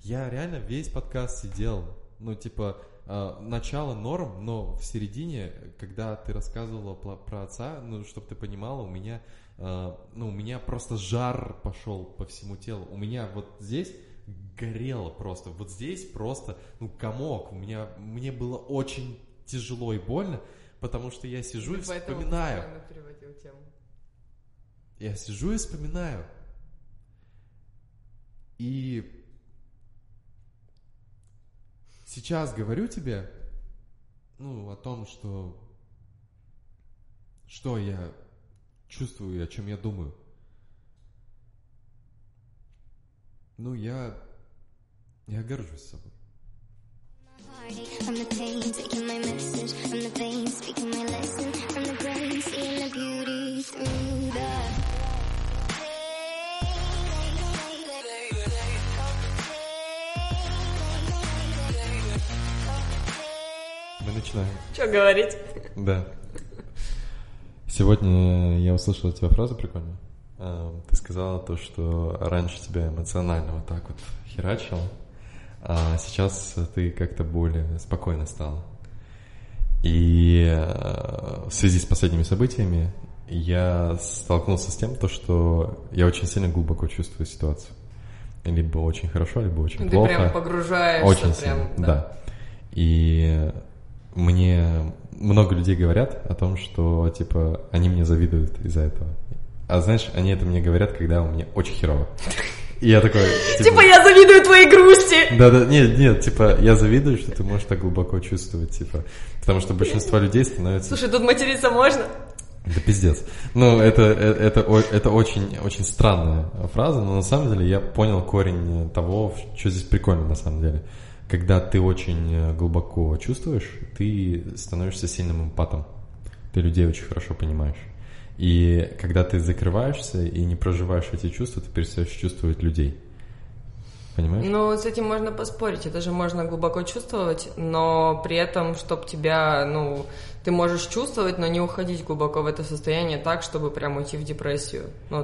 Я реально весь подкаст сидел, ну, типа, начало норм, но в середине, когда ты рассказывала про отца, ну, чтобы ты понимала, у меня просто жар пошел по всему телу. У меня вот здесь горело просто, вот здесь просто, комок. Мне было очень тяжело и больно, потому что я сижу и вспоминаю. Я сижу и вспоминаю. И сейчас говорю тебе, о том, что я чувствую и о чем я думаю. Я горжусь собой. Мы начинаем. Что говорить? Да. Сегодня я услышал от тебя фразу прикольную. Ты сказала то, что раньше тебя эмоционально вот так вот херачило, а сейчас ты как-то более спокойно стала. И в связи с последними событиями я столкнулся с тем, что я очень сильно глубоко чувствую ситуацию. Либо очень хорошо, либо очень плохо. Ты прям погружаешься. Очень сильно, да. И мне много людей говорят о том, что, типа, они мне завидуют из-за этого. А знаешь, они это мне говорят, когда у меня очень херово. И я такой... Типа, я завидую твоей грусти! Да-да, нет, типа, я завидую, что ты можешь так глубоко чувствовать, типа, потому что большинство людей становится... Слушай, тут материться можно? Да пиздец. Это очень, очень странная фраза, но на самом деле я понял корень того, что здесь прикольно на самом деле. Когда ты очень глубоко чувствуешь, ты становишься сильным эмпатом. Ты людей очень хорошо понимаешь. И когда ты закрываешься и не проживаешь эти чувства, ты перестаешь чувствовать людей. Понимаешь? Ну, с этим можно поспорить. Это же можно глубоко чувствовать, но при этом, чтобы тебя, ты можешь чувствовать, но не уходить глубоко в это состояние так, чтобы прям уйти в депрессию.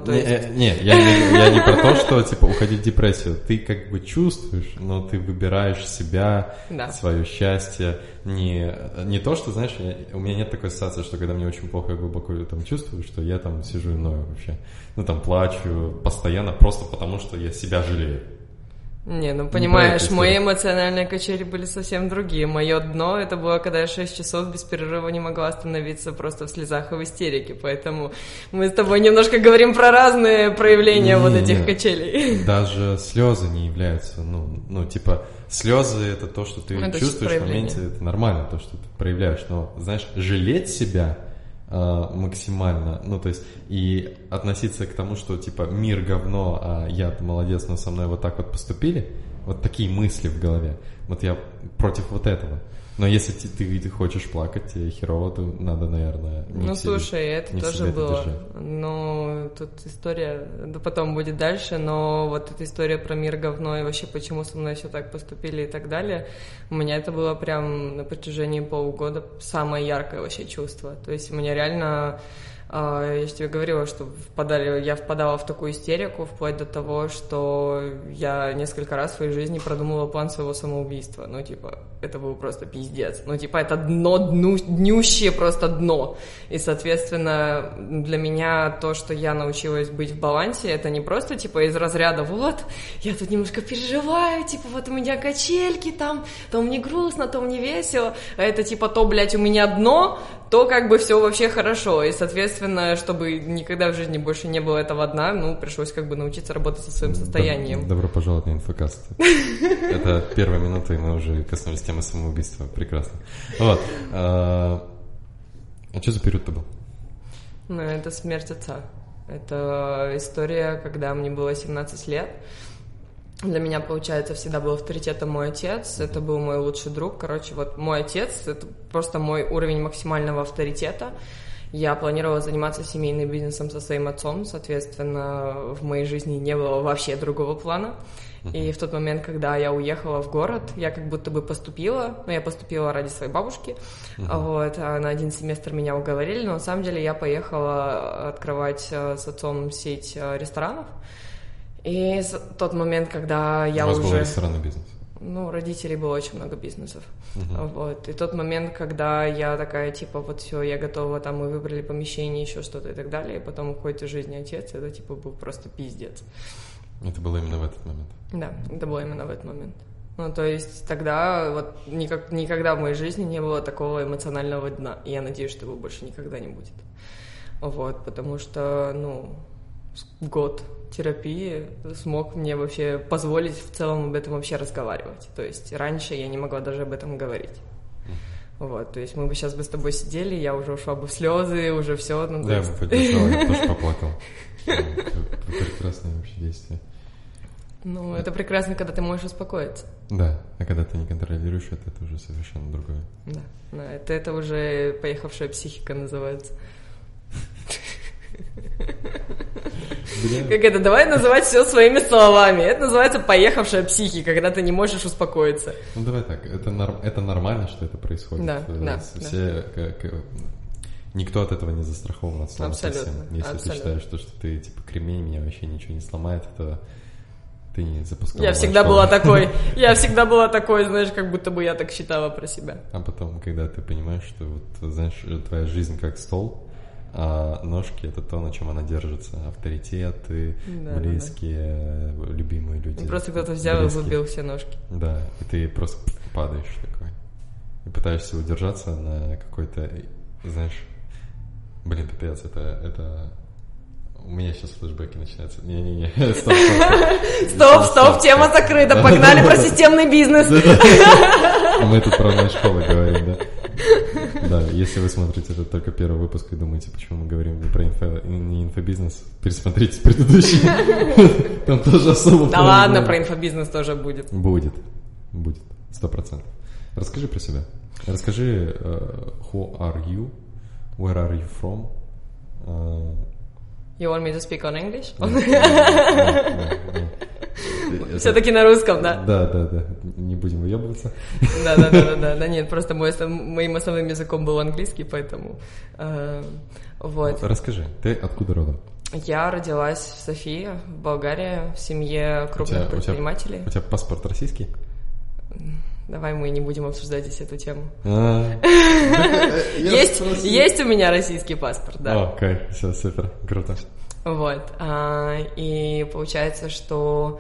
Я не про то, что, типа, уходить в депрессию. Ты как бы чувствуешь, но ты выбираешь себя, свое счастье. Не то, что, знаешь, у меня нет такой ассоциации, что когда мне очень плохо, я глубоко там чувствую, что я там сижу и ною вообще. Плачу постоянно просто потому, что я себя жалею. Понимаешь, мои эмоциональные качели были совсем другие. Мое дно, это было, когда я 6 часов без перерыва не могла остановиться просто в слезах и в истерике. Поэтому мы с тобой немножко говорим про разные проявления этих качелей. Даже слезы не являются, слезы — это то, что ты чувствуешь в моменте, это нормально, то, что ты проявляешь. Но, знаешь, жалеть себя максимально, и относиться к тому, что, типа, мир говно, а я-то молодец, но со мной вот так вот поступили, вот такие мысли в голове, я против вот этого. Но если ты хочешь плакать, тебе херово, то надо, наверное, слушай, это тоже было. Тут история, потом будет дальше, но вот эта история про мир говно и вообще почему со мной все так поступили и так далее, у меня это было прям на протяжении полугода самое яркое вообще чувство. То есть у меня реально... Я же тебе говорила, что я впадала в такую истерику, вплоть до того, что я несколько раз в своей жизни продумывала план своего самоубийства. Это был просто пиздец. Это днющее просто дно. И, соответственно, для меня то, что я научилась быть в балансе, это не просто, из разряда, я тут немножко переживаю, у меня качельки там, то мне грустно, то мне весело, а это, то, блядь, у меня дно, то как бы все вообще хорошо. И, соответственно, чтобы никогда в жизни больше не было этого дна, пришлось как бы научиться работать со своим состоянием. Добро пожаловать на инфокаст. Это первая минута, и мы уже коснулись темы самоубийства. Прекрасно. А что за период-то был? Это смерть отца. Это история, когда мне было 17 лет. Для меня, получается, всегда был авторитетом мой отец, это был мой лучший друг. Мой отец — это просто мой уровень максимального авторитета. Я планировала заниматься семейным бизнесом со своим отцом, соответственно, в моей жизни не было вообще другого плана. И в тот момент, когда я уехала в город, я как будто бы поступила, я поступила ради своей бабушки, а на 1 семестр меня уговорили, но на самом деле я поехала открывать с отцом сеть ресторанов. И тот момент, когда я уже... У вас был ресторанный бизнес? Ну, у родителей было очень много бизнесов. Вот. И тот момент, когда я такая, типа, вот все, я готова, там, мы выбрали помещение, еще что-то и так далее, и потом уходит из жизни отец, это, типа, был просто пиздец. Это было именно в этот момент? Да, это было именно в этот момент. Ну, то есть тогда вот никогда в моей жизни не было такого эмоционального дна, и я надеюсь, что его больше никогда не будет. Вот, потому что, ну, год терапии смог мне вообще позволить в целом об этом вообще разговаривать. То есть раньше я не могла даже об этом говорить. Вот, то есть мы бы сейчас бы с тобой сидели, я уже ушла бы в слезы, уже все. Ну, да, я бы поддержал, я тоже поплакал. Прекрасное вообще действие. Ну, это прекрасно, когда ты можешь успокоиться. Да, а когда ты не контролируешь это уже совершенно другое. Да, это уже поехавшая психика называется. Как это? Давай называть все своими словами. Это называется поехавшая психика, когда ты не можешь успокоиться. Ну давай так, это нормально, что это происходит. Да. Никто от этого не застрахован от слова совсем. Если абсолютно. Ты считаешь, что ты типа кремень, меня вообще ничего не сломает, то ты не запускал. Я всегда была такой, знаешь, как будто бы я так считала про себя. А потом, когда ты понимаешь, что вот, знаешь, твоя жизнь как стол, а ножки — это то, на чем она держится. Авторитеты, близкие, любимые люди. Просто кто-то взял и выбил все ножки. Да, и ты просто падаешь такой. И пытаешься удержаться на какой-то, знаешь... Блин, пипец, это... У меня сейчас флешбеки начинаются. Не-не-не, Стоп, тема закрыта, погнали про системный бизнес. Мы тут про онлайн-школы говорим, да? Да, если вы смотрите это только первый выпуск и думаете, почему мы говорим не про инфобизнес, пересмотрите предыдущий. Там тоже особо... Да ладно, про инфобизнес тоже будет. Будет, 100%. Расскажи про себя. Расскажи, who are you, where are you from? You want me to speak on English? Все-таки на русском, да? Да. Не будем выебываться. Да, нет, просто моим основным языком был английский, поэтому... Вот. Расскажи, ты откуда родом? Я родилась в Софии, в Болгарии, в семье крупных предпринимателей. У тебя паспорт российский? Давай мы не будем обсуждать здесь эту тему. Есть у меня российский паспорт, да. О, кайф, все, супер, круто. Вот, и получается, что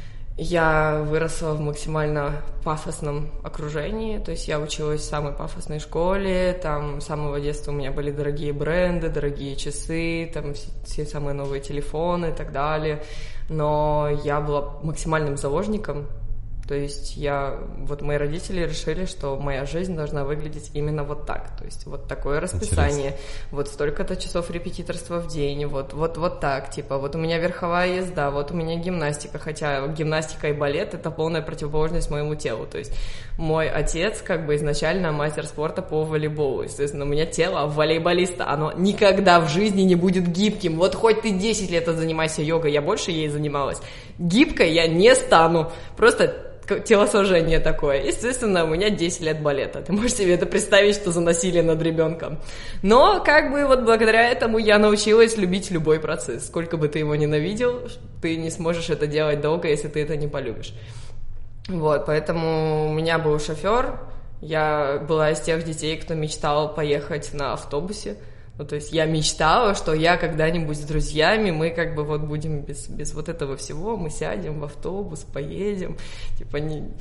я выросла в максимально пафосном окружении, то есть я училась в самой пафосной школе, там с самого детства у меня были дорогие бренды, дорогие часы, там все самые новые телефоны и так далее, но я была максимальным заложником. То есть мои родители решили, что моя жизнь должна выглядеть именно вот так. То есть вот такое расписание, интересно. Вот столько-то часов репетиторства в день, вот так, типа, вот у меня верховая езда, вот у меня гимнастика, хотя гимнастика и балет — это полная противоположность моему телу. То есть мой отец как бы изначально мастер спорта по волейболу. Естественно, у меня тело волейболиста, оно никогда в жизни не будет гибким. Вот хоть ты 10 лет занимайся йогой, я больше ей занималась. Гибкой я не стану, просто... телосложение такое. Естественно, у меня 10 лет балета. Ты можешь себе это представить, что за насилие над ребенком. Но как бы вот благодаря этому я научилась любить любой процесс. Сколько бы ты его ненавидел, ты не сможешь это делать долго, если ты это не полюбишь. Вот, поэтому у меня был шофер. Я была из тех детей, кто мечтал поехать на автобусе. Ну, то есть я мечтала, что я когда-нибудь с друзьями, мы как бы вот будем без вот этого всего, мы сядем в автобус, поедем, типа,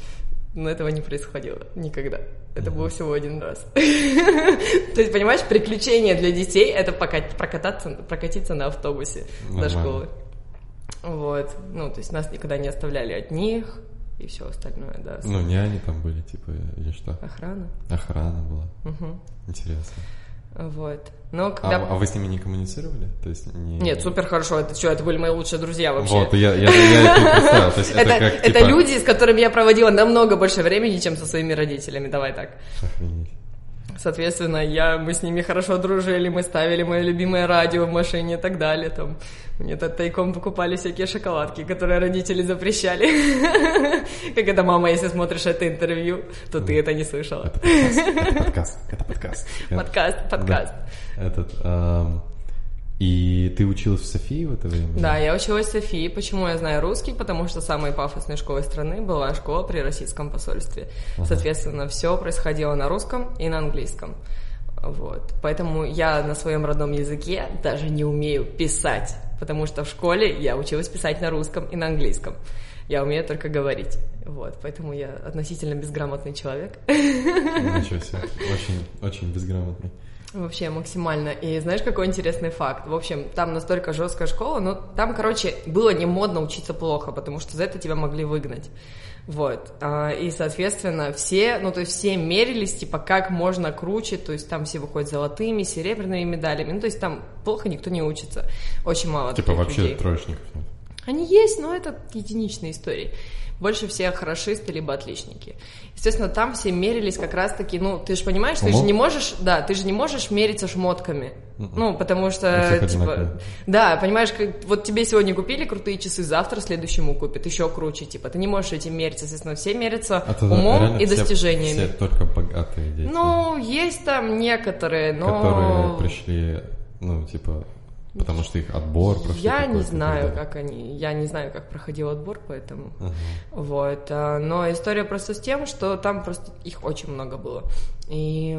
но этого не происходило никогда. Это было всего один раз. То есть, понимаешь, приключение для детей — это прокатиться на автобусе до школы. Вот, ну, то есть нас никогда не оставляли одних и все остальное, да. Ну, няни там были, типа, или что? Охрана была. Интересно. Вот. Но когда... А вы с ними не коммуницировали? То есть Нет, супер хорошо. Это что? Это были мои лучшие друзья вообще. Вот, я это не представил. То есть это люди, с которыми я проводила намного больше времени, чем со своими родителями. Давай так. Охренеть. Соответственно, мы с ними хорошо дружили, мы ставили мое любимое радио в машине и так далее. Там. Мне тайком покупали всякие шоколадки, которые родители запрещали. Как это, мама, если смотришь это интервью, то ты это не слышала. Это подкаст. Подкаст. И ты училась в Софии в это время? Да, я училась в Софии. Почему я знаю русский? Потому что самой пафосной школой страны была школа при российском посольстве. Соответственно, все происходило на русском и на английском. Вот. Поэтому я на своем родном языке даже не умею писать, потому что в школе я училась писать на русском и на английском. Я умею только говорить. Вот. Поэтому я относительно безграмотный человек. Ничего себе. Очень, очень безграмотный. Вообще максимально. И знаешь, какой интересный факт? В общем, там настолько жесткая школа, но там, короче, было не модно учиться плохо, потому что за это тебя могли выгнать. Вот. И, соответственно, все мерились, типа, как можно круче, то есть там все выходят золотыми, серебряными медалями, то есть там плохо никто не учится. Очень мало типа вообще людей. Троечников нет? Они есть, но это единичные истории. Больше всех хорошисты либо отличники. Естественно, там все мерились как раз-таки, ты же понимаешь, ты же не можешь мериться шмотками. Потому что, да, понимаешь, вот тебе сегодня купили крутые часы, завтра следующему купят, еще круче, ты не можешь этим мериться, естественно, все мерятся умом и достижениями. Все только богатые дети. Есть там некоторые, но... Которые пришли, потому что их отбор просто. Я не знаю, как проходил отбор, поэтому. Вот. Но история просто с тем, что там просто их очень много было. И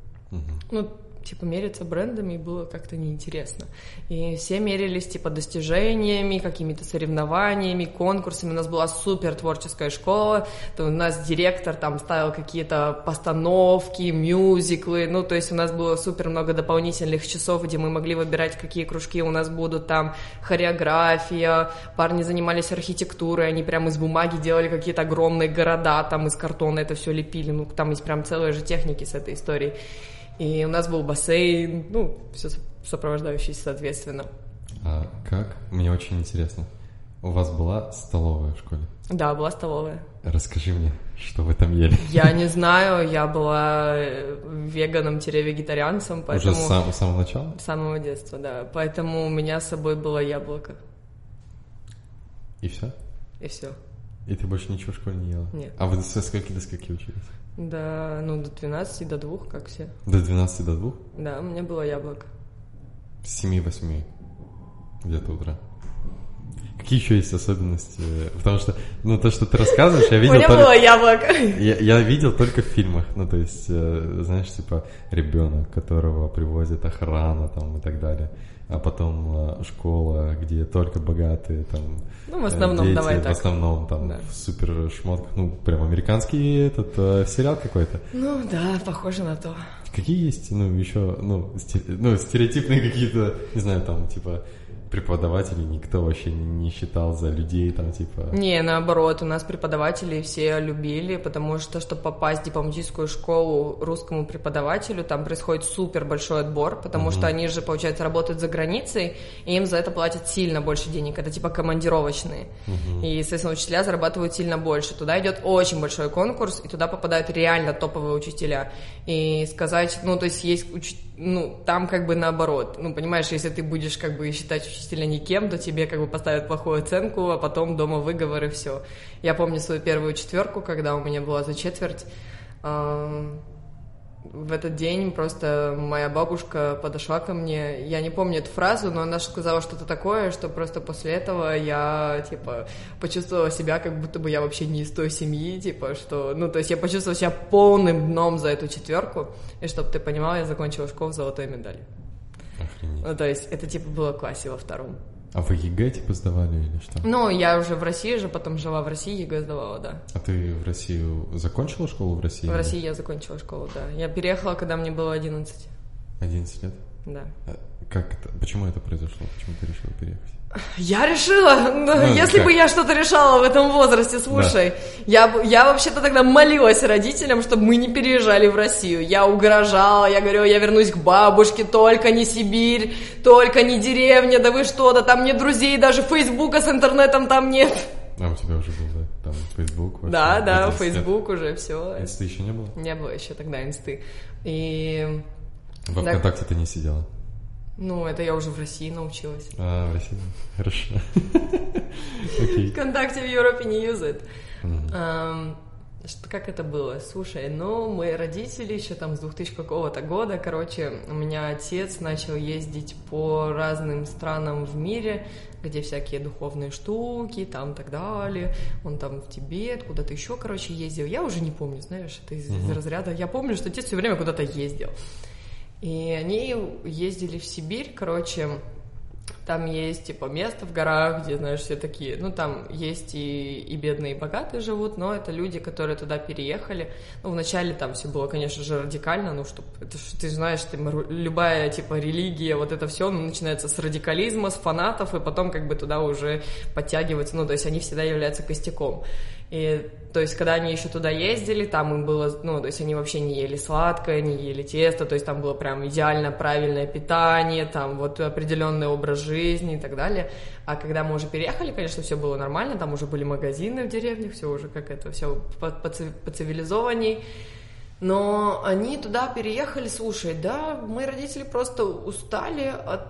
мериться брендами было как-то неинтересно. И все мерились, достижениями, какими-то соревнованиями, конкурсами. У нас была супер творческая школа, то у нас директор там ставил какие-то постановки, мюзиклы, то есть у нас было супер много дополнительных часов, где мы могли выбирать, какие кружки у нас будут, там хореография, парни занимались архитектурой, они прямо из бумаги делали какие-то огромные города, там из картона это все лепили, там есть прям целые же техники с этой историей. И у нас был бассейн, все сопровождающееся, соответственно. А как? Мне очень интересно. У вас была столовая в школе? Да, была столовая. Расскажи мне, что вы там ели. Я не знаю, я была веганом-вегетарианцем, поэтому... Уже с самого начала? С самого детства, да. Поэтому у меня с собой было яблоко. И все? И все. И ты больше ничего в школе не ела? Нет. А вы со скольки до скольки учились? Да, до 12, до 2, как все. До 12, до 2? Да, у меня было яблоко. С 7-8 где-то утра. Какие еще есть особенности? Потому что, то, что ты рассказываешь, я видел... У меня было яблоко. Я видел только в фильмах. То есть, знаешь, ребенок, которого привозит охрана там и так далее. А потом школа, где только богатые там в основном, дети, давай так. В основном там да. В супер шмотках, прям американский сериал какой-то. Да, похоже на то. Какие есть, еще, стереотипные какие-то, не знаю, там, преподавателей никто вообще не считал за людей, там, Не, наоборот, у нас преподавателей все любили, потому что, чтобы попасть в дипломатическую школу русскому преподавателю, там происходит супер большой отбор, потому что они же, получается, работают за границей, и им за это платят сильно больше денег, это командировочные. И, естественно, учителя зарабатывают сильно больше. Туда идет очень большой конкурс, и туда попадают реально топовые учителя. И сказать, то есть есть там наоборот. Понимаешь, если ты будешь считать учителя никем, то тебе поставят плохую оценку, а потом дома выговор и все. Я помню свою первую четверку, когда у меня была за четверть. В этот день просто моя бабушка подошла ко мне, я не помню эту фразу, но она сказала что-то такое, что просто после этого я, почувствовала себя, как будто бы я вообще не из той семьи, что, то есть я почувствовала себя полным дном за эту четверку, и чтобы ты понимал, я закончила школу с золотой медалью. Охренеть. То есть это, было в классе во 2. А вы ЕГЭ, сдавали или что? Я уже в России же, потом жила в России, ЕГЭ сдавала, да. А ты в Россию закончила школу в России? В России я закончила школу, да. Я переехала, когда мне было 11. 11 лет? Да. Как это? Почему это произошло? Почему ты решила переехать? Я решила, если бы я что-то решала в этом возрасте, слушай, да. я вообще-то тогда молилась родителям, чтобы мы не переезжали в Россию. Я угрожала, я говорила, я вернусь к бабушке, только не Сибирь, только не деревня, да вы что, да там нет друзей, даже Фейсбука с интернетом там нет. А у тебя уже был, да? Там Фейсбук? Да, Фейсбук уже, все. Инсты еще не было? Не было еще тогда инсты. И... Во ВКонтакте ты не сидела? Это я уже в России научилась. В России? Хорошо. ВКонтакте в Европе не юзает. Как это было? Слушай, мои родители еще там с 2000 какого-то года, у меня отец начал ездить по разным странам в мире, где всякие духовные штуки, там так далее. Он там в Тибет, куда-то еще, ездил. Я уже не помню, знаешь, это из разряда. Я помню, что отец все время куда-то ездил. И они ездили в Сибирь, там есть, место в горах, где, знаешь, все такие, там есть и бедные, и богатые живут, но это люди, которые туда переехали. Вначале там все было, конечно же, радикально, ты знаешь, любая, религия, вот это все, начинается с радикализма, с фанатов, и потом, туда уже подтягивается, то есть они всегда являются костяком. И, то есть, когда они еще туда ездили, там им было, то есть, они вообще не ели сладкое, не ели тесто, то есть, там было прям идеально правильное питание, там вот определенный образ жизни и так далее. А когда мы уже переехали, конечно, все было нормально, там уже были магазины в деревнях, все уже все поцивилизованней. Но они туда переехали, слушай, мои родители просто устали от...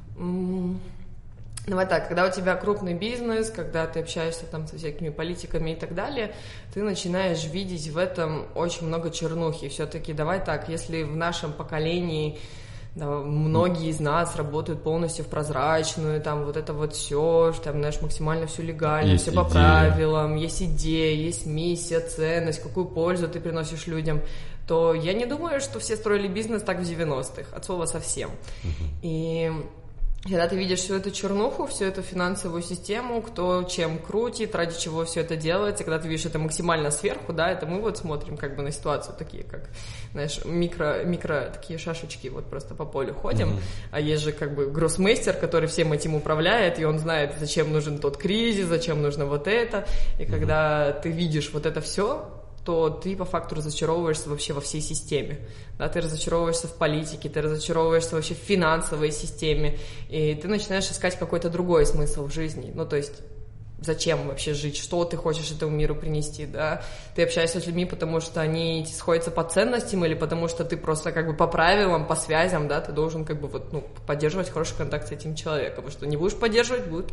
Давай так, когда у тебя крупный бизнес, когда ты общаешься там со всякими политиками и так далее, ты начинаешь видеть в этом очень много чернухи. Все-таки давай так, если в нашем поколении многие из нас работают полностью в прозрачную, там вот это вот все, там, знаешь, максимально все легально, есть все идея. По правилам, есть идея, есть миссия, ценность, какую пользу ты приносишь людям, то я не думаю, что все строили бизнес так в 90-х, от слова совсем. И... Когда ты видишь всю эту чернуху, всю эту финансовую систему, кто чем крутит, ради чего все это делается, когда ты видишь это максимально сверху, это мы вот смотрим на ситуацию, такие как, знаешь, микро такие шашечки, вот просто по полю ходим, а есть же гроссмейстер, который всем этим управляет, и он знает, зачем нужен тот кризис, зачем нужно вот это, и когда ты видишь вот это все, то ты по факту разочаровываешься вообще во всей системе. Ты разочаровываешься в политике, ты разочаровываешься вообще в финансовой системе, и ты начинаешь искать какой-то другой смысл в жизни. То есть, зачем вообще жить, что ты хочешь этому миру принести, Ты общаешься с людьми, потому что они сходятся по ценностям, или потому что ты просто по правилам, по связям, ты должен поддерживать хороший контакт с этим человеком, потому что не будешь поддерживать, будет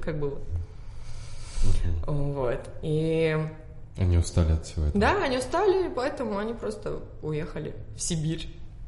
Вот. И... Они устали от всего этого. Да, они устали, поэтому они просто уехали в Сибирь.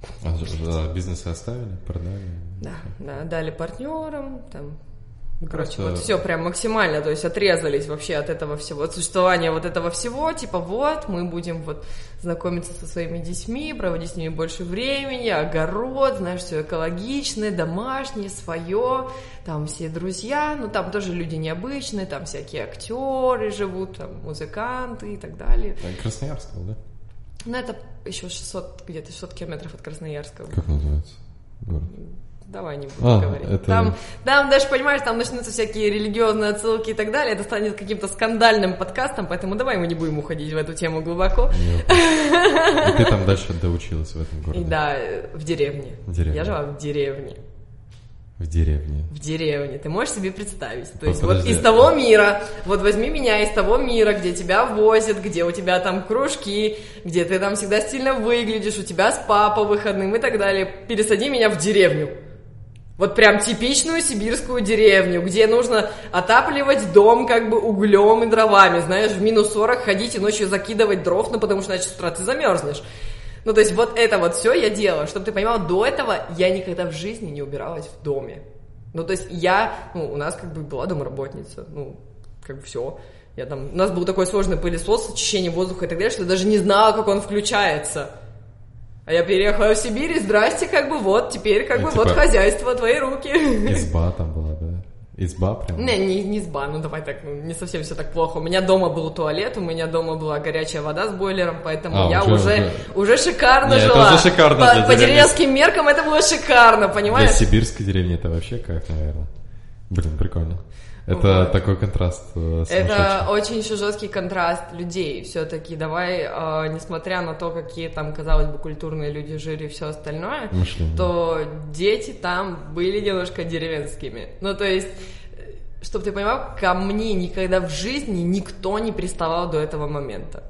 А бизнесы оставили, продали? Да, дали партнерам, там... вот все прям максимально, то есть отрезались вообще от этого всего, от существования вот этого всего, мы будем знакомиться со своими детьми, проводить с ними больше времени, огород, знаешь, все экологичное, домашнее, свое, там все друзья, там тоже люди необычные, там всякие актеры живут, там музыканты и так далее. Красноярск, да? Это еще 600 километров от Красноярска. Как называется город? Давай не будем говорить. Это... Там даже, понимаешь, там начнутся всякие религиозные отсылки и так далее, это станет каким-то скандальным подкастом, поэтому давай мы не будем уходить в эту тему глубоко. И ты там дальше доучилась в этом городе? Да, в деревне. Я жила в деревне. В деревне? В деревне. Ты можешь себе представить? То есть из того мира, возьми меня из того мира, где тебя возят, где у тебя там кружки, где ты там всегда стильно выглядишь, у тебя спа по выходным и так далее, пересади меня в деревню. Вот прям типичную сибирскую деревню, где нужно отапливать дом углем и дровами, знаешь, в минус 40 ходить и ночью закидывать дров, потому что иначе с утра ты замерзнешь. То есть вот это все я делала, чтобы ты понимала, до этого я никогда в жизни не убиралась в доме. То есть у нас была домработница, все. У нас был такой сложный пылесос, очищение воздуха и так далее, что я даже не знала, как он включается. А я переехала в Сибирь, и здрасте, теперь хозяйство, твои руки. Изба там была, да? Изба прям? Не изба, давай так, не совсем все так плохо. У меня дома был туалет, у меня дома была горячая вода с бойлером, поэтому я уже шикарно жила. Это уже шикарно по деревенским меркам это было шикарно, понимаешь? Для сибирской деревни это вообще кайф, наверное. Блин, прикольно. Это такой контраст. Это очень еще жесткий контраст людей. Все-таки давай, несмотря на то, какие там, казалось бы, культурные люди жили и все остальное, то дети там были немножко деревенскими. То есть, чтобы ты понимал, ко мне никогда в жизни никто не приставал до этого момента.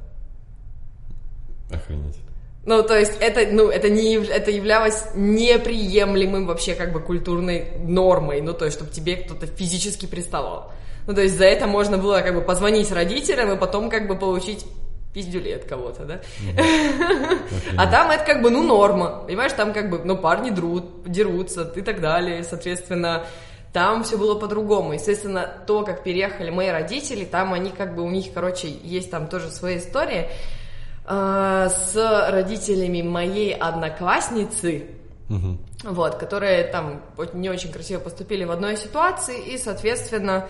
Охренеть. То есть это являлось неприемлемым вообще культурной нормой, то есть чтобы тебе кто-то физически приставал. То есть за это можно было позвонить родителям и потом получить пиздюлей от кого-то, да? А там это как бы, ну, норма, понимаешь, там как бы, ну, парни дерутся и так далее, соответственно, там все было по-другому. Естественно, то, как переехали мои родители, там они как бы, у них, короче, есть там тоже свои истории с родителями моей одноклассницы, вот, которые там не очень красиво поступили в одной ситуации, и, соответственно,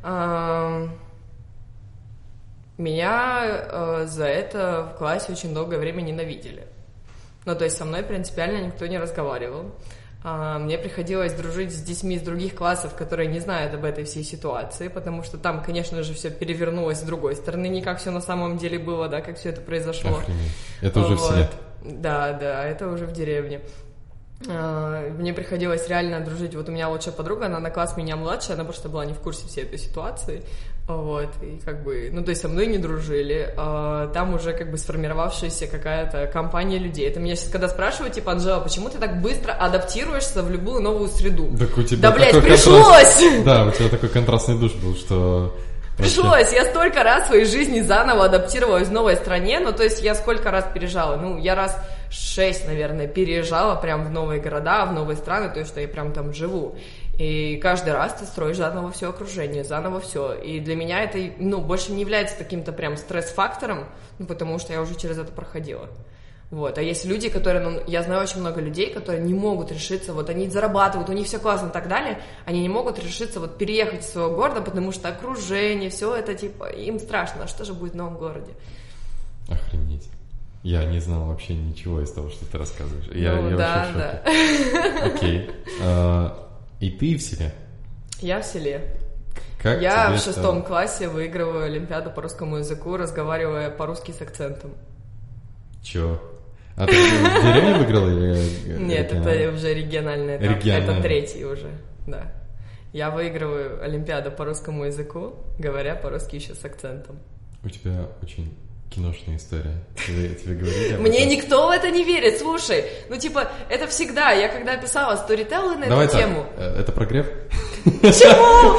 меня за это в классе очень долгое время ненавидели. Ну, то есть со мной принципиально никто не разговаривал. Мне приходилось дружить с детьми из других классов, которые не знают об этой всей ситуации, потому что там, конечно же, все перевернулось с другой стороны, не как все на самом деле было, да, как все это произошло. Охренеть. Это уже в селе. Да, это уже в деревне. Мне приходилось реально дружить. Вот у меня лучшая подруга, она на класс меня младше, она просто была не в курсе всей этой ситуации. Вот, и как бы, ну, то есть со мной не дружили, там уже как бы сформировавшаяся какая-то компания людей. Это меня сейчас когда спрашивают, типа, Анжела, почему ты так быстро адаптируешься в любую новую среду? Так у тебя да, блядь, пришлось! Да, у тебя такой контрастный душ был, что... Пришлось, я столько раз в своей жизни заново адаптировалась в новой стране, ну, то есть я сколько раз переезжала, ну, я раз 6, наверное, переезжала прям в новые города, в новые страны, то есть что я прям там живу. И каждый раз ты строишь заново все окружение, заново все. И для меня это, ну, больше не является каким-то прям стресс-фактором, ну, потому что я уже через это проходила. Вот. А есть люди, которые, ну, я знаю очень много людей, которые не могут решиться, вот они зарабатывают, у них все классно и так далее, они не могут решиться вот переехать из своего города, потому что окружение, все это, типа, им страшно, а что же будет в новом городе? Охренеть. Я не знал вообще ничего из того, что ты рассказываешь. Я да, вообще в шоке. Окей. И ты в селе? Я в селе. Как я в 6 классе выигрываю Олимпиаду по русскому языку, разговаривая по-русски с акцентом. Чё? А ты в деревне выиграла или... Нет, это уже региональный этап. Это 3-й уже, да. Я выигрываю Олимпиаду по русскому языку, говоря по-русски еще с акцентом. У тебя очень... киношная история. Тебе говорили? Мне никто в это не верит, слушай. Ну, типа, это всегда. Я когда писала сторителлы на эту тему... Это прогрев? Чему?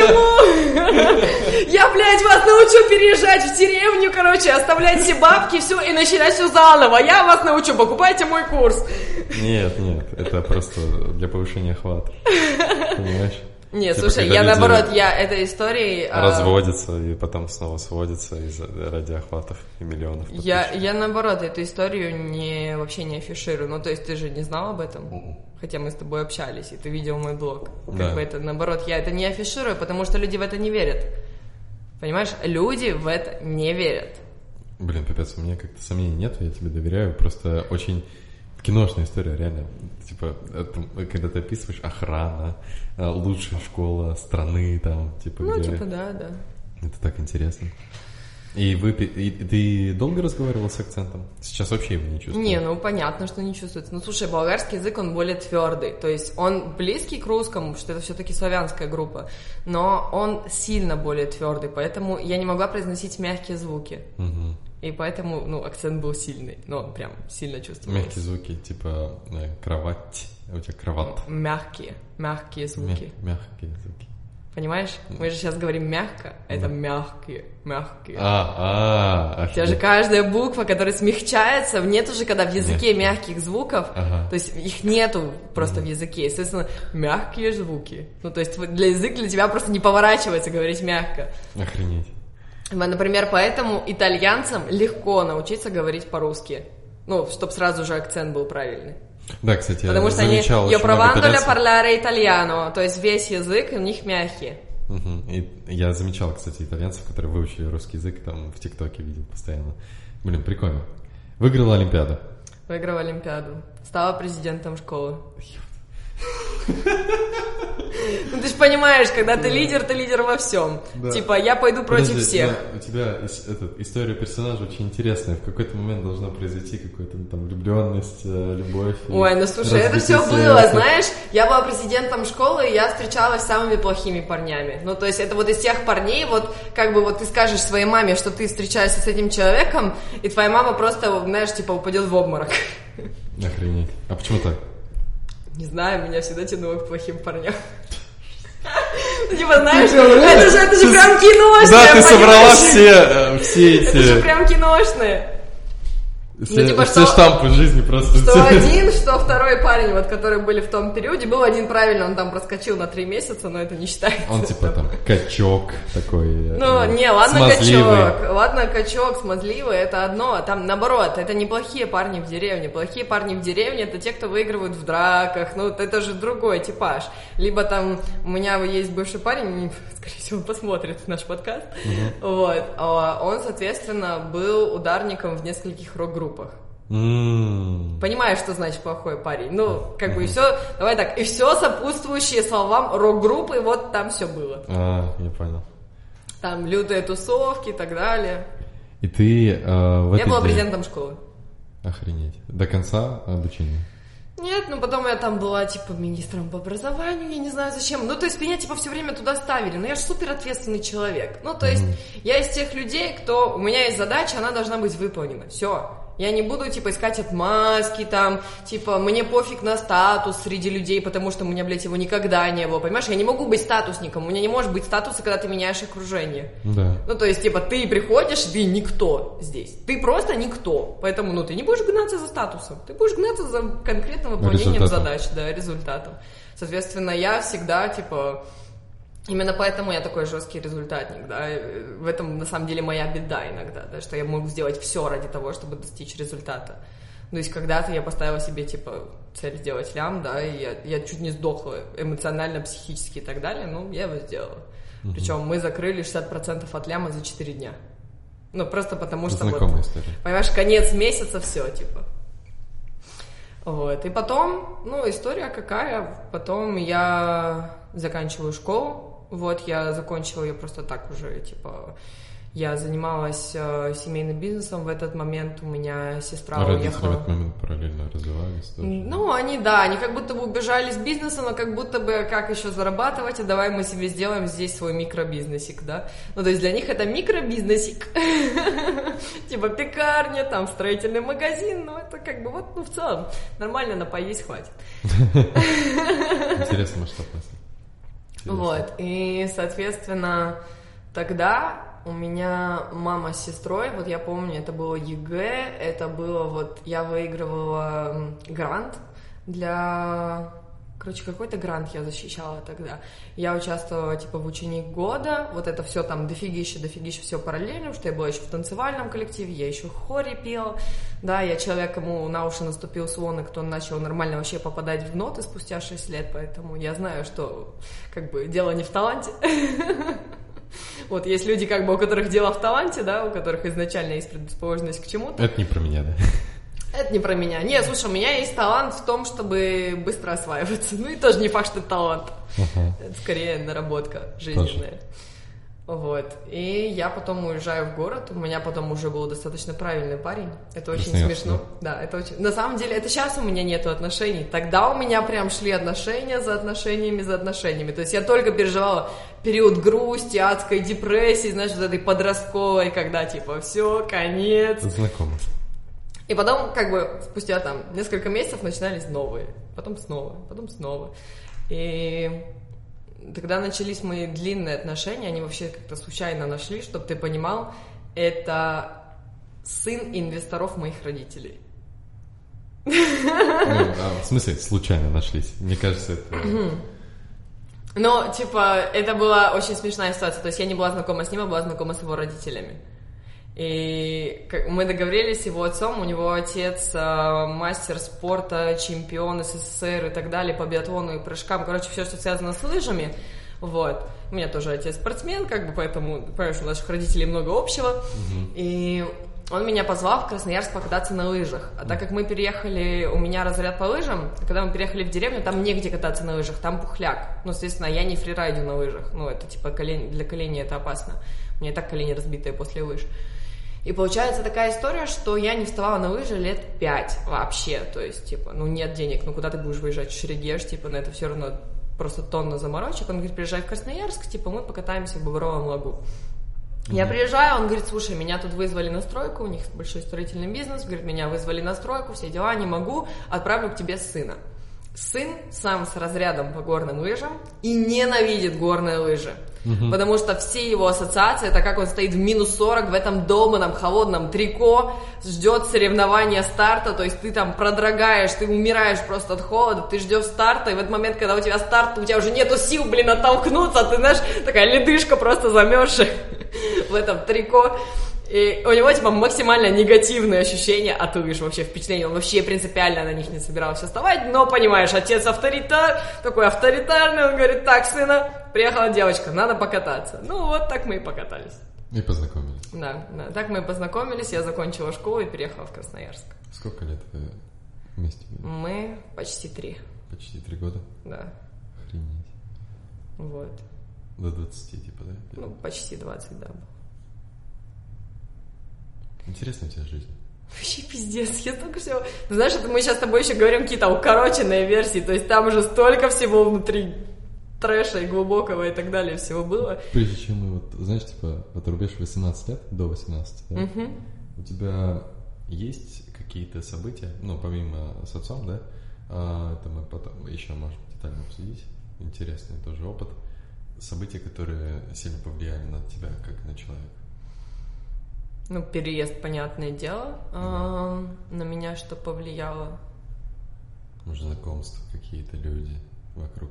Я, блядь, вас научу переезжать в деревню, короче, оставлять все бабки, все, и начинать все заново. Я вас научу, покупайте мой курс. Нет, это просто для повышения охвата. Понимаешь? Нет, типа, слушай, я наоборот, я этой историей... Разводятся и потом снова сводятся ради охватов и миллионов. Я наоборот, эту историю вообще не афиширую. Ну, то есть ты же не знал об этом? Хотя мы с тобой общались, и ты видел мой блог. Как бы это, наоборот, я это не афиширую, потому что люди в это не верят. Понимаешь? Люди в это не верят. Блин, пипец, у меня как-то сомнений нет, я тебе доверяю. Просто очень... киношная история, реально. Типа, когда ты описываешь охрана, лучшая школа страны, там, типа, ну, где... типа, да. Это так интересно. И ты долго разговаривал с акцентом? Сейчас вообще его не чувствуешь? Не, ну, понятно, что не чувствуется. Ну, слушай, болгарский язык, он более твердый. То есть он близкий к русскому, потому что это все-таки славянская группа, но он сильно более твердый, поэтому я не могла произносить мягкие звуки. Угу. И поэтому, ну, акцент был сильный, ну, он прям сильно чувствовался. Мягкие звуки, типа кровать, у тебя кроват. Мягкие звуки. Мягкие звуки. Понимаешь? Мы же сейчас говорим мягко, это мягкие. У тебя же каждая буква, которая смягчается, нет уже, когда в языке мягких звуков, то есть их нету просто в языке, естественно, мягкие звуки. Ну, то есть для языка для тебя просто не поворачивается говорить мягко. Охренеть. Например, поэтому итальянцам легко научиться говорить по-русски. Ну, чтобы сразу же акцент был правильный. Да, кстати, потому что они «Io provando a parlare italiano», то есть весь язык у них мягкий. Угу. И я замечал, кстати, итальянцев, которые выучили русский язык, там в ТикТоке видел постоянно. Блин, прикольно. Выиграла Олимпиаду. Выиграла Олимпиаду. Стала президентом школы. Ну, ты же понимаешь, когда ты лидер во всем. Да. Типа, я пойду против всех. У тебя история персонажа очень интересная. В какой-то момент должна произойти какая-то там влюбленность, любовь. Ой, ну слушай, это все было, знаешь. Я была президентом школы, и я встречалась с самыми плохими парнями. Ну, то есть, это вот из тех парней, вот, как бы, вот ты скажешь своей маме, что ты встречаешься с этим человеком, и твоя мама просто, знаешь, типа, упадет в обморок. Охренеть. А почему так? Не знаю, меня всегда тянуло к плохим парням. Типа, знаешь, это же прям киношное. Да, ты собрала все эти... Это же прям киношное. Все штампы жизни просто. Что один, что второй парень, вот, которые были в том периоде, был один правильно, он там проскочил на 3 месяца, но это не считается. Он типа там качок такой. Ну, не, ладно качок. Ладно качок, смазливый, это одно. А там наоборот, это не плохие парни в деревне. Плохие парни в деревне — это те, кто выигрывают в драках. Ну, это же другой типаж. Либо там у меня есть бывший парень, скорее всего, он посмотрит наш подкаст. Вот. Он, соответственно, был ударником в нескольких рок-группах. Понимаешь, что значит плохой парень? Ну, как бы и все, давай так, и все сопутствующие словам рок-группы, вот там все было. Я понял. Там лютые тусовки и так далее. И ты Я была президентом школы. Охренеть. До конца обучения? Нет, ну потом я там была, типа, министром по образованию, я не знаю зачем. Ну, то есть меня, типа, все время туда ставили. Но я же супер ответственный человек. Ну, то есть я из тех людей, кто... У меня есть задача, она должна быть выполнена. Все. Я не буду, типа, искать отмазки, там, типа, мне пофиг на статус среди людей, потому что у меня, блядь, его никогда не было, понимаешь? Я не могу быть статусником, у меня не может быть статуса, когда ты меняешь окружение. Да. Ну, то есть, типа, ты приходишь, ты никто здесь, ты просто никто, поэтому, ну, ты не будешь гнаться за статусом, ты будешь гнаться за конкретным выполнением задач, да, результатом. Соответственно, я всегда, типа... Именно поэтому я такой жесткий результатник, да, в этом, на самом деле, моя беда иногда, да, что я могу сделать все ради того, чтобы достичь результата. То есть когда-то я поставила себе, типа, цель сделать лям, да, и я чуть не сдохла эмоционально, психически и так далее, ну, я его сделала. Причем мы закрыли 60% от ляма за 4 дня. Ну, просто потому что знакомая вот, история. Понимаешь, конец месяца, все, типа. Вот, и потом, ну, история какая, потом я заканчиваю школу. Вот, я закончила ее просто так уже, типа, я занималась семейным бизнесом в этот момент, у меня сестра уехала. Родители в этот момент параллельно развивались тоже? Ну, они как будто бы убежали с бизнеса, но как будто бы, как еще зарабатывать, а давай мы себе сделаем здесь свой микробизнесик, да? Ну, то есть для них это микробизнесик, типа пекарня, там, строительный магазин, ну, это как бы вот, ну, в целом, нормально на поесть хватит. Интересный масштаб, Вот, и, соответственно, тогда у меня мама с сестрой, вот я помню, это было ЕГЭ, это было вот, я выигрывала грант для... Короче, какой-то грант я защищала тогда. Я участвовала, типа, в ученик года, вот это все там дофигища все параллельно, потому что я была еще в танцевальном коллективе, я еще в хоре пела, да, я человек, кому на уши наступил слон, и кто начал нормально вообще попадать в ноты спустя 6 лет, поэтому я знаю, что, как бы, дело не в таланте. Вот, есть люди, как бы, у которых дело в таланте, да, у которых изначально есть предрасположенность к чему-то. Это не про меня, да? Это не про меня. Нет, слушай, у меня есть талант в том, чтобы быстро осваиваться. Ну и тоже не факт, что это талант. Это скорее наработка жизненная. Тоже. Вот. И я потом уезжаю в город. У меня потом уже был достаточно правильный парень. Это очень смешно. Да, это очень... На самом деле, это сейчас у меня нету отношений. Тогда у меня прям шли отношения за отношениями. То есть я только переживала период грусти, адской депрессии, знаешь, вот этой подростковой, когда типа все, конец. Знакомо. И потом, как бы, спустя там несколько месяцев начинались новые, потом снова. И тогда начались мои длинные отношения, они вообще как-то случайно нашли, чтобы ты понимал, это сын инвесторов моих родителей. В смысле, случайно нашлись? Мне кажется, это... Ну, типа, это была очень смешная ситуация, то есть я не была знакома с ним, а была знакома с его родителями. И мы договорились с его отцом, у него отец мастер спорта, чемпион СССР и так далее по биатлону и прыжкам, короче, все, что связано с лыжами, вот. У меня тоже отец спортсмен, как бы, поэтому, понимаешь, у наших родителей много общего, и он меня позвал в Красноярск покататься на лыжах, а так как мы переехали, у меня разряд по лыжам, когда мы переехали в деревню, там негде кататься на лыжах, там пухляк, ну, соответственно, я не фрирайдю на лыжах, ну, это, типа, для коленей это опасно, у меня и так колени разбитые после лыж. И получается такая история, что я не вставала на лыжи лет 5 вообще, то есть, типа, ну, нет денег, ну, куда ты будешь выезжать в Шерегеш, типа, на это все равно просто тонна заморочек. Он говорит, приезжай в Красноярск, типа, мы покатаемся в Багровом лагу. Я приезжаю, он говорит, слушай, меня тут вызвали на стройку, у них большой строительный бизнес, говорит, меня вызвали на стройку, все дела, не могу, отправлю к тебе сына. сын сам с разрядом по горным лыжам и ненавидит горные лыжи. Потому что все его ассоциации, это как он стоит в минус 40 в этом долбанном холодном трико, ждет соревнования старта, то есть ты там продрогаешь, ты умираешь просто от холода, ты ждешь старта, и в этот момент, когда у тебя старт, у тебя уже нету сил, оттолкнуться, ты, знаешь, такая ледышка просто замерзшая в этом трико. И у него, типа, максимально негативные ощущения от лыж, вообще впечатление. Он вообще принципиально на них не собирался вставать, но, понимаешь, отец такой авторитарный, он говорит: так, сына, приехала девочка, надо покататься. Ну, вот так мы и покатались. И познакомились. Да, так мы и познакомились, я закончила школу и переехала в Красноярск. Сколько лет вы вместе были? Мы почти 3. Почти 3 года? Да. Охренеть. Вот. До 20, типа, да? Ну, почти 20, да. Интересная у тебя жизнь. Вообще пиздец, я только все... Ты знаешь, это мы сейчас с тобой еще говорим какие-то укороченные версии, то есть там уже столько всего внутри трэша и глубокого и так далее всего было. Прежде чем мы, вот, знаешь, типа, отрубишь 18 лет, до 18, да? У тебя есть какие-то события, ну, помимо с отцом, да? Это мы потом еще можем детально обсудить. Интересный тоже опыт. События, которые сильно повлияли на тебя, как на человека. Ну, переезд, понятное дело, на меня что повлияло. Может, знакомства какие-то, люди вокруг.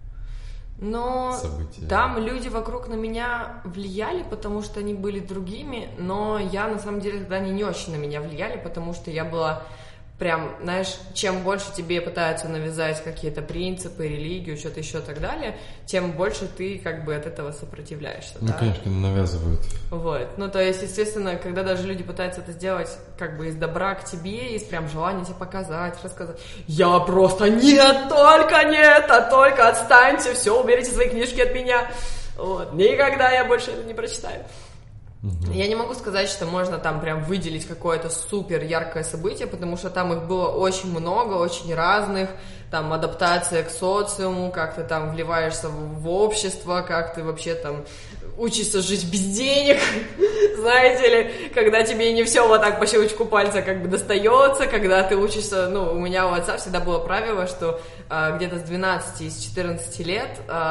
Но события. Там люди вокруг на меня влияли, потому что они были другими, но я, на самом деле, тогда они не очень на меня влияли, потому что я была прям, знаешь, чем больше тебе пытаются навязать какие-то принципы, религию, что-то еще и так далее, тем больше ты как бы от этого сопротивляешься. Ну, да? конечно, навязывают. Вот. Ну, то есть, естественно, когда даже люди пытаются это сделать как бы из добра к тебе, из прям желания тебе показать, рассказать, я просто нет, только нет, а только отстаньте, все, уберите свои книжки от меня. Вот. Никогда я больше это не прочитаю. Я не могу сказать, что можно там прям выделить какое-то супер яркое событие, потому что там их было очень много, очень разных, там адаптация к социуму, как ты там вливаешься в общество, как ты вообще там учишься жить без денег, знаете ли, когда тебе не все вот так по щелчку пальца как бы достается, когда ты учишься, ну, у меня у отца всегда было правило, что где-то с 12 и с 14 лет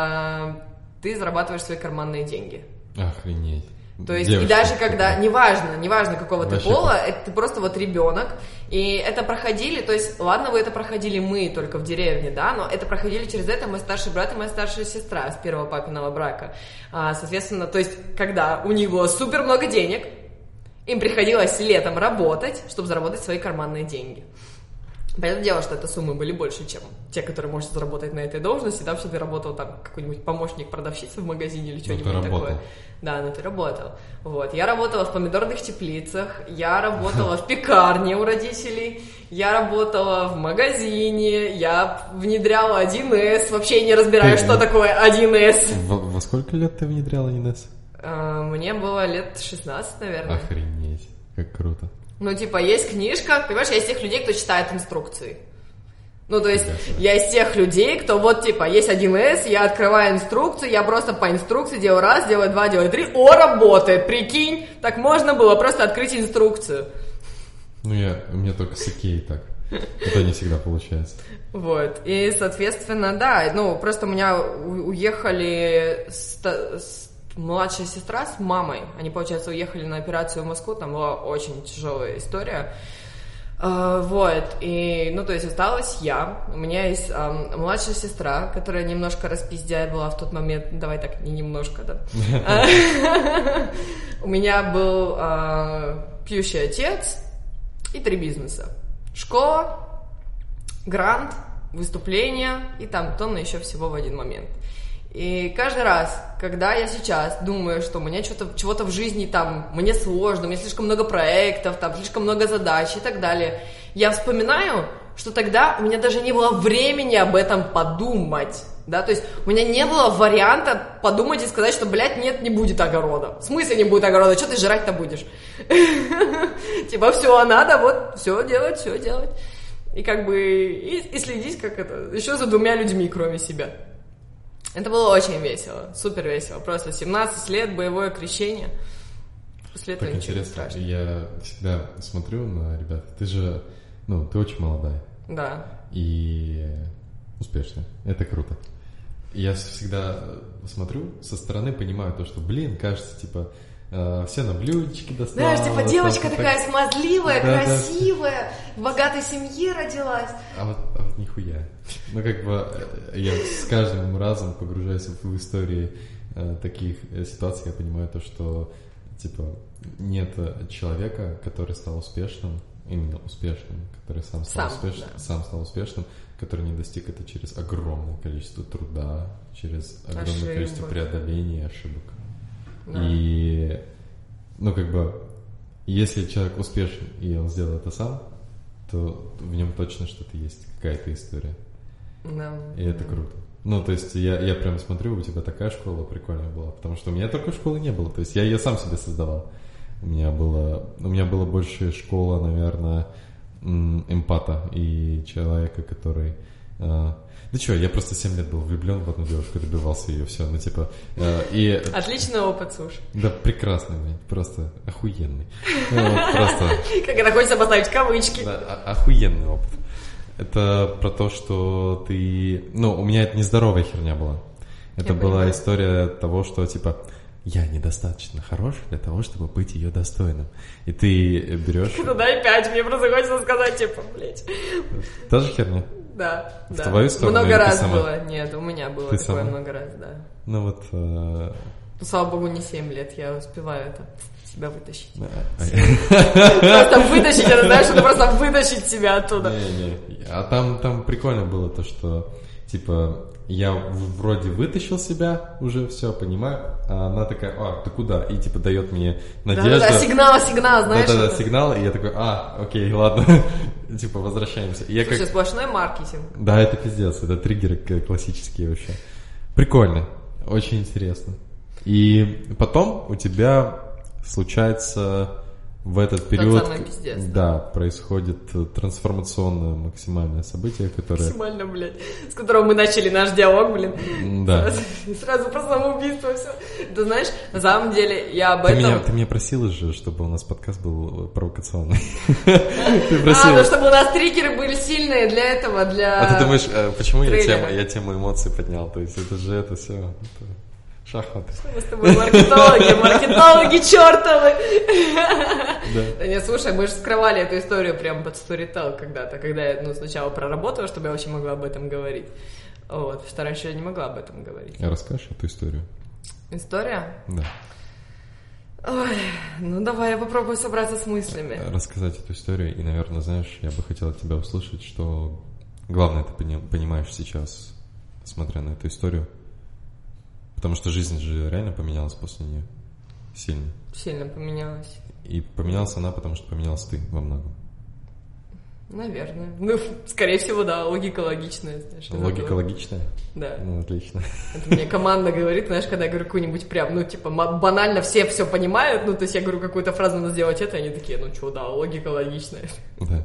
ты зарабатываешь свои карманные деньги. Охренеть. То есть, девушка, и даже когда, неважно какого ты пола, это ты просто вот ребенок, и это проходили, то есть, ладно, вы это проходили мы только в деревне, да, но это проходили через это мой старший брат и моя старшая сестра с первого папиного брака. Соответственно, то есть, когда у них было супер много денег, им приходилось летом работать, чтобы заработать свои карманные деньги. Понятное дело, что это суммы были больше, чем те, которые можно заработать на этой должности, да, что ты работал там какой-нибудь помощник продавщицы в магазине или что-нибудь такое. Да, но ты работал. Вот. Я работала в помидорных теплицах, я работала в пекарне у родителей, я работала в магазине, я внедряла 1С, вообще не разбираю, что такое 1С. Во сколько лет ты внедряла 1С? Мне было лет 16, наверное. Охренеть, как круто. Ну, типа, есть книжка, понимаешь, я из тех людей, кто читает инструкции. Ну, то есть, я из тех людей, кто вот, типа, есть 1С, я открываю инструкцию, я просто по инструкции делаю раз, делаю два, делаю три, работает, прикинь, так можно было просто открыть инструкцию. Ну, у меня только с Икеей так, это не всегда получается. Вот, и, соответственно, да, ну, просто у меня уехали младшая сестра с мамой, они, получается, уехали на операцию в Москву, там была очень тяжелая история. Вот, и, ну, то есть осталась я, у меня есть младшая сестра, которая немножко распиздяя была в тот момент, давай так, не немножко, да. У меня был пьющий отец и 3 бизнеса. Школа, грант, выступления и там тонна еще всего в один момент. И каждый раз, когда я сейчас думаю, что у меня чего-то в жизни там, мне сложно, у меня слишком много проектов, там слишком много задач и так далее, я вспоминаю, что тогда у меня даже не было времени об этом подумать, да, то есть у меня не было варианта подумать и сказать, что, блядь, нет, не будет огорода. В смысле не будет огорода? Что ты жрать-то будешь? Типа, все, надо вот все делать. И как бы, и следить, как это, еще за 2 людьми, кроме себя. Это было очень весело, супер весело. Просто 17 лет, боевое крещение. После этого ничего не страшно. Я всегда смотрю на ребят. Ты же, ты очень молодая. Да. И успешный. Это круто. Я всегда смотрю, со стороны смотрю, со стороны понимаю то, что, кажется, типа, все на блюдечке достала. Знаешь, типа, девочка такая смазливая, красивая, в богатой семье родилась. А вот нихуя. Я с каждым разом погружаюсь в истории таких ситуаций, я понимаю то, что, типа, нет человека, который стал успешным, именно успешным, который сам стал успешным, который не достиг это через огромное количество труда, через огромное количество преодоления ошибок. Да. И, если человек успешен, и он сделал это сам, то в нем точно что-то есть, какая-то история. Да. И это круто. То есть я прям смотрю, у тебя такая школа прикольная была, потому что у меня такой школы не было, то есть я ее сам себе создавал. У меня было больше школа, наверное, эмпата и человека, который... я просто 7 лет был влюблен в одну девушку, добивался ее, все, Отличный опыт, слушай. Да, прекрасный, просто охуенный. Просто... Как это хочется поставить кавычки. Да, охуенный опыт. Это про то, что ты... у меня это нездоровая херня была. Это была история того, что, типа... Я недостаточно хорош для того, чтобы быть ее достойным. И ты берешь... Дай 5, мне просто хочется сказать, типа, блядь. Та же херня? Да. В твою сторону? Много раз было. Нет, у меня было ты такое сама? Много раз, да. Слава богу, не 7 лет, я успеваю это себя вытащить. Просто вытащить, это знаешь, это просто вытащить себя оттуда. Не. А там прикольно было то, что, типа... Я вроде вытащил себя, уже все понимаю, а она такая, ты куда? И типа дает мне надежду. Да, сигнал, знаешь. Да, сигнал, и я такой, окей, ладно, типа возвращаемся. Слушай, сплошной маркетинг. Да, это пиздец, это триггеры классические вообще. Прикольно, очень интересно. И потом у тебя случается... В этот период, пиздец, да, происходит трансформационное максимальное событие, которое... Максимально, блядь, с которого мы начали наш диалог, блин. Да. Сразу про самоубийство все. Ты знаешь, на самом деле я об этом... Ты меня просила же, чтобы у нас подкаст был провокационный. Чтобы у нас триггеры были сильные для этого, для... А ты думаешь, почему я тему эмоций поднял? То есть это же это все... Шахматы. Мы с тобой маркетологи чертовы. Да нет, слушай, мы же скрывали эту историю прям под Storytel когда-то, когда я сначала проработала, чтобы я вообще могла об этом говорить. Потому что раньше я не могла об этом говорить. А расскажешь эту историю? История? Да. Ой, давай я попробую собраться с мыслями. Рассказать эту историю, и, наверное, знаешь, я бы хотел от тебя услышать, что главное ты понимаешь сейчас, смотря на эту историю. Потому что жизнь же реально поменялась после нее. Сильно. Сильно поменялась. И поменялась она, потому что поменялся ты во многом. Наверное. Скорее всего, да. Логика логичная. Знаешь, логика логичная? Да. Отлично. Это мне команда говорит, знаешь, когда я говорю какую-нибудь прям, банально все понимают, то есть я говорю какую-то фразу, надо сделать это, и они такие, да, логика логичная. Да.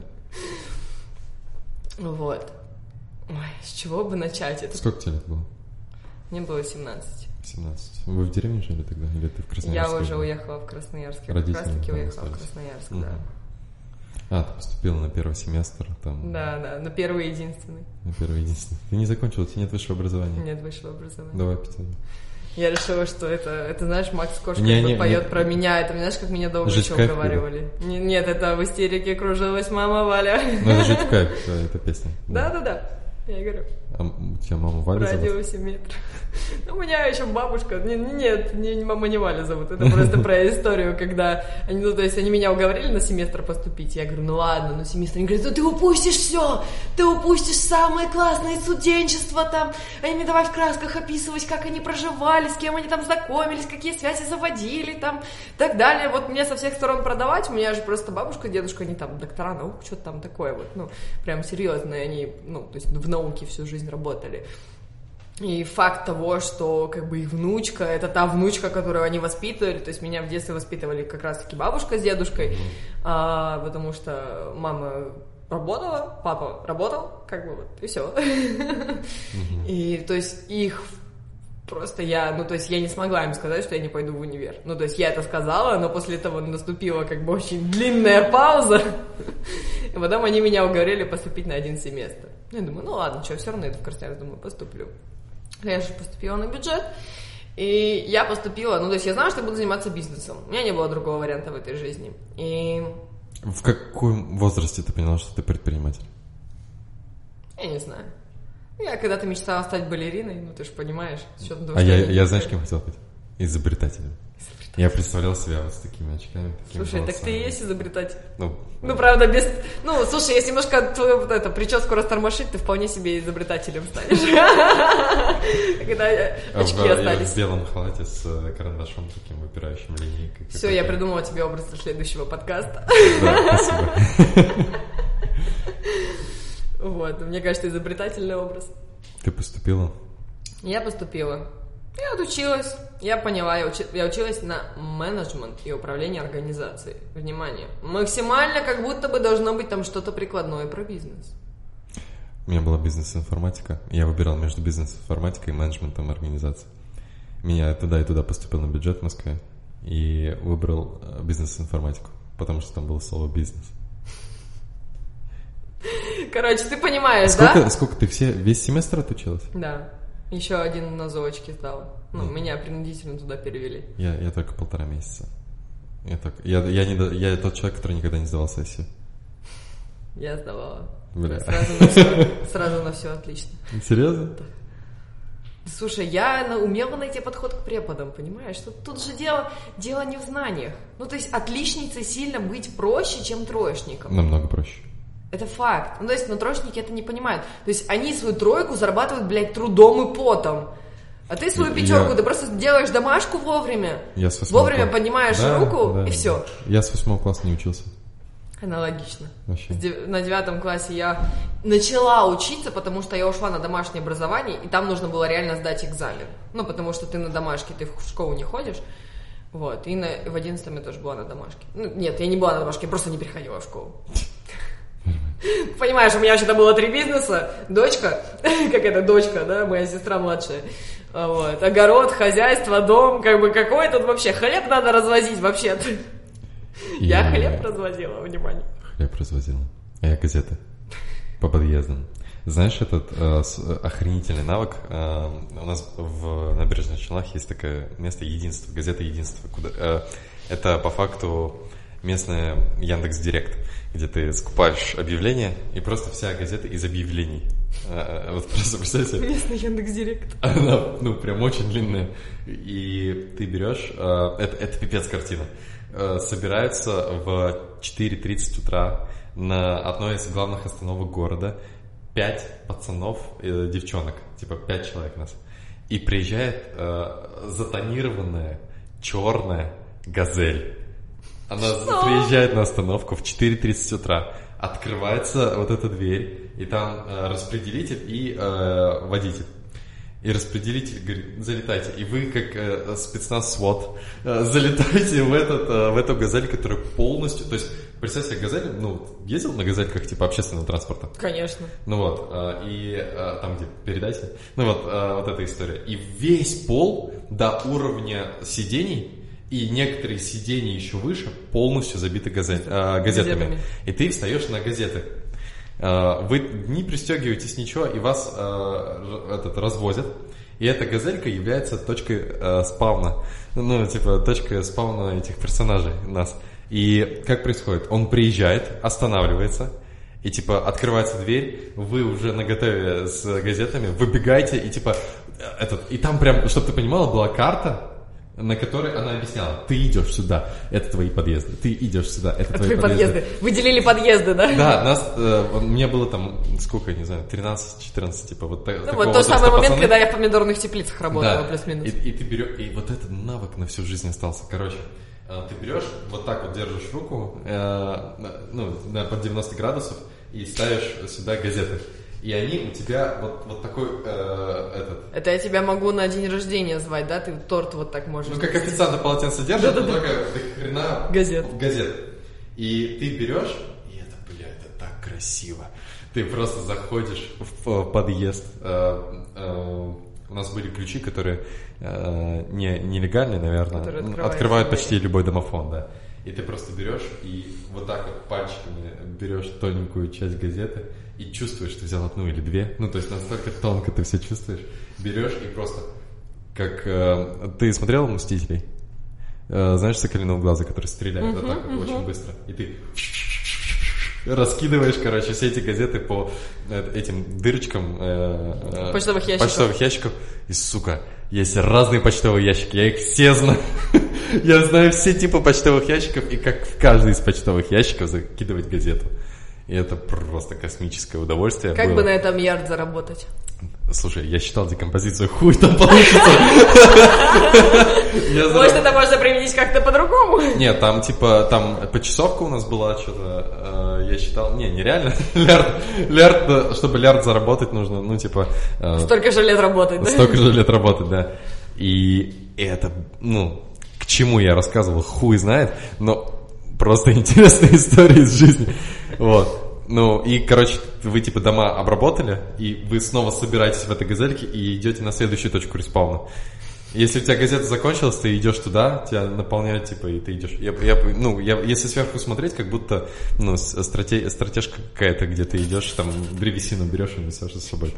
Вот. Ой, с чего бы начать? Сколько тебе лет было? Мне было 17. 17. Вы в деревне жили тогда? Или ты в Красноярске? Я уже уехала в Красноярск. Я как раз таки уехала в Красноярск, да. Ты поступила на первый семестр там? Да, на первый и единственный. На первый и единственный. Ты не закончила, у тебя нет высшего образования? Нет высшего образования. Давай 500. Я решила, что это знаешь, Макс Корж поет про меня. Это, знаешь, как меня долго еще уговаривали. Нет, это в истерике кружилась мама Валя. Это жить в кайф, эта песня. Да. Я говорю. А у тебя мама Валя зовут? В радиусе метра. У меня еще бабушка. Нет, мама не Валя зовут. Это просто про историю, когда они, то есть они меня уговорили на семестр поступить. Я говорю, ладно, на семестр. Они говорят, ты упустишь все. Ты упустишь самое классное студенчество там. Они мне давай в красках описывать, как они проживали, с кем они там знакомились, какие связи заводили там, и так далее. Вот мне со всех сторон продавать. У меня же просто бабушка, дедушка, они там доктора наук, что-то там такое вот. Прям серьезные они, то есть в науке всю жизнь работали. И факт того, что как бы их внучка, это та внучка, которую они воспитывали, то есть меня в детстве воспитывали как раз-таки бабушка с дедушкой, потому что мама работала, папа работал, как бы вот, и все. И то есть их просто я не смогла им сказать, что я не пойду в универ. То есть я это сказала, но после этого наступила как бы очень длинная пауза, и потом они меня уговорили поступить на 1 семестр. Я думаю, ну ладно, что, все равно иду в Красноярск, думаю, поступлю. Я же поступила на бюджет, и я поступила, ну, то есть я знала, что я буду заниматься бизнесом. У меня не было другого варианта в этой жизни. И... В каком возрасте ты поняла, что ты предприниматель? Я не знаю. Я когда-то мечтала стать балериной, ну, ты же понимаешь. Я знаешь, кем хотел быть? Изобретателем. Я представлял себя вот с такими очками. Слушай, так ты и есть изобретатель. Ну, правда, без... Ну, слушай, если немножко твою вот эту прическу растормошить, ты вполне себе изобретателем станешь. Когда очки остались. Я в белом халате с карандашом таким, выпирающим линейкой. Все, я придумала тебе образ для следующего подкаста. Да, спасибо. Вот, мне кажется, изобретательный образ. Ты поступила? Я поступила. Я отучилась, я поняла, я училась на менеджмент и управление организацией. Внимание, максимально как будто бы должно быть там что-то прикладное про бизнес. У меня была бизнес-информатика, я выбирал между бизнес-информатикой и менеджментом организации. Меня туда и туда поступил на бюджет в Москве и выбрал бизнес-информатику, потому что там было слово «бизнес». Короче, ты понимаешь, да? Сколько ты весь семестр отучилась? Да. Еще один на заочке сдала. Ну, меня принудительно туда перевели. Я только 1,5 месяца. Я тот человек, который никогда не сдавал сессию. Я сдавала. Бля. Сразу на все отлично. Серьезно? Да. Слушай, я умела найти подход к преподам, понимаешь? Тут же дело не в знаниях. Ну, то есть отличницей сильно быть проще, чем троечником. Намного проще. Это факт. Ну, то есть, но троечники это не понимают. То есть, они свою тройку зарабатывают, блядь, трудом и потом. А ты свою пятерку, ты просто делаешь домашку вовремя. Вовремя поднимаешь руку, и все. Я с 8 класса не учился. Аналогично. Вообще. На 9 классе я начала учиться, потому что я ушла на домашнее образование, и там нужно было реально сдать экзамен. Ну, потому что ты на домашке, ты в школу не ходишь. Вот. И в 11 я тоже была на домашке. Ну, нет, я не была на домашке, я просто не приходила в школу. Понимаешь, у меня вообще-то было 3 бизнеса. Дочка, дочка, да, моя сестра младшая. Вот. Огород, хозяйство, дом, как бы какой тут вообще. Хлеб надо развозить вообще-то. Я хлеб развозила, внимание. Хлеб развозила. А я газеты по подъездам. Знаешь, этот охренительный навык. У нас в Набережных Челнах есть такое место «Единство», газета «Единство». Это по факту местная Яндекс.Директ, где ты скупаешь объявления, и просто вся газета из объявлений. Вот просто представьте. Местный Яндекс.Директ. Она, прям очень длинная. И ты берешь, это пипец картина. Собираются в 4:30 утра на одной из главных остановок города 5 пацанов, девчонок, 5 человек нас. И приезжает затонированная черная газель. Она приезжает на остановку в 4:30 утра, открывается вот эта дверь, и там распределитель и водитель. И распределитель говорит: залетайте. И вы, как спецназ СВОТ, залетаете в эту газель, которая полностью... То есть, представь себе, газель, ездил на газельках общественного транспорта? Конечно. И там, где передайте, вот эта история. И весь пол до уровня сидений, и некоторые сиденья еще выше полностью забиты газетами. И ты встаешь на газеты. Вы не пристегиваетесь ничего, и вас развозят. И эта газелька является точкой спавна. Точкой спавна этих персонажей нас. И как происходит? Он приезжает, останавливается, и открывается дверь, вы уже наготове с газетами, выбегаете, и там прям, чтобы ты понимала, была карта, на которой она объясняла: ты идешь сюда, это твои подъезды, ты идешь сюда, это твои подъезды. Выделили подъезды, да? Да, мне было там, сколько, я не знаю, 13-14, тот самый момент, когда я в помидорных теплицах работала, плюс-минус. И ты берешь, и вот этот навык на всю жизнь остался. Короче, ты берешь, вот так вот держишь руку, под 90 градусов, и ставишь сюда газеты. И они у тебя вот такой Это я тебя могу на день рождения звать, да? Ты торт вот так можешь. Как официант на полотенце держит, но только до хрена газет. И ты берешь, и это так красиво. Ты просто заходишь в подъезд. У нас были ключи, которые нелегальные, наверное, открывают почти любой домофон, да. И ты просто берешь и вот так вот пальчиками берешь тоненькую часть газеты и чувствуешь, что взял одну или две. Ну, то есть настолько тонко ты все чувствуешь. Берешь и просто... Как... ты смотрел «Мстителей»? Знаешь «Соколиного глаза», который стреляет вот так вот очень быстро? И ты... раскидываешь, короче, все эти газеты по этим дырочкам почтовых ящиков. И, сука, есть разные почтовые ящики, я их все знаю. Я знаю все типы почтовых ящиков, и как в каждый из почтовых ящиков закидывать газету. И это просто космическое удовольствие. Как бы на этом ярд заработать? Слушай, я считал декомпозицию, хуй там получится. Может, это можно применить как-то по-другому? Нет, там типа, там почасовка у нас была, что-то, я считал, нереально. Лярд, чтобы лярд заработать нужно, ну типа... Столько же лет работать, да? Столько же лет работать, да. И это, ну, к чему я рассказывал, хуй знает, но просто интересная история из жизни. Вот. Ну, и, короче, вы, типа, дома обработали, и вы снова собираетесь в этой газельке и идете на следующую точку респауна. Если у тебя газета закончилась, ты идешь туда, тебя наполняют, типа, и ты идешь. Если сверху смотреть, как будто, ну, стратежка какая-то, где ты идешь, там, древесину берешь и несешь с собой.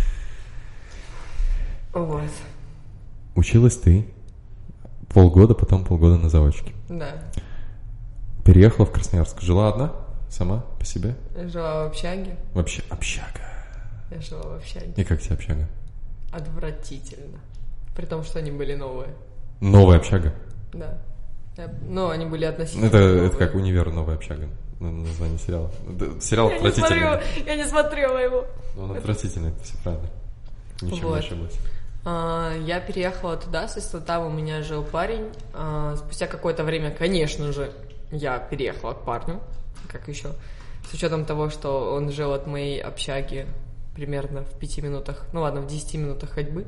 Вот. Училась ты полгода, потом полгода на заводчике. Да. Переехала в Красноярск. Жила одна? Сама? По себе? Я жила в общаге. Вообще, общага. Я жила в общаге. И как тебе общага? Отвратительно. При том, что они были новые. Новая общага? Да. Ну, они были относительно новые. Это как «Универ. Новая общага». Название сериала. Сериал отвратительный. Я не смотрела его. Он отвратительный, это все правильно. Ничего не ошиблась. Я переехала туда, соответственно, там у меня жил парень. Спустя какое-то время, конечно же, я переехала к парню. Как еще? С учетом того, что он жил от моей общаги примерно в 5 минутах, ну ладно, в 10 минутах ходьбы,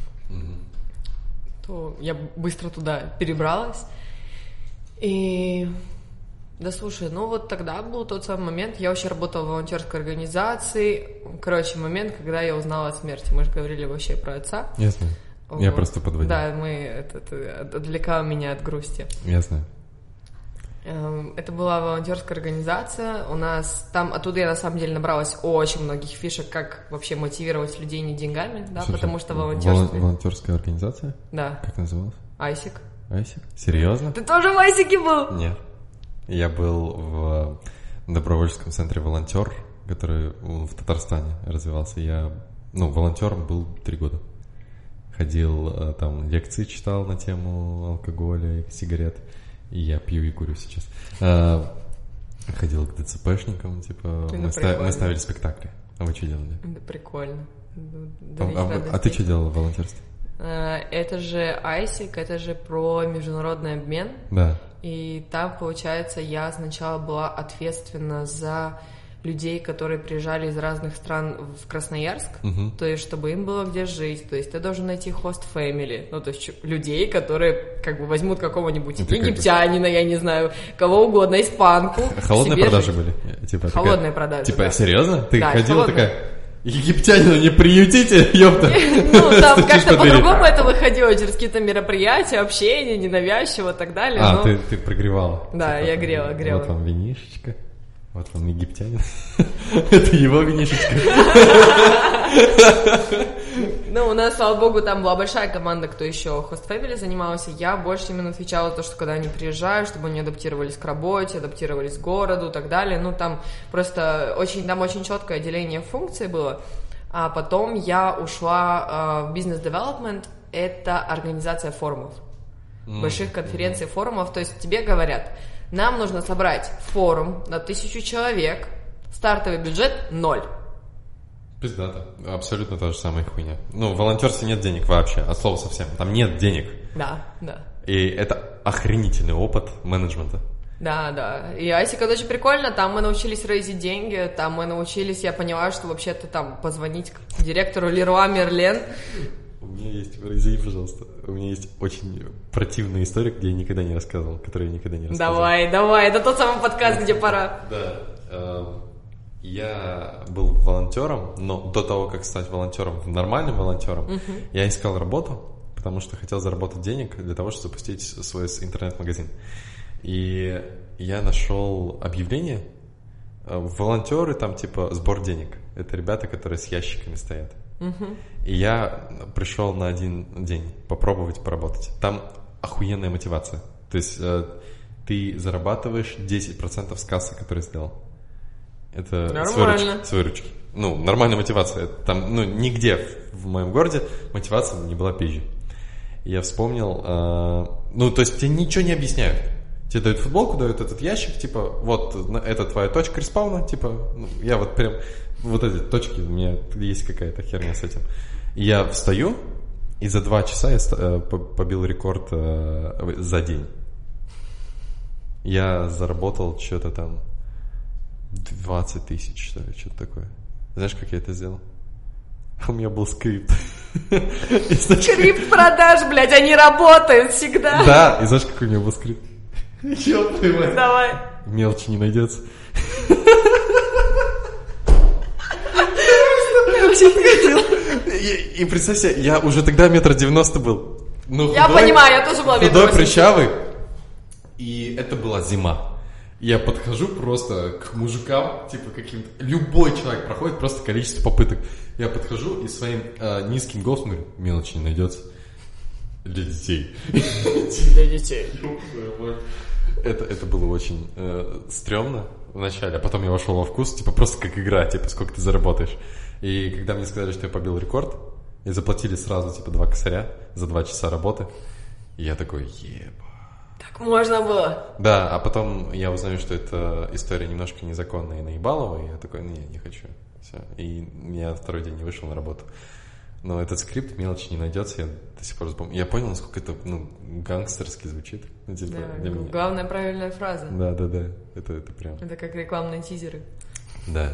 то я быстро туда перебралась. И... Да слушай, ну вот тогда был тот самый момент, я вообще работала в волонтерской организации. Короче, момент, когда я узнала о смерти. Мы же говорили вообще про отца. Ясно. Вот. Я просто подводил. Да, отвлекало меня от грусти. Ясно. Это была волонтерская организация. У нас там, оттуда я на самом деле набралась очень многих фишек, как вообще мотивировать людей не деньгами, да, слушай, потому что волонтерство. Волонтерская организация? Да. Как называлась? Айсик. Айсик? Серьезно? Ты тоже в Айсике был? Нет. Я был в добровольческом центре «Волонтер», который в Татарстане развивался. Я, волонтером был 3 года. Ходил, там, лекции читал на тему алкоголя и сигарет. И я пью и курю сейчас. Ходил к ДЦПшникам, типа, мы ставили спектакли. А вы что делали? Да прикольно. А ты что делала в волонтерстве? Это же Айсик, это же про международный обмен. Да. И там, получается, я сначала была ответственна за людей, которые приезжали из разных стран в Красноярск, то есть, чтобы им было где жить, то есть, ты должен найти хост-фэмили, ну, то есть, людей, которые, как бы, возьмут какого-нибудь египтянина, я не знаю, кого угодно, испанку. Холодные продажи были? Типа, холодные продажи, типа, серьезно? Ты да, ходила такая... Египтянина не приютите, ёпта. Ну, там как-то по-другому это выходило, через какие-то мероприятия, общение, ненавязчиво и так далее. Ты прогревала. Да, я грела. Вот вам винишечка, вот вам египтянин. Это его винишечка. Ну, у нас, слава богу, там была большая команда, кто еще хост-фэмили занимался. Я больше именно отвечала за то, что когда они приезжают, чтобы они адаптировались к работе, адаптировались к городу и так далее. Ну, там просто очень четкое деление функций было. А потом я ушла в бизнес-девелопмент. Это организация форумов. Больших конференций, форумов. То есть тебе говорят, нам нужно собрать форум на 1000 человек, стартовый бюджет 0. Пиздато. Абсолютно та же самая хуйня. В волонтерстве нет денег вообще, от слова совсем. Там нет денег. Да. И это охренительный опыт менеджмента. Да. И Айсик, это очень прикольно. Там мы научились рейзить деньги, там мы научились, я поняла, что вообще-то там позвонить к директору Леруа Мерлен. У меня есть, извини, пожалуйста, у меня есть очень противная история, где я никогда не рассказывал, которую я никогда не рассказывал. Давай, это тот самый подкаст, где пора. Да. Я был волонтером, но до того, как стать волонтером, нормальным волонтером, я искал работу, потому что хотел заработать денег для того, чтобы запустить свой интернет-магазин. И я нашел объявление. Волонтеры, там типа сбор денег. Это ребята, которые с ящиками стоят. И я пришел на один день попробовать поработать. Там охуенная мотивация. То есть ты зарабатываешь 10% с кассы, которую сделал. Это с выручки. Ну, нормальная мотивация. Там, ну, нигде в моем городе мотивация не была пизже. Я вспомнил... ну, то есть тебе ничего не объясняют. Тебе дают футболку, дают этот ящик, типа, вот, это твоя точка респауна, типа, ну, я вот прям... Вот эти точки, у меня есть какая-то херня с этим. И я встаю, и за 2 часа я побил рекорд за день. Я заработал что-то там 20 тысяч, что ли, что-то такое. Знаешь, как я это сделал? У меня был скрипт. Скрипт продаж, блядь, они работают всегда. Да, и знаешь, какой у меня был скрипт? Давай. Мелочи не найдется. И представь себе, я уже тогда 1,90 м был. Ну, я понимаю, я тоже была 1,80 м. Худой, прыщавый. И это была зима. Я подхожу просто к мужикам, типа каким-то... Любой человек проходит, просто количество попыток. Я подхожу и своим низким голосом говорю, мелочи не найдется. Для детей. Для детей. Это было очень стрёмно вначале, а потом я вошел во вкус, типа просто как игра, типа сколько ты заработаешь. И когда мне сказали, что я побил рекорд, и заплатили сразу типа 2 косаря за 2 часа работы, я такой, еба. Так можно было. Да, а потом я узнаю, что эта история немножко незаконная и наебалова, и я такой, не хочу. Все. И я второй день не вышел на работу. Но этот скрипт мелочи не найдется, я до сих пор запомнил. Я понял, насколько это, гангстерски звучит. Типа, да, главная правильная фраза. Да. Это прям... Это как рекламные тизеры. Да.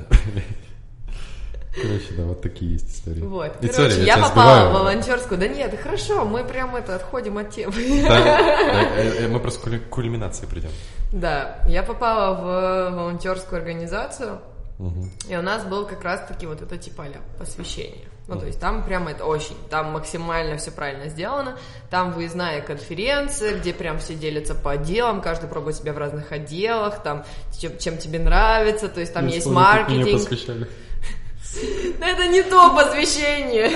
Короче, да, вот такие есть истории. Вот. Короче, я попала в волонтерскую. Да нет, хорошо, мы прям отходим от темы. Да, мы просто к кульминации придем. Да, я попала в волонтерскую организацию, и у нас был как раз-таки вот это типа посвящение. Ну, то есть там прям это очень, там максимально все правильно сделано, там выездная конференция, где прям все делятся по отделам, каждый пробует себя в разных отделах, там, чем тебе нравится, то есть там есть маркетинг. Меня посвящали. Но это не то посвящение.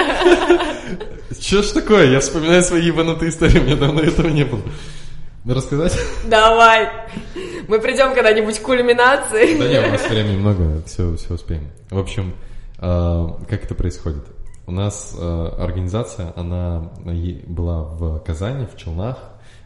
Что ж такое? Я вспоминаю свои ебанутые истории, у меня давно этого не было. Рассказать? Давай. Мы придем когда-нибудь к кульминации. Да нет, у нас времени много, все успеем. В общем, как это происходит? У нас организация, она была в Казани, в Челнах,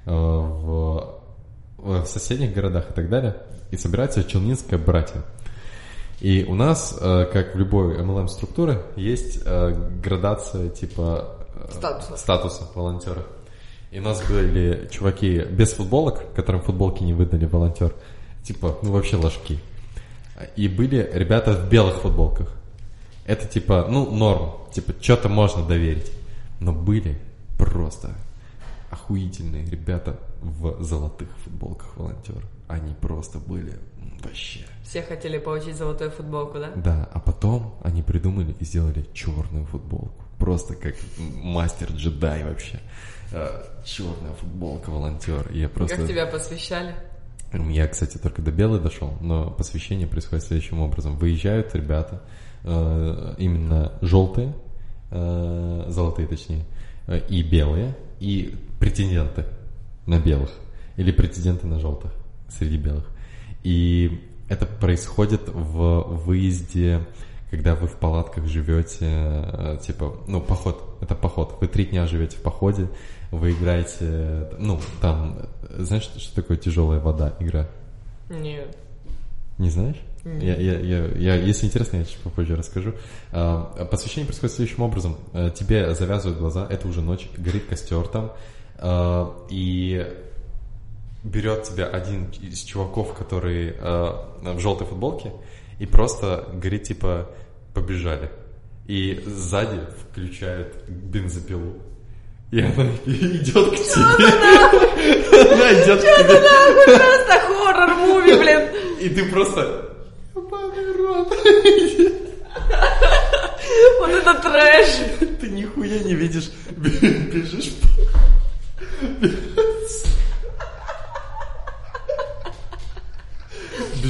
в соседних городах и так далее. И собирается Челнинское братье. И у нас, как в любой MLM-структуре, есть градация типа статуса волонтера. И у нас были чуваки без футболок, которым футболки не выдали волонтер. Типа, вообще ложки. И были ребята в белых футболках. Это типа, норм. Типа, что-то можно доверить. Но были просто охуительные ребята в золотых футболках волонтеров. Они просто были вообще... Все хотели получить золотую футболку, да? Да, а потом они придумали и сделали черную футболку. Просто как мастер-джедай вообще. Черная футболка, волонтер. Как тебя посвящали? Я, кстати, только до белой дошел, но посвящение происходит следующим образом. Выезжают ребята, именно желтые, золотые точнее, и белые, и претенденты на белых, или претенденты на желтых среди белых. И это происходит в выезде, когда вы в палатках живете, типа, поход, это поход. Вы 3 дня живете в походе, вы играете, там, знаешь, что такое тяжелая вода игра? Нет. Не знаешь? Нет. Я, если интересно, я чуть попозже расскажу. Посвящение происходит следующим образом. Тебе завязывают глаза, это уже ночь, горит костер там, и берет тебя один из чуваков, который в желтой футболке, и просто говорит, типа, побежали. И сзади включает бензопилу. И она идет к тебе. Она идет к тебе. Что-то нахуй, просто хоррор-муви, блин. И ты просто... Вот это трэш. Ты нихуя не видишь. Бежишь.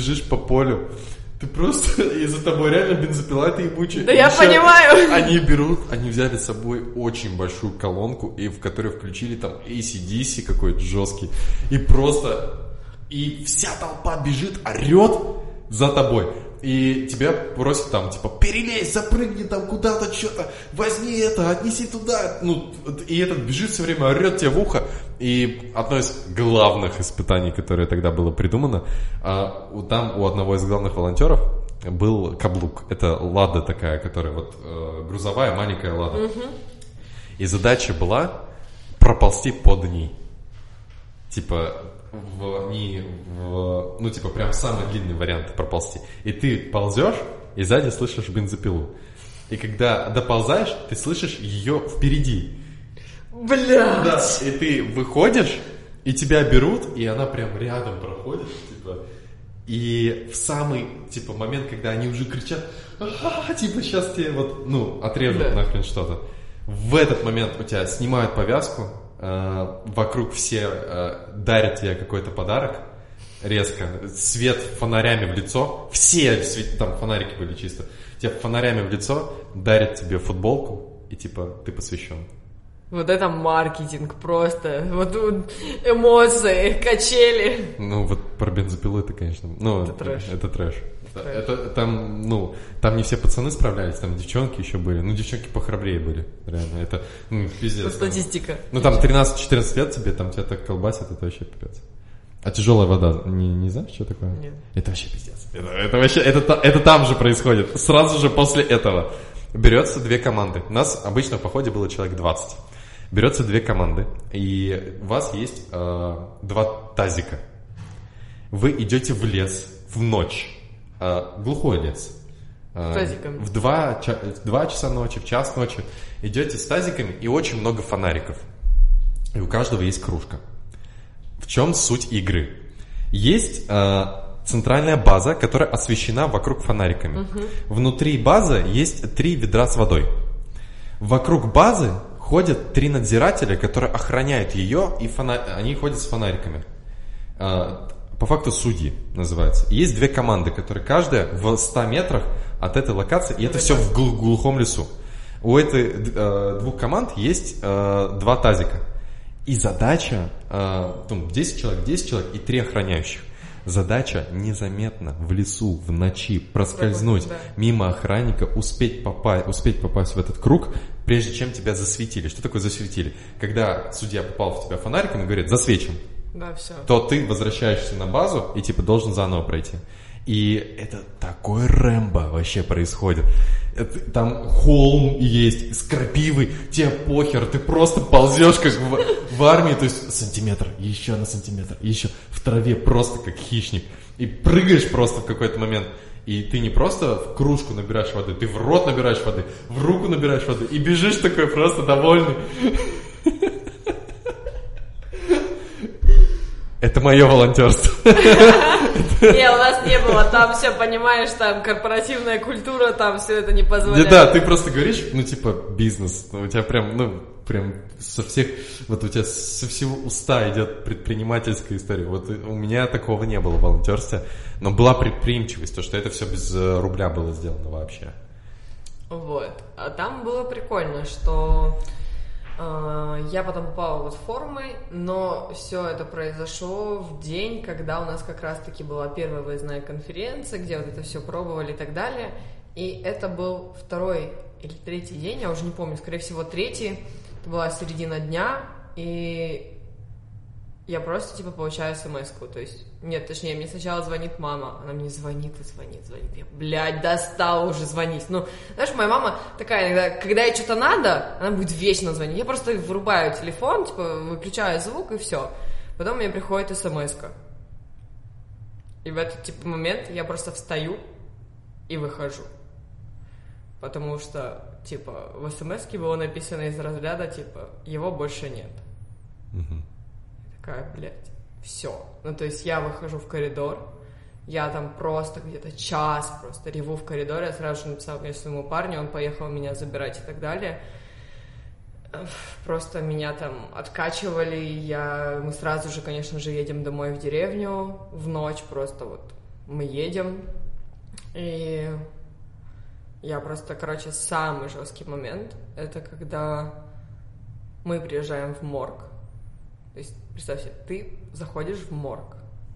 бежишь по полю. Ты просто, и за тобой реально бензопила, ты ебучая. Да я понимаю. Они взяли с собой очень большую колонку, и в которой включили там AC/DC какой-то жесткий. И вся толпа бежит, орет за тобой. И тебя просят там, типа, перелезь, запрыгни там куда-то, что-то, возьми это, отнеси туда. Ну, и этот бежит все время, орет тебе в ухо. И одно из главных испытаний, которое тогда было придумано, там у одного из главных волонтеров был каблук. Это лада такая, которая вот грузовая, маленькая лада. Угу. И задача была проползти под ней. Типа... прям самый длинный вариант проползти. И ты ползешь, и сзади слышишь бензопилу. И когда доползаешь, ты слышишь ее впереди. Блядь! Да, и ты выходишь, и тебя берут, и она прям рядом проходит, типа. И в самый, типа, момент, когда они уже кричат, типа, сейчас тебе вот, отрежут нахрен что-то. В этот момент у тебя снимают повязку, вокруг все дарят тебе какой-то подарок резко, свет фонарями в лицо, все там фонарики были чисто, тебе фонарями в лицо дарят тебе футболку, и типа ты посвящен. Вот это маркетинг просто, вот эмоции, качели. Ну вот про бензопилу это, конечно, это трэш. Это трэш. Это там, там не все пацаны справлялись, там девчонки еще были. Ну, девчонки похрабрее были, реально. Это, пиздец. Это статистика. Там 13-14 лет тебе, там тебя так колбасит, это вообще пипец. А тяжелая вода, не знаешь, что такое? Нет. Это вообще пиздец. Это там же происходит. Сразу же после этого берется 2 команды. У нас обычно в походе было человек 20. Берется 2 команды, и у вас есть 2 тазика. Вы идете в лес в ночь. Глухой лес. Тазиком. В 2 часа ночи, в час ночи идете с тазиками, и очень много фонариков. И у каждого есть кружка. В чем суть игры? Есть центральная база, которая освещена вокруг фонариками. Угу. Внутри базы есть 3 ведра с водой. Вокруг базы ходят 3 надзирателя, которые охраняют ее, и они ходят с фонариками. По факту судьи называются. Есть 2 команды, которые каждая в 100 метрах от этой локации, и это все в глухом лесу. У этих 2 команд есть 2 тазика. И задача, 10 человек и 3 охраняющих. Задача незаметно в лесу, в ночи проскользнуть мимо охранника, успеть попасть в этот круг, прежде чем тебя засветили. Что такое засветили? Когда судья попал в тебя фонариком и говорит «засвечен», да, все. то ты возвращаешься на базу и типа должен заново пройти. И это такой Рэмбо вообще происходит. Там холм есть с крапивой, тебе похер, ты просто ползешь как в армии, то есть сантиметр, еще на сантиметр, еще в траве просто как хищник. И прыгаешь просто в какой-то момент. И ты не просто в кружку набираешь воды, ты в рот набираешь воды, в руку набираешь воды и бежишь такой просто довольный. Это мое волонтерство. Не, у нас не было. Там все, понимаешь, там корпоративная культура, там все это не позволяет. Да, ты просто говоришь, бизнес. У тебя прям со всех, вот у тебя со всего уста идет предпринимательская история. Вот у меня такого не было в волонтерстве, но была предприимчивость, то, что это все без рубля было сделано вообще. Вот. А там было прикольно, что... Я потом попала в форумы, но все это произошло в день, когда у нас как раз-таки была первая выездная конференция, где вот это все пробовали и так далее. И это был 2-й или 3-й день, я уже не помню, скорее всего 3-й. Это была середина дня, и я просто получаю смс-ку. То есть, точнее, мне сначала звонит мама, она мне звонит. Я, достала уже звонить. Знаешь, моя мама такая иногда, когда ей что-то надо, она будет вечно звонить. Я просто вырубаю телефон, выключаю звук, и все. Потом мне приходит смс-ка. И в этот момент я просто встаю и выхожу. Потому что, в смс-ке было написано из разряда, его больше нет. Угу. Такая, блядь, все. То есть я выхожу в коридор, я там просто где-то час просто реву в коридоре, я сразу же написала своему парню, он поехал меня забирать и так далее. Просто меня там откачивали, мы сразу же, конечно же, едем домой в деревню в ночь, просто мы едем, и я просто, короче, самый жесткий момент, это когда мы приезжаем в морг. То есть, представь себе, ты заходишь в морг,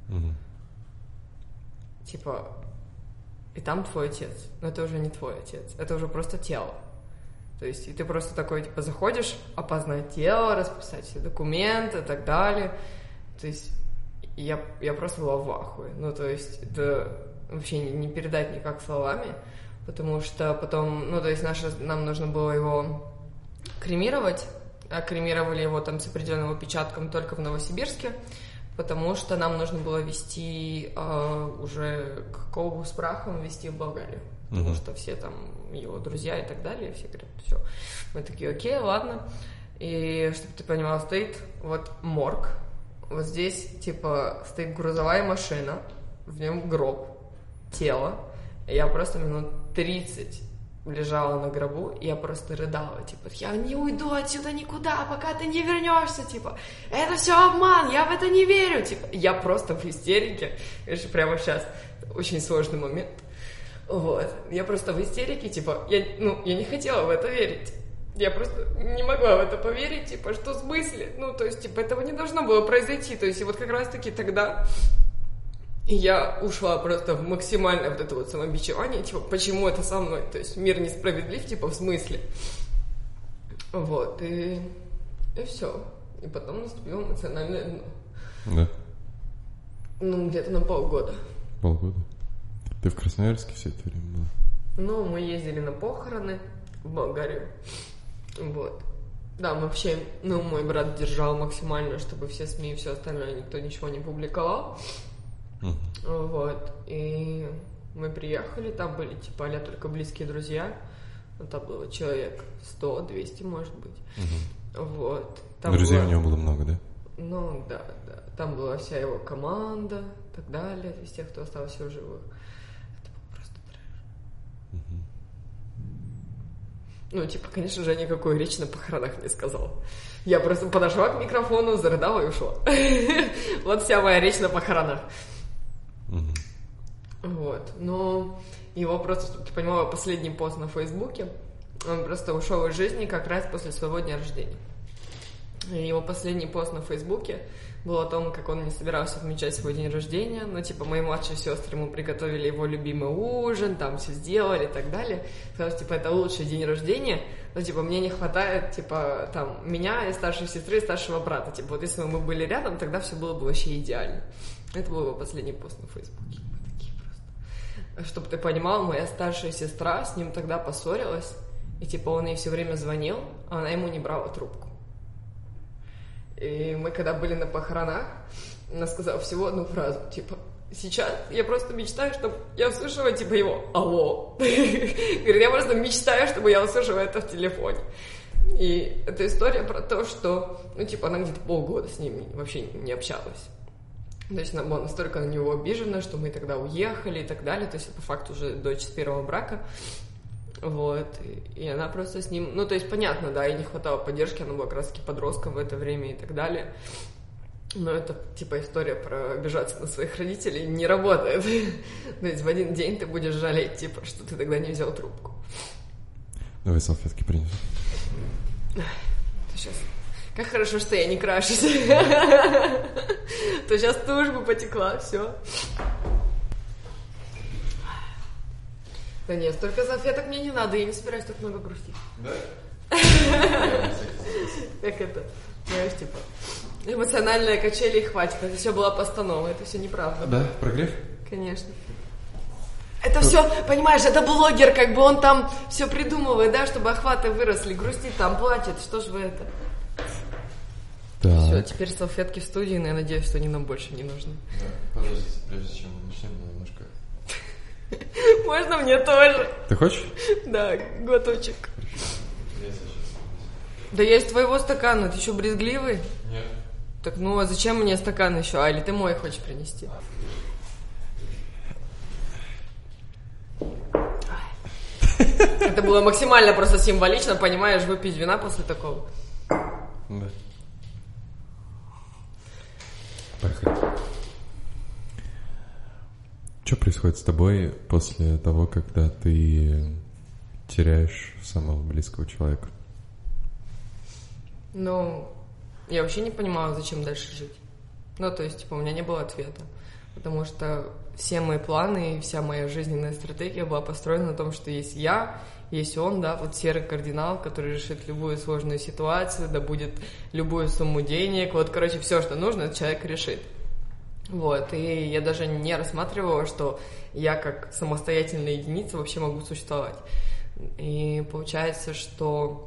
типа, и там твой отец, но это уже не твой отец, это уже просто тело. То есть, и ты просто такой, типа, заходишь, опознать тело, расписать все документы и так далее. То есть, я просто была в ахуе. Ну, то есть, это вообще не передать никак словами, потому что потом, ну, то есть, нам нужно было его кремировать, а кремировали его там с определенным опечатком только в Новосибирске, потому что нам нужно было везти уже колбу с прахом везти в Болгарию. Потому что все там его друзья и так далее, все говорят, все. Мы такие, окей, ладно. И, чтобы ты понимал, стоит вот морг. Вот здесь, типа, стоит грузовая машина, в нем гроб, тело. И я просто минут 30 лежала на гробу, и я просто рыдала, типа, я не уйду отсюда никуда, пока ты не вернешься, типа, это все обман, я в это не верю, типа. Я просто в истерике, конечно, прямо сейчас очень сложный момент. Вот. Я просто в истерике, типа, я не хотела в это верить. Я просто не могла в это поверить, типа, что в смысле? Ну, то есть, типа, этого не должно было произойти. То есть, и вот как раз-таки тогда я ушла просто в максимальное вот это вот самобичевание, типа, почему это со мной? То есть, мир несправедлив, типа, в смысле? Вот, и все. И потом наступило эмоциональное дно. Да? Ну, где-то на полгода. Полгода? Ты в Красноярске все это время была? Ну, мы ездили на похороны в Болгарию. Вот. Да, вообще, мой брат держал максимально, чтобы все СМИ и все остальное, никто ничего не публиковал. Вот. И мы приехали, там были, типа, а-ля только близкие друзья. Там было человек 100-200, может быть. Вот. Там друзей у него было много, да? Ну, да. Там была вся его команда и так далее, из тех, кто остался в живых. Ну, типа, конечно же, никакой речи на похоронах не сказала. Я просто подошла к микрофону, зарыдала и ушла. Вот вся моя речь на похоронах. Вот. Но его просто, чтобы ты понимала, последний пост на Фейсбуке, он просто ушел из жизни как раз после своего дня рождения. И его последний пост на Фейсбуке был о том, как он не собирался отмечать свой день рождения. Ну, типа, мои младшие сестры ему приготовили его любимый ужин, там все сделали и так далее. Сказал, типа, это лучший день рождения, но, типа, мне не хватает, типа, там, меня и старшей сестры, и старшего брата. Типа, вот если бы мы были рядом, тогда все было бы вообще идеально. Это был его последний пост на Фейсбуке. Мы такие просто... Чтобы ты понимал, моя старшая сестра с ним тогда поссорилась, и, типа, он ей все время звонил, а она ему не брала трубку. И мы, когда были на похоронах, она сказала всего одну фразу, типа, сейчас я просто мечтаю, чтобы я услышала, типа, его «Алло». Говорит, я просто мечтаю, чтобы я услышала это в телефоне. И это история про то, что, ну, типа, она где-то полгода с ним вообще не общалась. То есть она была настолько на него обижена, что мы тогда уехали и так далее. То есть, по факту, уже дочь с первого брака. Вот, и она просто с ним... Ну, то есть, понятно, да, ей не хватало поддержки, она была как раз-таки подростком в это время и так далее. Но это, типа, история про обижаться на своих родителей не работает. То есть, в один день ты будешь жалеть, типа, что ты тогда не взял трубку. Давай салфетки принесу. Сейчас... Как хорошо, что я не крашусь. То сейчас тушь бы потекла, все. Да нет, столько салфеток мне не надо, я не собираюсь так много грустить. Да? Как это, знаешь, типа, эмоциональные качели и хватит. Это все была постанова, это все неправда. Да, прогрев? Конечно. Это все, понимаешь, это блогер, как бы он там все придумывает, да, чтобы охваты выросли, грустит там, плачет, что ж вы это... Да. Все, теперь салфетки в студии, но я надеюсь, что они нам больше не нужны. Да, пожалуйста, прежде чем мы начнем, немножко... Можно мне тоже? Ты хочешь? Да, глоточек. Да я из твоего стакана, ты еще брезгливый? Нет. Так ну, а зачем мне стакан еще? А или ты мой хочешь принести? Это было максимально просто символично, понимаешь, выпить вина после такого. Да. Поехали. Что происходит? происходит с тобой после того, когда ты теряешь самого близкого человека? Ну, я вообще не понимала, зачем дальше жить. Ну, то есть, типа, у меня не было ответа. Потому что все мои планы и вся моя жизненная стратегия была построена на том, что есть я, есть он, да, вот серый кардинал, который решит любую сложную ситуацию, да будет любую сумму денег. Вот, короче, все, что нужно, этот человек решит. Вот, и я даже не рассматривала, что я как самостоятельная единица вообще могу существовать. И получается, что...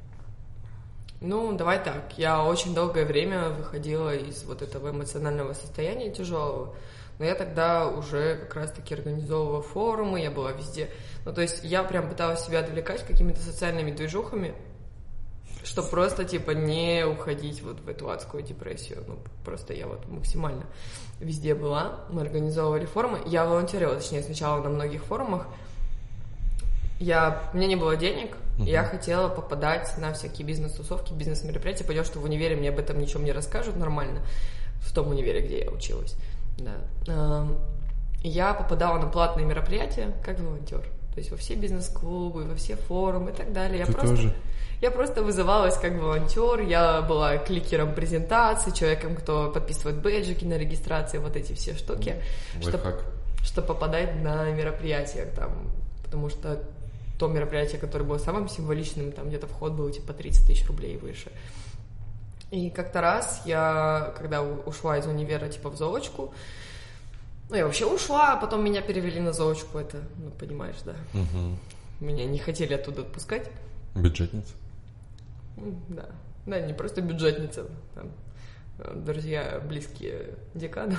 Ну, давай так, я очень долгое время выходила из вот этого эмоционального состояния тяжелого, но я тогда уже как раз-таки организовывала форумы, я была везде. Ну, то есть я прям пыталась себя отвлекать какими-то социальными движухами, чтобы просто, типа, не уходить вот в эту адскую депрессию. Ну, просто я вот максимально везде была, мы организовывали форумы. Я волонтерила, точнее, сначала на многих форумах. У меня не было денег, я хотела попадать на всякие бизнес-тусовки, бизнес-мероприятия. Понятно, что в универе мне об этом ничем не расскажут нормально, в том универе, где я училась. Да. Я попадала на платные мероприятия как волонтер. То есть во все бизнес-клубы, во все форумы и так далее. Я просто вызывалась как волонтер, я была кликером презентаций, человеком, кто подписывает бэджики на регистрации, вот эти все штуки, чтобы попадать на мероприятия там, потому что то мероприятие, которое было самым символичным, там где-то вход был типа 30 тысяч рублей и выше. И как-то раз я, когда ушла из универа типа в заочку, ну, я вообще ушла, а потом меня перевели на заочку, это, ну, понимаешь, да. Меня не хотели оттуда отпускать. Бюджетница? Да. Да, не просто бюджетница, там, друзья близкие декана.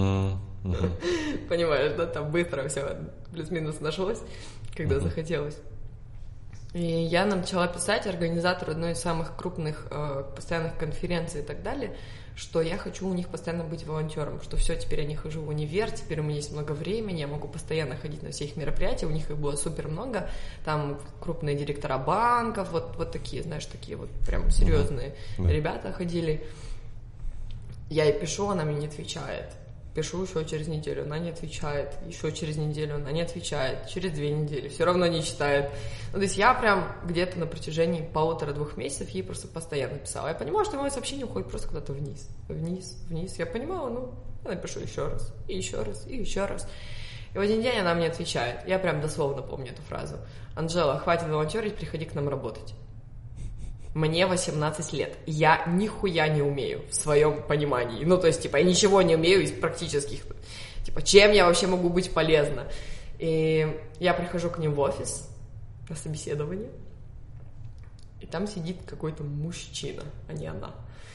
Понимаешь, да, там быстро все плюс-минус нашлось, когда захотелось. И я начала писать организатору одной из самых крупных постоянных конференций и так далее, что я хочу у них постоянно быть волонтером, что все, теперь я не хожу в универ, теперь у меня есть много времени, я могу постоянно ходить на все их мероприятия, у них их было супер много, там крупные директора банков, вот такие, знаешь, такие вот прям серьезные ребята ходили. Я ей пишу, она мне не отвечает. Пишу еще через неделю, она не отвечает. Еще через неделю она не отвечает. Через 2 недели все равно не читает. Ну, то есть я прям где-то на протяжении 1,5-2 месяцев ей просто постоянно писала. Я понимала, что мое сообщение уходит просто куда-то вниз. Вниз. Я понимала, ну, я напишу еще раз. И еще раз, и еще раз. И в один день она мне отвечает. Я прям дословно помню эту фразу. «Анжела, хватит волонтерить, приходи к нам работать». Мне 18 лет. Я нихуя не умею в своем понимании. Ну, то есть, типа, я ничего не умею из практических. Типа, чем я вообще могу быть полезна? И я прихожу к ним в офис на собеседование, и там сидит какой-то мужчина, а не она.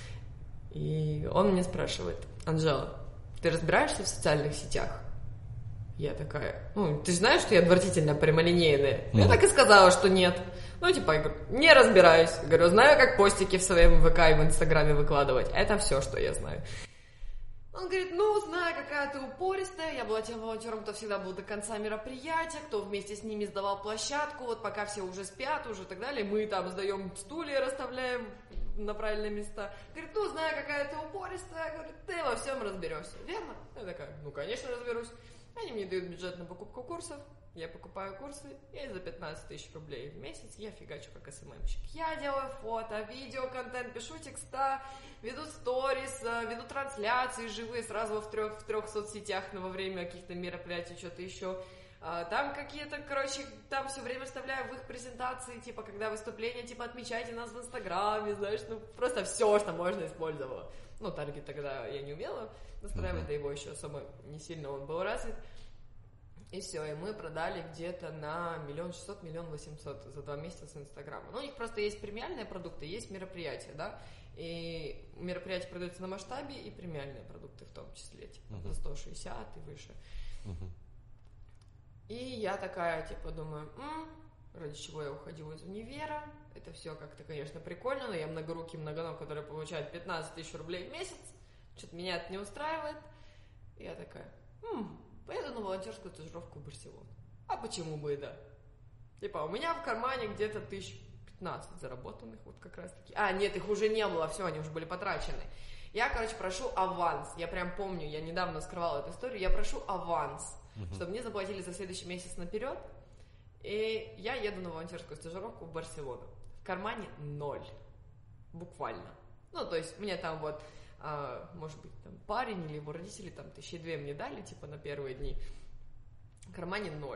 И он мне спрашивает: «Анжела, ты разбираешься в социальных сетях?» Я такая: «Ну, ты же знаешь, что я отвратительно прямолинейная?» Я так и сказала, что нет. Ну, типа, я говорю, не разбираюсь. Говорю, знаю, как постики в своем ВК и в Инстаграме выкладывать. Это все, что я знаю. Он говорит: ну, знаю, какая ты упористая. Я была тем волонтером, кто всегда был до конца мероприятия, кто вместе с ними сдавал площадку. Вот пока все уже спят, уже и так далее, мы там сдаем стулья, расставляем на правильные места. Говорит: ну, знаю, какая ты упористая. Говорит, ты во всем разберешься. Верно? Я такая: ну, конечно, разберусь. Они мне дают бюджет на покупку курсов, я покупаю курсы, и за 15 тысяч рублей в месяц я фигачу как СММщик. Я делаю фото, видео, контент, пишу текста, веду сторис, веду трансляции живые сразу в трех соцсетях, но во время каких-то мероприятий, что-то еще. Там какие-то, короче, там все время вставляю в их презентации, типа, когда выступление, типа, отмечайте нас в Инстаграме, знаешь, ну, просто все, что можно, использовала. Ну, таргет тогда я не умела настраивать, да его еще особо не сильно он был развит. И все, и мы продали где-то на 1 600 000 1 800 000 за 2 месяца с Инстаграма. Ну, у них просто есть премиальные продукты, есть мероприятия, да, и мероприятия продаются на масштабе, и премиальные продукты в том числе, типа, за 160 и выше. И я такая, типа, думаю, ради чего я уходила из универа, это все как-то, конечно, прикольно, но я многорукий многоног, который получает 15 тысяч рублей в месяц, что-то меня это не устраивает. И я такая, поеду на волонтерскую стажировку в Барселону. А почему бы и да? Типа, у меня в кармане где-то 15 заработанных, вот как раз таки. Нет, их уже не было, все, они уже были потрачены. Я, короче, прошу аванс. Я прям помню, я недавно скрывала эту историю, я прошу аванс. чтобы мне заплатили за следующий месяц наперед, и я еду на волонтерскую стажировку в Барселону. В кармане 0. Буквально. Ну, то есть мне там вот, может быть, там парень или его родители там 1002 мне дали, типа, на первые дни. В кармане 0.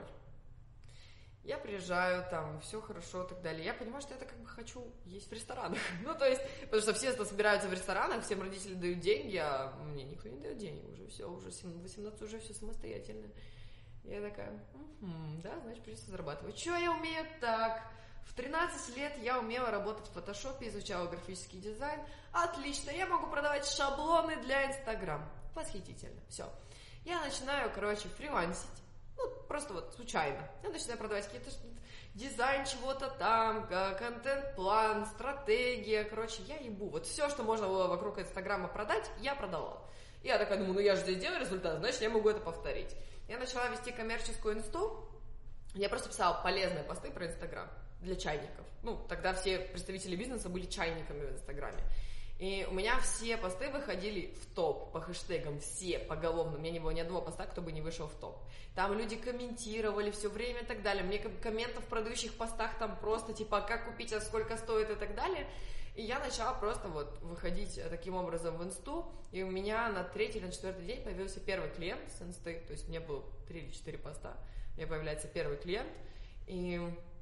Я приезжаю, там, все хорошо и так далее. Я понимаю, что я как бы хочу есть в ресторанах. Ну, то есть, потому что все собираются в ресторанах, всем родители дают деньги, а мне никто не дает денег. Уже все, уже 18, уже все самостоятельно. Я такая, да, значит, придется зарабатывать. Что я умею так? В 13 лет я умела работать в фотошопе, изучала графический дизайн. Отлично, я могу продавать шаблоны для Инстаграм. Восхитительно, все. Я начинаю, фрилансить. Ну, просто вот случайно. Я начинаю продавать какие-то дизайн чего-то там, контент-план, стратегия. Я ебу. Вот все, что можно было вокруг Инстаграма продать, я продала. И я такая думаю, я же здесь делаю результат, значит, я могу это повторить. Я начала вести коммерческую инсту. Я просто писала полезные посты про Инстаграм для чайников. Ну, тогда все представители бизнеса были чайниками в Инстаграме. И у меня все посты выходили в топ по хэштегам, все поголовно. У меня не было ни одного поста, кто бы не вышел в топ. Там люди комментировали все время и так далее. Мне комментов в продающих постах там просто типа, как купить, а сколько стоит и так далее. И я начала просто вот выходить таким образом в инсту. И у меня на 3-й или на 4-й день появился первый клиент с инсты. То есть у меня было 3 или 4 поста. У меня появляется первый клиент. И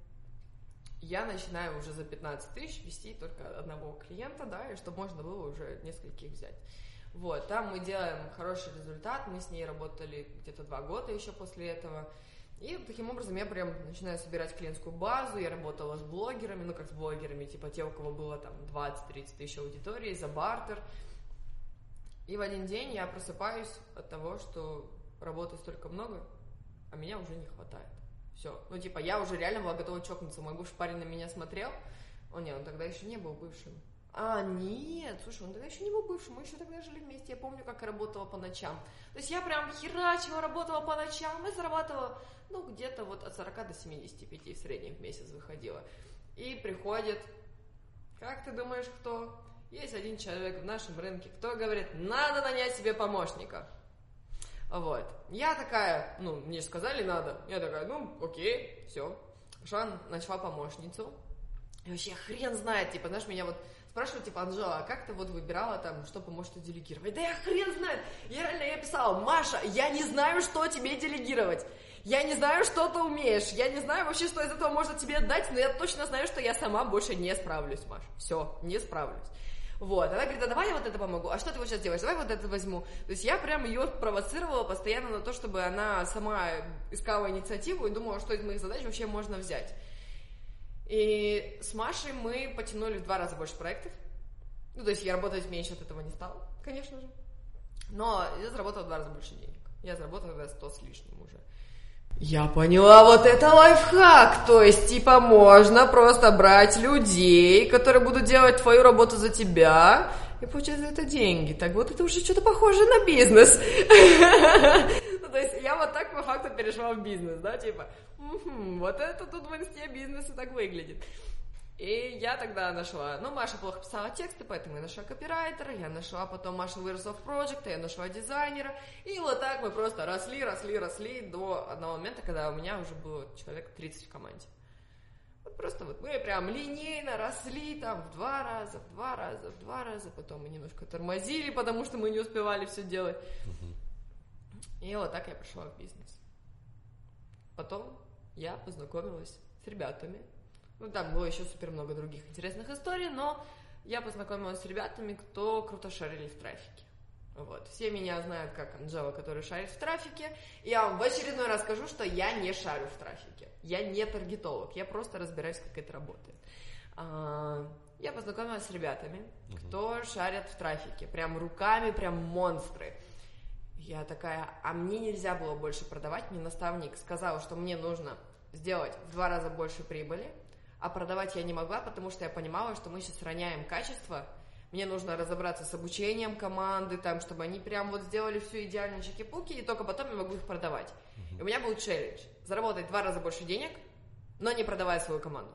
я начинаю уже за 15 тысяч вести только одного клиента, да, и чтобы можно было уже нескольких взять. Вот, там мы делаем хороший результат, мы с ней работали где-то 2 года еще после этого, и таким образом я прям начинаю собирать клиентскую базу, я работала с блогерами, ну как с блогерами, типа те, у кого было там 20-30 тысяч аудитории за бартер, и в один день я просыпаюсь от того, что работы столько много, а меня уже не хватает. Все. Ну, типа, я уже реально была готова чокнуться. Мой бывший парень на меня смотрел. Он тогда еще не был бывшим. Нет, слушай, он тогда еще не был бывшим. Мы еще тогда жили вместе. Я помню, как я работала по ночам. То есть я прям херачила, работала по ночам и зарабатывала, ну, где-то вот от 40 до 75 в среднем в месяц выходила. И приходит, как ты думаешь, кто? Есть один человек в нашем рынке, кто говорит, надо нанять себе помощника. Вот. Я такая, ну, мне же сказали надо. Я такая, ну, окей, все. Пошла, нашла помощницу. И вообще хрен знает, типа, знаешь, меня вот спрашивают, типа, Анжела, а как ты вот выбирала там, что поможет делегировать? Да я хрен знает. Я писала, Маша, я не знаю, что тебе делегировать. Я не знаю, что ты умеешь. Я не знаю вообще, что из этого можно тебе дать, но я точно знаю, что я сама больше не справлюсь, Маша. Все, не справлюсь. Вот, она говорит, а давай я вот это помогу, а что ты вот сейчас делаешь, давай вот это возьму. То есть я прям ее провоцировала постоянно на то, чтобы она сама искала инициативу и думала, что из моих задач вообще можно взять. И с Машей мы потянули в 2 раза больше проектов. Ну, то есть я работать меньше от этого не стала, конечно же. Но я заработала в 2 раза больше денег. Я заработала тогда 100 с лишним уже. Я поняла, вот это лайфхак, то есть, типа, можно просто брать людей, которые будут делать твою работу за тебя, и получать за это деньги. Так вот, это уже что-то похоже на бизнес. Ну, то есть, я вот так по факту перешла в бизнес, да, типа, вот это тут в инсте бизнес и так выглядит. И я тогда нашла, ну, Маша плохо писала тексты, поэтому я нашла копирайтера, я нашла потом Машу выросла в проекта, я нашла дизайнера, и вот так мы просто росли до одного момента, когда у меня уже было человек 30 в команде. Вот просто вот мы прям линейно росли там в 2 раза, потом мы немножко тормозили, потому что мы не успевали все делать. И вот так я пришла в бизнес. Потом я познакомилась с ребятами. Ну, там было еще супер много других интересных историй, но я познакомилась с ребятами, кто круто шарили в трафике. Вот. Все меня знают как Анжела, которая шарит в трафике. И я вам в очередной раз скажу, что я не шарю в трафике. Я не таргетолог, я просто разбираюсь, как это работает. Я познакомилась с ребятами, кто шарят в трафике. Прям руками, прям монстры. Я такая, а мне нельзя было больше продавать. Мне наставник сказал, что мне нужно сделать в 2 раза больше прибыли. А продавать я не могла, потому что я понимала, что мы сейчас роняем качество. Мне нужно разобраться с обучением команды, там, чтобы они прям вот сделали все идеально чики-пуки, и только потом я могу их продавать. И у меня был челлендж. Заработать в 2 раза больше денег, но не продавая свою команду.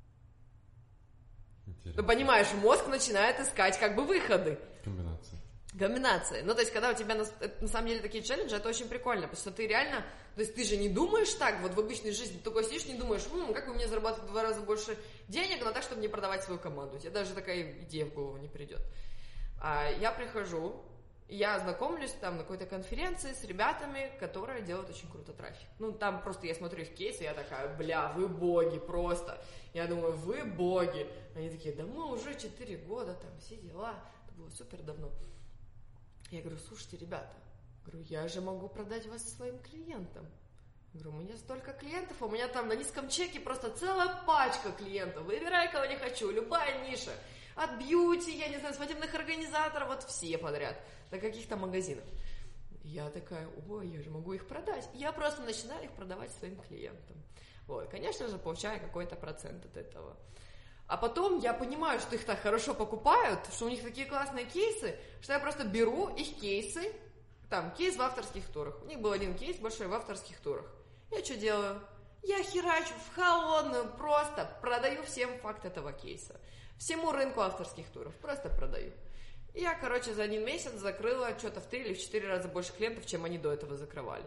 Интересно. Ну, понимаешь, мозг начинает искать как бы выходы. Комбинации. Комбинации. Ну, то есть, когда у тебя на самом деле такие челленджи, это очень прикольно, потому что ты реально, то есть, ты же не думаешь так, вот в обычной жизни, ты такой сидишь, не думаешь, как бы мне зарабатывать в 2 раза больше денег, но так, чтобы не продавать свою команду. Тебе даже такая идея в голову не придет. А я прихожу, я знакомлюсь там на какой-то конференции с ребятами, которые делают очень круто трафик. Ну, там просто я смотрю их кейсы, я такая, бля, вы боги просто. Я думаю, вы боги. Они такие, да мы уже 4 года, там, все дела. Это было супер давно. Я говорю, слушайте, ребята, говорю, я же могу продать вас своим клиентам. Говорю, у меня столько клиентов, у меня там на низком чеке просто целая пачка клиентов. Выбирай, кого не хочу, любая ниша. От бьюти, я не знаю, свадебных организаторов, вот все подряд, до каких-то магазинов. Я такая, ой, я же могу их продать. Я просто начинаю их продавать своим клиентам. Вот, конечно же, получаю какой-то процент от этого. А потом я понимаю, что их так хорошо покупают, что у них такие классные кейсы, что я просто беру их кейсы, там, кейс в авторских турах. У них был один кейс большой в авторских турах. Я что делаю? Я херачу в холодную, просто продаю всем факт этого кейса. Всему рынку авторских туров, просто продаю. И я, короче, за 1 месяц закрыла что-то в 3 или в 4 раза больше клиентов, чем они до этого закрывали.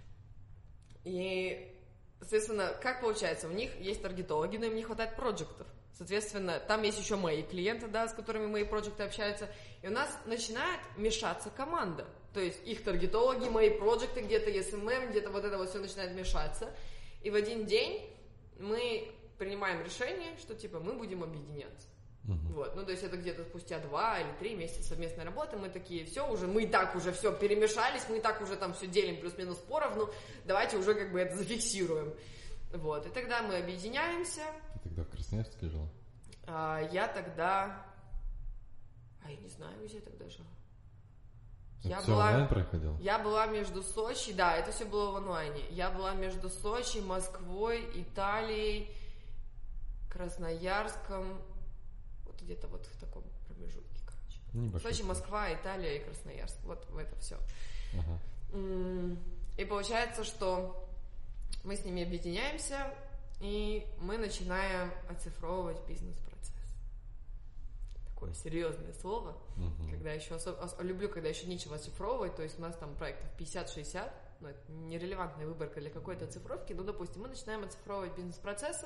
И, соответственно, как получается? У них есть таргетологи, но им не хватает проектов. Соответственно, там есть еще мои клиенты, да, с которыми мои проекты общаются. И у нас начинает мешаться команда. То есть их таргетологи, мои проекты, где-то SMM, где-то вот это вот все начинает мешаться. И в один день мы принимаем решение, что типа мы будем объединяться. Вот, ну то есть это где-то спустя 2 или 3 месяца совместной работы мы такие, все уже, мы и так уже все перемешались, мы и так уже там все делим плюс-минус поровну, давайте уже как бы это зафиксируем. Вот, и тогда мы объединяемся. Ты тогда в Красноярске жила? Я тогда... я не знаю, где я тогда жила. Это все онлайн проходило? Я была между Сочи, да, это все было в онлайне. Я была между Сочи, Москвой, Италией, Красноярском, вот где-то вот в таком промежутке, короче. Небольшой. Сочи, Москва, Италия и Красноярск, вот в это все. Ага. И получается, что мы с ними объединяемся, и мы начинаем оцифровывать бизнес-процесс. Такое серьезное слово, когда еще люблю, когда еще нечего оцифровывать, то есть у нас там проектов 50-60, но это нерелевантная выборка для какой-то оцифровки, ну, допустим, мы начинаем оцифровывать бизнес-процессы,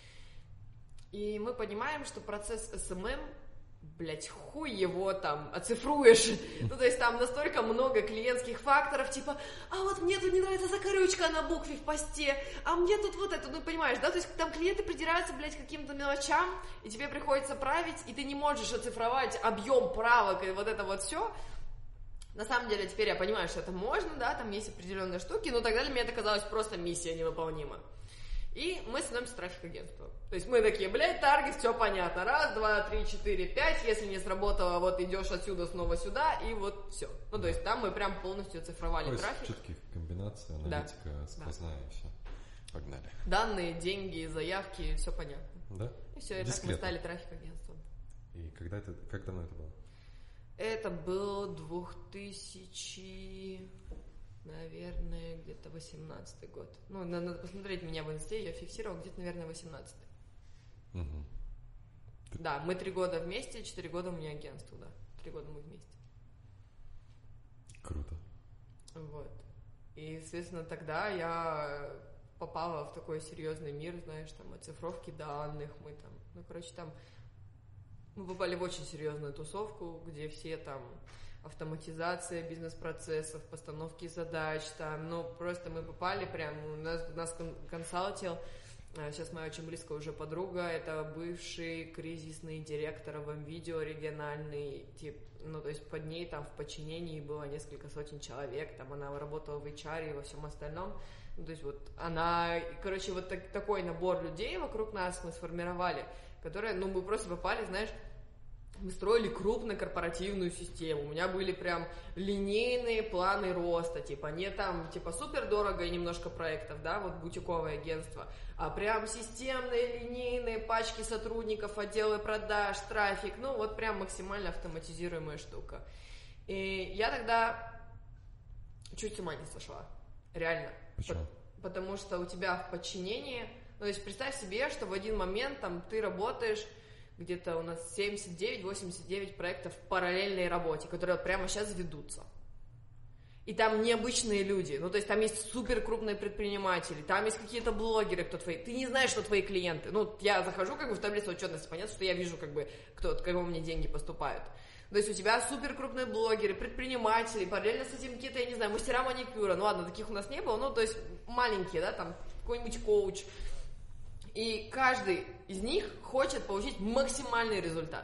и мы понимаем, что процесс SMM, блять, хуй его там оцифруешь. Ну, то есть там настолько много клиентских факторов, типа, а вот мне тут не нравится закорючка на букве в посте, а мне тут вот это, ну, понимаешь, да? То есть там клиенты придираются, блядь, к каким-то мелочам, и тебе приходится править, и ты не можешь оцифровать объем правок и вот это вот все. На самом деле, теперь я понимаю, что это можно, да, там есть определенные штуки, но тогда для меня это казалось просто миссия невыполнима. И мы становимся трафик-агентством. То есть мы такие, блядь, таргет, все понятно. 1, 2, 3, 4, 5. Если не сработало, вот идешь отсюда снова сюда, и вот все. Ну, то есть там мы прям полностью оцифровали трафик. Четких комбинаций, аналитика, сквозная, и все. Погнали. Данные, деньги, заявки, все понятно. Да? И все, и так мы стали трафик-агентством. И как давно это было? Это был 2000... Наверное, где-то 18-й год. Ну, надо посмотреть меня в инсте, я фиксировал где-то, наверное, 18-й. Угу. Да, мы 3 года вместе, 4 года у меня агентство, да. 3 года мы вместе. Круто. Вот. И, соответственно, тогда я попала в такой серьезный мир, знаешь, там, оцифровки данных, мы там, ну, короче, там, мы попали в очень серьезную тусовку, где все там автоматизация бизнес-процессов, постановки задач, там, ну, просто мы попали прям, нас консалтил, сейчас моя очень близкая уже подруга, это бывший кризисный директор в МВидео региональный, тип, ну, то есть под ней там в подчинении было несколько сотен человек, там она работала в HR и во всем остальном, ну, то есть вот она, короче, вот такой набор людей вокруг нас мы сформировали, которые, ну, мы просто попали, знаешь, мы строили крупную корпоративную систему. У меня были прям линейные планы роста, типа не там, типа супер дорого и немножко проектов, да, вот бутиковое агентство, а прям системные, линейные пачки сотрудников, отделы продаж, трафик, ну вот прям максимально автоматизируемая штука. И я тогда чуть с ума не сошла, реально. Почему? Потому что у тебя в подчинении, ну, то есть представь себе, что в один момент там ты работаешь, где-то у нас 79-89 проектов в параллельной работе, которые вот прямо сейчас ведутся. И там необычные люди, ну, то есть там есть супер крупные предприниматели, там есть какие-то блогеры, кто твои, ты не знаешь, что твои клиенты. Ну, я захожу как бы в таблицу отчетности, понятно, что я вижу как бы, от кого мне деньги поступают. То есть у тебя супер крупные блогеры, предприниматели, параллельно с этим какие-то, я не знаю, мастера маникюра, ну ладно, таких у нас не было, ну, то есть маленькие, да, там какой-нибудь коуч. И каждый из них хочет получить максимальный результат.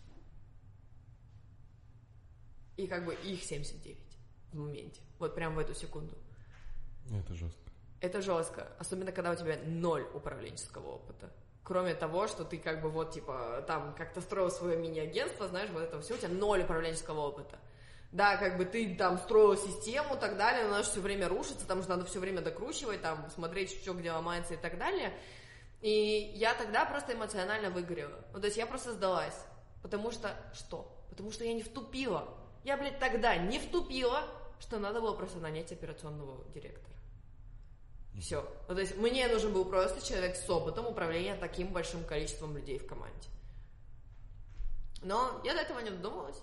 И как бы их 79 в моменте, вот прям в эту секунду. Это жестко. Это жестко, особенно когда у тебя 0 управленческого опыта. Кроме того, что ты как бы вот типа там как-то строил свое мини-агентство, знаешь, вот это все, у тебя 0 управленческого опыта. Да, как бы ты там строил систему и так далее, но она же все время рушится, там же надо все время докручивать, там смотреть, что где ломается и так далее. И я тогда просто эмоционально выгорела. Ну, то есть я просто сдалась. Потому что что? Потому что я не втупила. Я, блядь, тогда не втупила, что надо было просто нанять операционного директора. Все. Ну, то есть мне нужен был просто человек с опытом управления таким большим количеством людей в команде. Но я до этого не додумалась.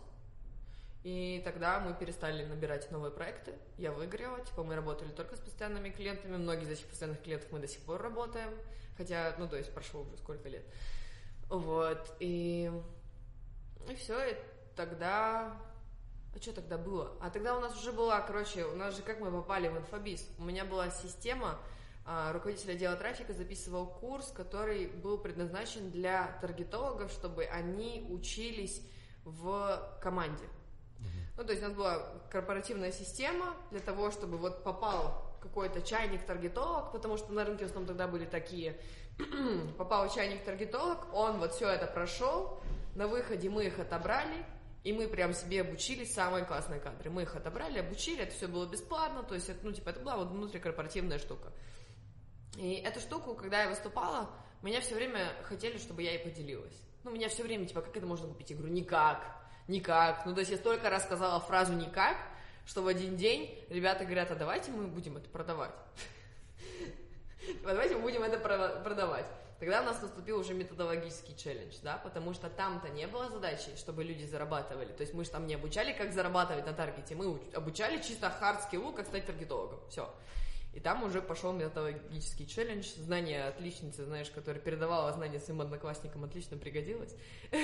И тогда мы перестали набирать новые проекты. Я выгорела. Типа мы работали только с постоянными клиентами. Многие из этих постоянных клиентов мы до сих пор работаем. Хотя, ну, то есть прошло уже сколько лет. Вот. И все. И тогда... А что тогда было? А тогда у нас уже была, короче, у нас же как мы попали в инфобиз. У меня была система, руководитель отдела трафика записывал курс, который был предназначен для таргетологов, чтобы они учились в команде. Ну, то есть у нас была корпоративная система для того, чтобы вот попал какой-то чайник-таргетолог, потому что на рынке в основном тогда были такие, попал чайник-таргетолог, он вот все это прошел, на выходе мы их отобрали, и мы прям себе обучили самые классные кадры. Мы их отобрали, обучили, это все было бесплатно, то есть это, ну, типа, это была вот внутрикорпоративная штука. И эту штуку, когда я выступала, меня все время хотели, чтобы я ей поделилась. Ну, меня все время, типа, как это можно купить? Я говорю, никак. Ну, то есть я столько раз сказала фразу «никак», что в один день ребята говорят, а давайте мы будем это продавать. Давайте мы будем это продавать. Тогда у нас наступил уже методологический челлендж, да, потому что там-то не было задачи, чтобы люди зарабатывали. То есть мы же там не обучали, как зарабатывать на таргете, мы обучали чисто хард-скиллу, как стать таргетологом. Все. И там уже пошел методологический челлендж. Знание отличницы, знаешь, которая передавала знания своим одноклассникам, отлично пригодилось.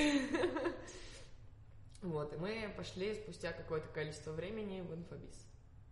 Вот, и мы пошли спустя какое-то количество времени в инфобиз.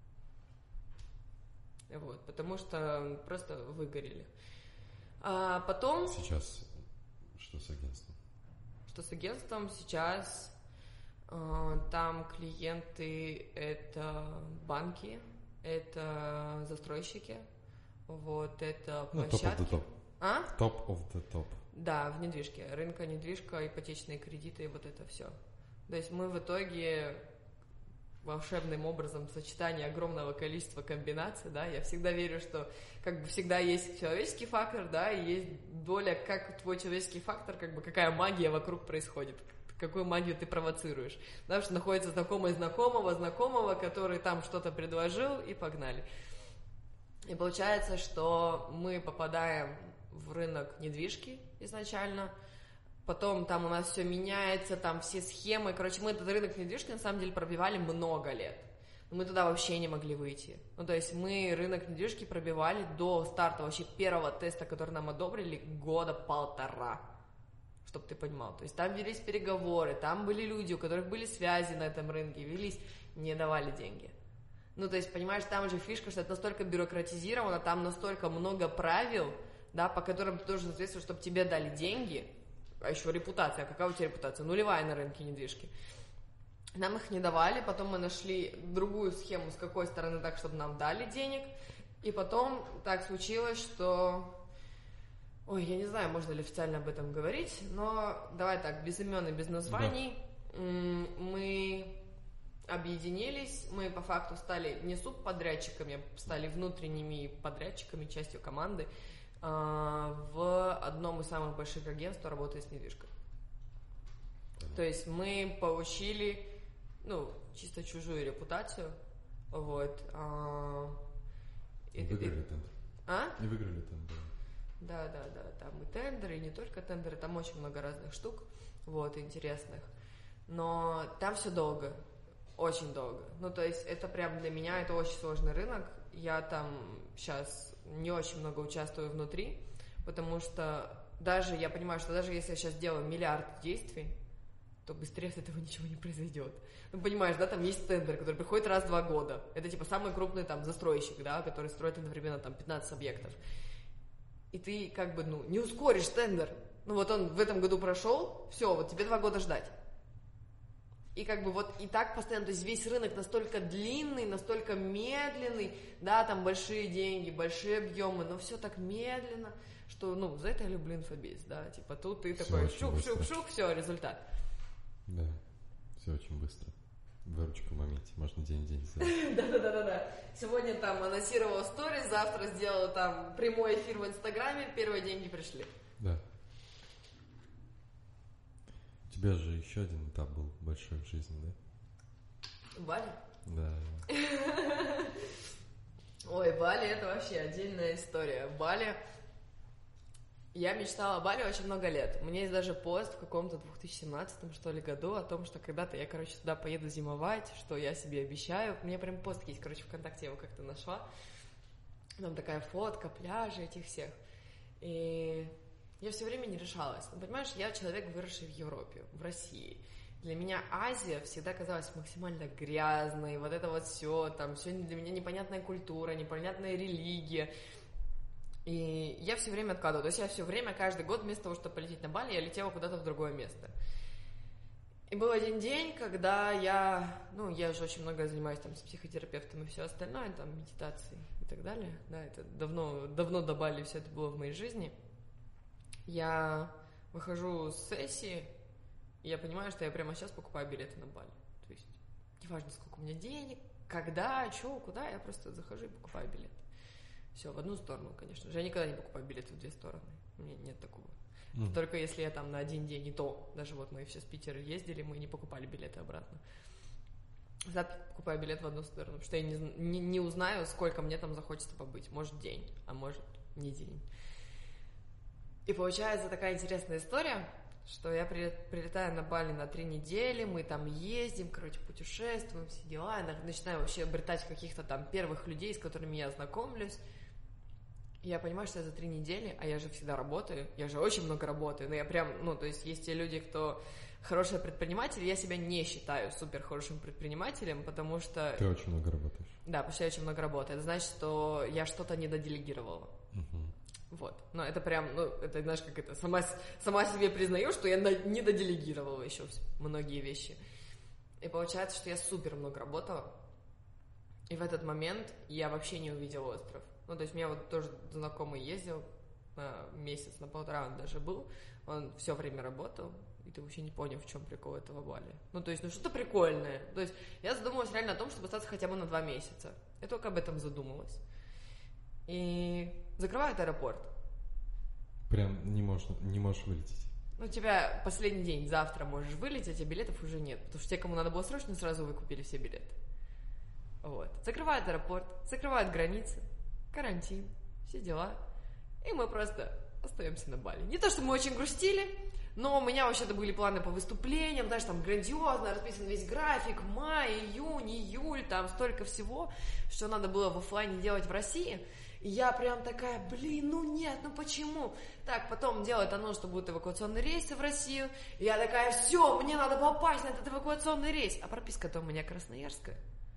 Вот, потому что просто выгорели. А потом... Сейчас что с агентством? Что с агентством? Сейчас там клиенты — это банки, это застройщики, вот, это площадки. Top of the top. А? Top of the top. Да, в недвижке. Рынка недвижка, ипотечные кредиты и вот это все. То есть мы в итоге волшебным образом сочетание огромного количества комбинаций, да, я всегда верю, что как бы всегда есть человеческий фактор, да, и есть доля, как твой человеческий фактор, как бы какая магия вокруг происходит, какую магию ты провоцируешь, да, что находится знакомый знакомого, который там что-то предложил, и погнали. И получается, что мы попадаем в рынок недвижки изначально. Потом там у нас все меняется, там все схемы. Короче, мы этот рынок недвижки на самом деле пробивали много лет. Но мы туда вообще не могли выйти. Ну, то есть мы рынок недвижки пробивали до старта вообще первого теста, который нам одобрили, 1.5 года. Чтобы ты понимал. То есть там велись переговоры, там были люди, у которых были связи на этом рынке, велись, не давали деньги. Ну, то есть, понимаешь, там же фишка, что это настолько бюрократизировано, там настолько много правил, да, по которым ты должен соответствовать, чтобы тебе дали деньги. А еще репутация. Какая у тебя репутация? Нулевая на рынке недвижки. Нам их не давали, потом мы нашли другую схему, с какой стороны так, чтобы нам дали денег. И потом так случилось, что... Ой, я не знаю, можно ли официально об этом говорить, но давай так, без имен и без названий. Да. Мы объединились, мы по факту стали не субподрядчиками, стали внутренними подрядчиками, частью команды. В одном из самых больших агентств, работает с недвижкой. То есть мы получили, ну, чисто чужую репутацию, вот. И выиграли тендер. А? И выиграли тендер. Да, там и тендеры, и не только тендеры, там очень много разных штук, вот, интересных. Но там все долго, очень долго. Ну, то есть это прям для меня это очень сложный рынок. Я там сейчас не очень много участвую внутри, потому что я понимаю, что даже если я сейчас делаю миллиард действий, то быстрее с этого ничего не произойдет. Ну, понимаешь, да, там есть тендер, который приходит раз в 2 года. Это, типа, самый крупный, там, застройщик, да, который строит одновременно, там, 15 объектов. И ты, как бы, не ускоришь тендер. Ну, вот он в этом году прошел, все, вот тебе 2 года ждать. И, как бы, вот, и так постоянно, то есть весь рынок настолько длинный, настолько медленный, да, там, большие деньги, большие объемы, но все так медленно, что, за это я люблю инфобиз, да, типа, тут ты такой шук-шук-шук, все, результат. Да, все очень быстро. Выручка в моменте, можно день-день сделать. Да. Сегодня там анонсировала сторис, завтра сделала там прямой эфир в Инстаграме, первые деньги пришли. Да. У тебя же еще один этап был большой в жизни, да? Бали? Да. Ой, Бали это вообще отдельная история. Бали... Я мечтала о Бали очень много лет. У меня есть даже пост в каком-то 2017, что ли, году о том, что когда-то я, туда поеду зимовать, что я себе обещаю. У меня прям пост есть, ВКонтакте я его как-то нашла. Там такая фотка, пляжи этих всех. И я все время не решалась. Ну, понимаешь, я человек, выросший в Европе, в России. Для меня Азия всегда казалась максимально грязной. Вот это вот все, там, все для меня непонятная культура, непонятная религия. И я все время откладывала. То есть я все время, каждый год, вместо того, чтобы полететь на Бали, я летела куда-то в другое место. И был один день, когда я уже очень много занимаюсь там с психотерапевтом и все остальное, там, медитацией и так далее. Да, это давно до Бали все это было в моей жизни. Я выхожу с сессии, и я понимаю, что я прямо сейчас покупаю билеты на Бали. То есть неважно, сколько у меня денег, когда, что, куда, я просто захожу и покупаю билет. Все, в одну сторону, конечно же. Я никогда не покупаю билеты в 2 стороны. У меня нет такого. Только если я там на 1 день, и то. Даже вот мы все с Питера ездили, мы не покупали билеты обратно. Завтра покупаю билет в одну сторону, потому что я не узнаю, сколько мне там захочется побыть. Может, день, а может, не день. И получается такая интересная история, что я прилетаю на Бали на 3 недели, мы там ездим, путешествуем, все дела. Я начинаю вообще обретать каких-то там первых людей, с которыми я знакомлюсь. И я понимаю, что я за 3 недели, а я же всегда работаю, я же очень много работаю, но я прям, то есть есть те люди, кто хороший предприниматель, я себя не считаю супер хорошим предпринимателем, потому что... Ты очень много работаешь. Да, потому что я очень много работаю. Это значит, что я что-то недоделегировала. Вот. Но это прям, это, знаешь, как это, сама себе признаю, что я недоделегировала еще многие вещи. И получается, что я супер много работала, и в этот момент я вообще не увидела остров. То есть у меня вот тоже знакомый ездил на месяц, на 1,5 он даже был, он все время работал, и ты вообще не понял, в чем прикол этого Бали. То есть, что-то прикольное. То есть я задумалась реально о том, чтобы остаться хотя бы на 2 месяца. Я только об этом задумалась. И закрывают аэропорт. Прям не можешь вылететь. У тебя последний день, завтра можешь вылететь, а билетов уже нет. Потому что те, кому надо было срочно, сразу выкупили все билеты. Вот. Закрывают аэропорт, закрывают границы, карантин, все дела. И мы просто остаемся на Бали. Не то, что мы очень грустили, но у меня вообще-то были планы по выступлениям, даже там грандиозно расписан весь график, май, июнь, июль, там столько всего, что надо было в офлайне делать в России. И я прям такая, нет, почему? Так, потом делают анонс, что будут эвакуационные рейсы в Россию. И я такая, все, мне надо попасть на этот эвакуационный рейс. А прописка-то у меня красноярская.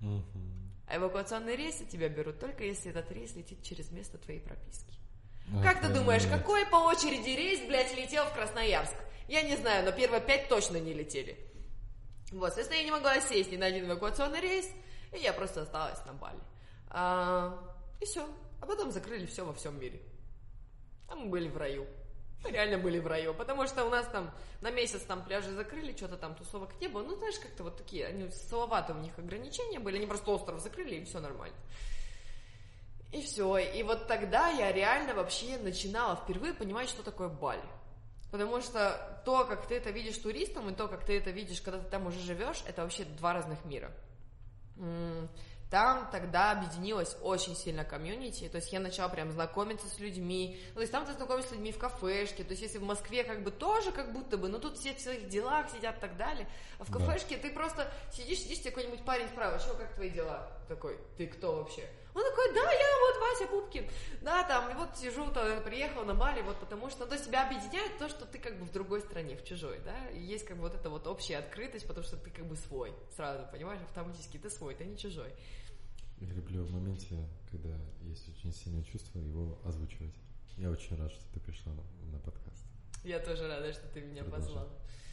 А эвакуационные рейсы тебя берут только если этот рейс летит через место твоей прописки. Как ты думаешь, какой по очереди рейс, летел в Красноярск? Я не знаю, но первые 5 точно не летели. Вот, соответственно, я не могла сесть ни на один эвакуационный рейс, и я просто осталась на Бали. И все. А потом закрыли все во всем мире. А мы были в раю. Мы реально были в раю. Потому что у нас там на месяц там пляжи закрыли, что-то там тусовок не было. Знаешь, как-то вот такие, они слабоватые у них ограничения были. Они просто остров закрыли, и все нормально. И все. И вот тогда я реально вообще начинала впервые понимать, что такое Бали. Потому что то, как ты это видишь туристом, и то, как ты это видишь, когда ты там уже живешь, это вообще 2 разных мира. там тогда объединилось очень сильно комьюнити, то есть я начала прям знакомиться с людьми, то есть там ты знакомишься с людьми в кафешке, то есть если в Москве как бы тоже как будто бы, тут все в своих делах сидят и так далее, а в кафешке ты просто сидишь, тебе какой-нибудь парень справа, что, как твои дела? Такой, ты кто вообще? Он такой, да, я вот Вася Пупкин, да, там, и вот сижу, приехал на Бали, вот потому что, то тебя объединяет то, что ты как бы в другой стране, в чужой, да, и есть как бы вот эта вот общая открытость, потому что ты как бы свой, сразу, понимаешь, автоматически ты свой, ты не чужой. Я люблю в моменте, когда есть очень сильное чувство, его озвучивать. Я очень рад, что ты пришла на подкаст. Я тоже рада, что ты меня позвал.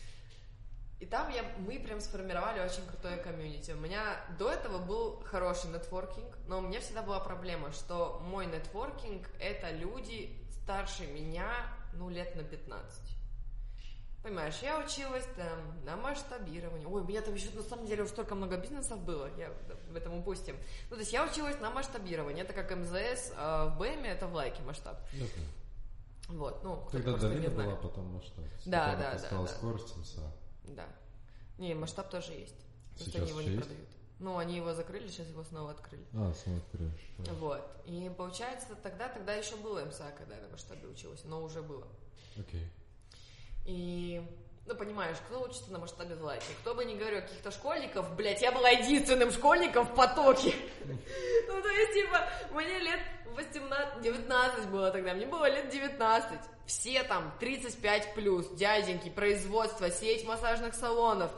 И там мы прям сформировали очень крутое комьюнити. У меня до этого был хороший нетворкинг, но у меня всегда была проблема, что мой нетворкинг — это люди старше меня, лет на 15. Понимаешь, я училась там на масштабировании. Ой, у меня там еще на самом деле уже столько много бизнесов было, я в этом упустим. То есть я училась на масштабировании. Это как МЗС, а в БМе это в Лайке масштаб. Вот, когда Давида была, потом масштаб. Да. Скорость МСА. Да. Не, масштаб тоже есть. Просто Сейчас они его не есть? продают. Они его закрыли, сейчас его снова открыли. Снова открыли. Вот. И получается, тогда еще было МСА, когда я на масштабе училась, но уже было. Окей. И, понимаешь, кто учится на масштабе в Лайке? Кто бы ни говорил о каких-то школьников, блядь, я была единственным школьником в потоке. То есть, мне лет 18-19 было тогда, мне было лет 19. Все там 35+, дяденьки, производство, сеть массажных салонов.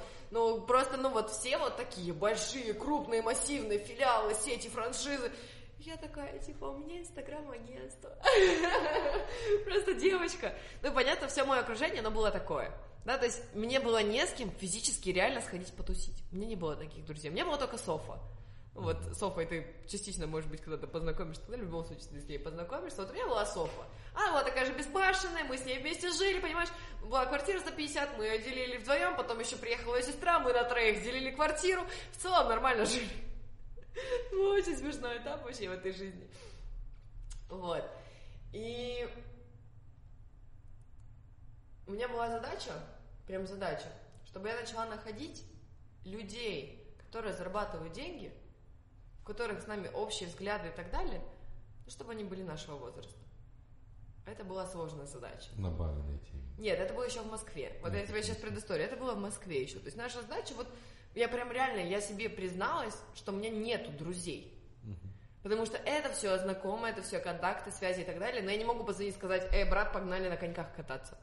Все вот такие большие, крупные, массивные филиалы, сети, франшизы. Я такая, у меня инстаграм-агентство. Просто девочка. Понятно, все мое окружение, оно было такое. Да, то есть мне было не с кем физически реально сходить потусить. У меня не было таких друзей. У меня была только Софа. Вот с Софой ты частично, может быть, когда-то познакомишься, в любом случае ты с ней познакомишься. Вот у меня была Софа. Она была такая же беспашенная, мы с ней вместе жили, понимаешь? Была квартира за 50, мы ее делили вдвоем, потом еще приехала ее сестра, мы на троих делили квартиру. В целом нормально жили. Очень смешной этап вообще в этой жизни. Вот. И у меня была задача, чтобы я начала находить людей, которые зарабатывают деньги, у которых с нами общие взгляды и так далее, чтобы они были нашего возраста. Это была сложная задача. На Бали найти. Нет, это было еще в Москве. Вот я тебе сейчас предысторию. Это было в Москве еще. То есть наша задача, я прям реально, я себе призналась, что у меня нету друзей. Потому что это все знакомое, это все контакты, связи и так далее, но я не могу позвонить и сказать, брат, погнали на коньках кататься.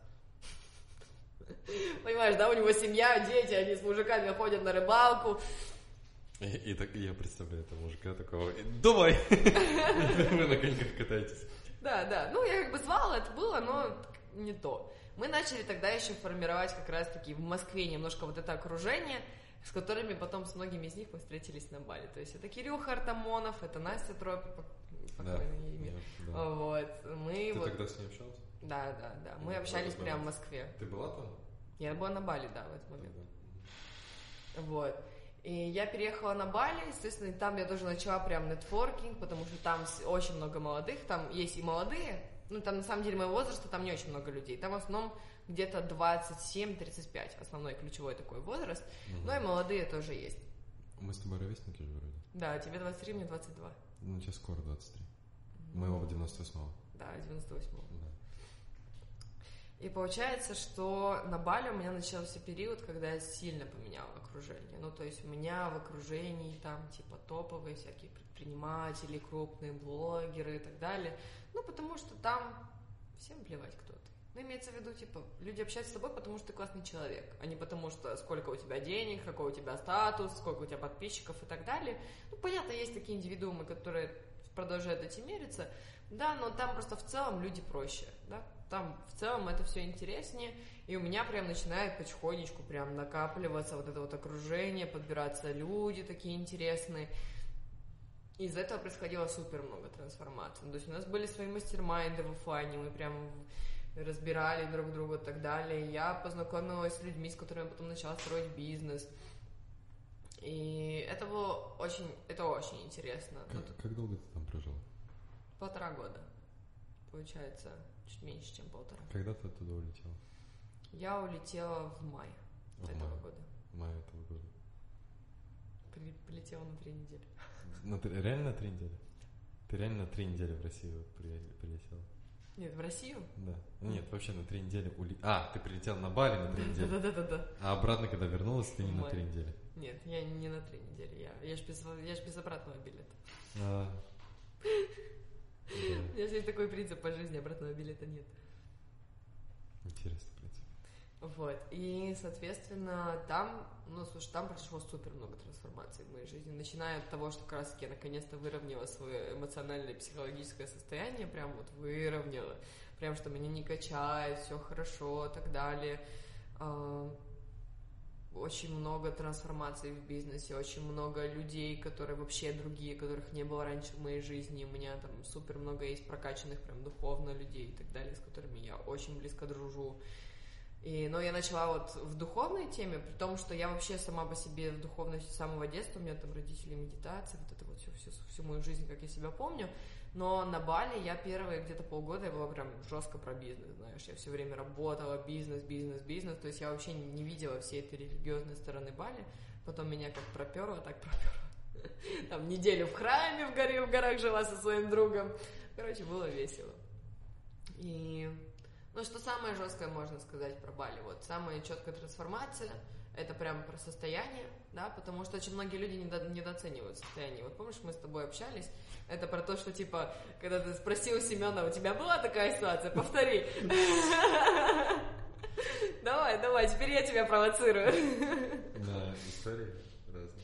Понимаешь, да, у него семья, дети, они с мужиками ходят на рыбалку. И так я представляю этого мужика такого, давай, вы на коньках катаетесь. Да, я как бы звала, это было, но не то. Мы начали тогда еще формировать как раз-таки в Москве немножко вот это окружение, с которыми потом с многими из них мы встретились на Бали. То есть это Кирюха Артамонов, это Настя Тропик, покойное имя. Да. Вот. Ты тогда с ней общался? Да. Мы общались прямо в Москве. Ты была там? Я была на Бали, да, в этот момент. Вот. И я переехала на Бали, естественно, и там я тоже начала прям нетворкинг, потому что там очень много молодых, там есть и молодые, там на самом деле моего возраста там не очень много людей, там в основном где-то 27-35, основной ключевой такой возраст, но и молодые тоже есть. Мы с тобой ровесники же вроде. Да, тебе 23, мне 22. Сейчас скоро 23. Мы оба 98-го. Да, 98-го. Да. И получается, что на Бали у меня начался период, когда я сильно поменяла окружение. То есть у меня в окружении там топовые всякие предприниматели, крупные блогеры и так далее. Потому что там всем плевать, кто ты. Имеется в виду, люди общаются с тобой, потому что ты классный человек, а не потому что сколько у тебя денег, какой у тебя статус, сколько у тебя подписчиков и так далее. Понятно, есть такие индивидуумы, которые продолжают этим мериться, да, но там просто в целом люди проще, да. Там в целом это все интереснее, и у меня прям начинает потихонечку прям накапливаться вот это вот окружение, подбираться люди такие интересные. И из этого происходило супер много трансформаций. То есть у нас были свои мастер-майнды в офлайне, мы прям разбирали друг друга и так далее. Я познакомилась с людьми, с которыми я потом начала строить бизнес. И это было очень интересно. Как долго ты там прожила? 1,5 года. Получается, чуть меньше, чем 1,5. Когда ты оттуда улетела? Я улетела в мае этого года. В мае этого года. Прилетела на 3 недели. Реально на 3 недели? Ты реально на 3 недели в Россию прилетела? Нет, в Россию? Да. Нет, вообще на 3 недели. Ты прилетела на Бали на 3 недели? Да. А обратно, когда вернулась, ты не на 3 недели? Нет, я не на 3 недели. Я ж без обратного билета. У меня есть такой принцип по жизни, обратного билета нет. Интересный принцип. Вот, и, соответственно, там произошло супер много трансформаций в моей жизни, начиная от того, что как раз-таки я наконец-то выровняла свое эмоциональное и психологическое состояние, прям вот выровняла, прям что меня не качает, все хорошо и так далее. Очень много трансформаций в бизнесе, очень много людей, которые вообще другие, которых не было раньше в моей жизни. У меня там супер много есть прокачанных прям духовно людей и так далее, с которыми я очень близко дружу. Но я начала вот в духовной теме, при том, что я вообще сама по себе в духовности с самого детства, у меня там родители медитации, вот это вот всю мою жизнь, как я себя помню. Но на Бали я первые где-то полгода я была прям жестко про бизнес, знаешь, я все время работала, бизнес, то есть я вообще не видела всей этой религиозной стороны Бали, потом меня как проперло, так проперло. Там неделю в храме в горах жила со своим другом, короче, было весело. Что самое жесткое можно сказать про Бали? Вот самая четкая трансформация — это прям про состояние, да, потому что очень многие люди недооценивают состояние. Вот помнишь, мы с тобой общались, это про то, что, типа, когда ты спросил Семена, у тебя была такая ситуация? Повтори. Давай, теперь я тебя провоцирую. Да, истории разные.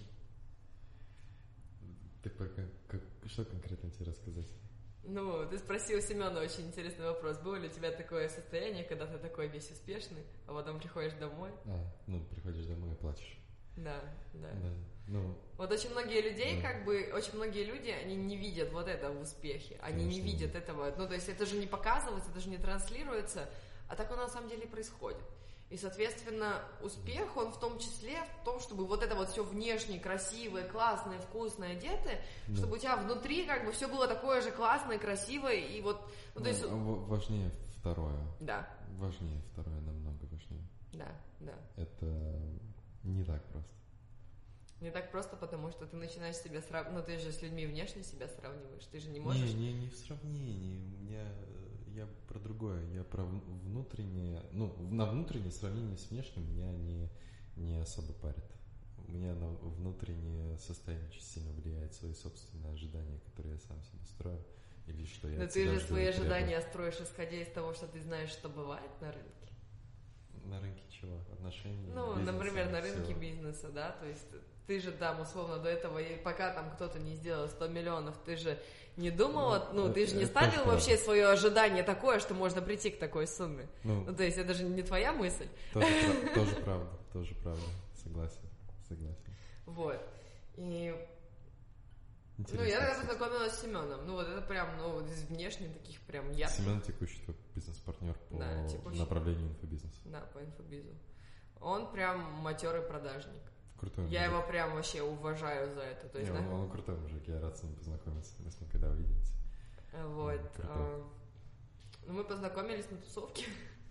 Что конкретно тебе рассказать? Ты спросил Семена очень интересный вопрос. Было ли у тебя такое состояние, когда ты такой весь успешный, а потом приходишь домой? Приходишь домой и плачешь. Да. Вот очень многие люди, они не видят вот это в успехе. Они не видят этого. То есть это же не показывается, это же не транслируется, а так оно на самом деле и происходит. И, соответственно, успех, он в том числе в том, чтобы вот это вот все внешне красивое, классное, вкусное, одетое, чтобы у тебя внутри как бы все было такое же классное, красивое, и вот... то есть... Важнее второе. Да. Важнее второе, намного важнее. Да. Это не так просто. Не так просто, потому что ты начинаешь себя сравнивать, ты же с людьми внешне себя сравниваешь, ты же не можешь... Не в сравнении, я про другое, я про внутреннее, на внутреннее сравнение с внешним меня не особо парит. У меня на внутреннее состояние очень сильно влияет свои собственные ожидания, которые я сам себе строю, или что я... Но ты же свои ожидания строишь, исходя из того, что ты знаешь, что бывает на рынке. На рынке чего? Отношений? Бизнеса, например, на рынке бизнеса, да, то есть ты же там, условно, до этого, и пока там кто-то не сделал 100 миллионов, ты же не думал, ты же не ставил вообще свое ожидание такое, что можно прийти к такой сумме. То есть это же не твоя мысль. Тоже правда, согласен. Вот, и... я тогда познакомилась с Семеном. Это прям, из внешне таких прям ярких. Семен текущий твой бизнес-партнер по направлению инфобизнеса. Да, по инфобизу. Он прям матерый продажник. Крутой я его прям вообще уважаю за это. То есть, он крутой мужик, я рад с ним познакомиться. Мы с ним когда увидимся. Вот. Мы познакомились на тусовке.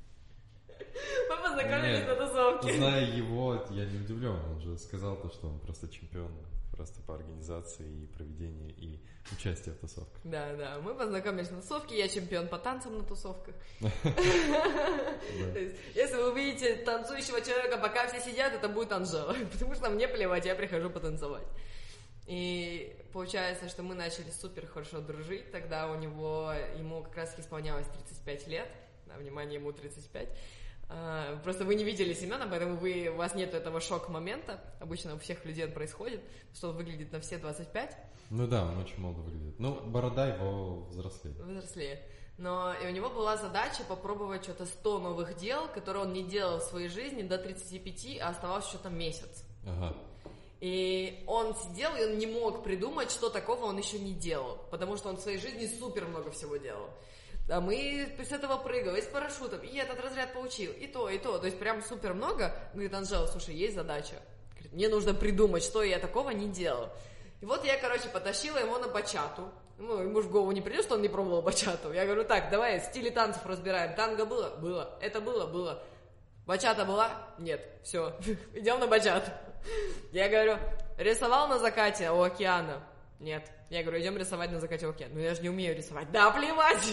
На тусовке. Зная его, я не удивлен. Он же сказал то, что он просто чемпион просто по организации и проведению и участию в тусовках. Да, мы познакомились на тусовке, я чемпион по танцам на тусовках. Если вы увидите танцующего человека, пока все сидят, это будет Анжела, потому что мне плевать, я прихожу потанцевать. И получается, что мы начали супер хорошо дружить, тогда ему как раз исполнялось 35 лет, внимание, ему 35. Просто вы не видели Семена, поэтому у вас нет этого шок-момента. Обычно у всех людей он происходит, что он выглядит на все 25. Он очень молодо выглядит. Борода его взрослее. Но и у него была задача попробовать что-то 100 новых дел, которые он не делал в своей жизни до 35, а оставался еще там месяц. Ага. И он сидел, и он не мог придумать, что такого он еще не делал, потому что он в своей жизни супер много всего делал. А мы с этого прыгали, с парашютом, и этот разряд получил, и то. То есть прям супер много. Говорит, Анжела, слушай, есть задача. Говорит, мне нужно придумать, что я такого не делал. И вот я, потащила его на бачату. Ему же в голову не придет, что он не пробовал бачату. Я говорю, так, давай стили танцев разбираем. Танго было? Было. Это было? Было. Бачата была? Нет. Все, идем на бачату. Я говорю, рисовал на закате у океана? Нет. Я говорю, идем рисовать на закате у океана. Ну я же не умею рисовать. Да плевать!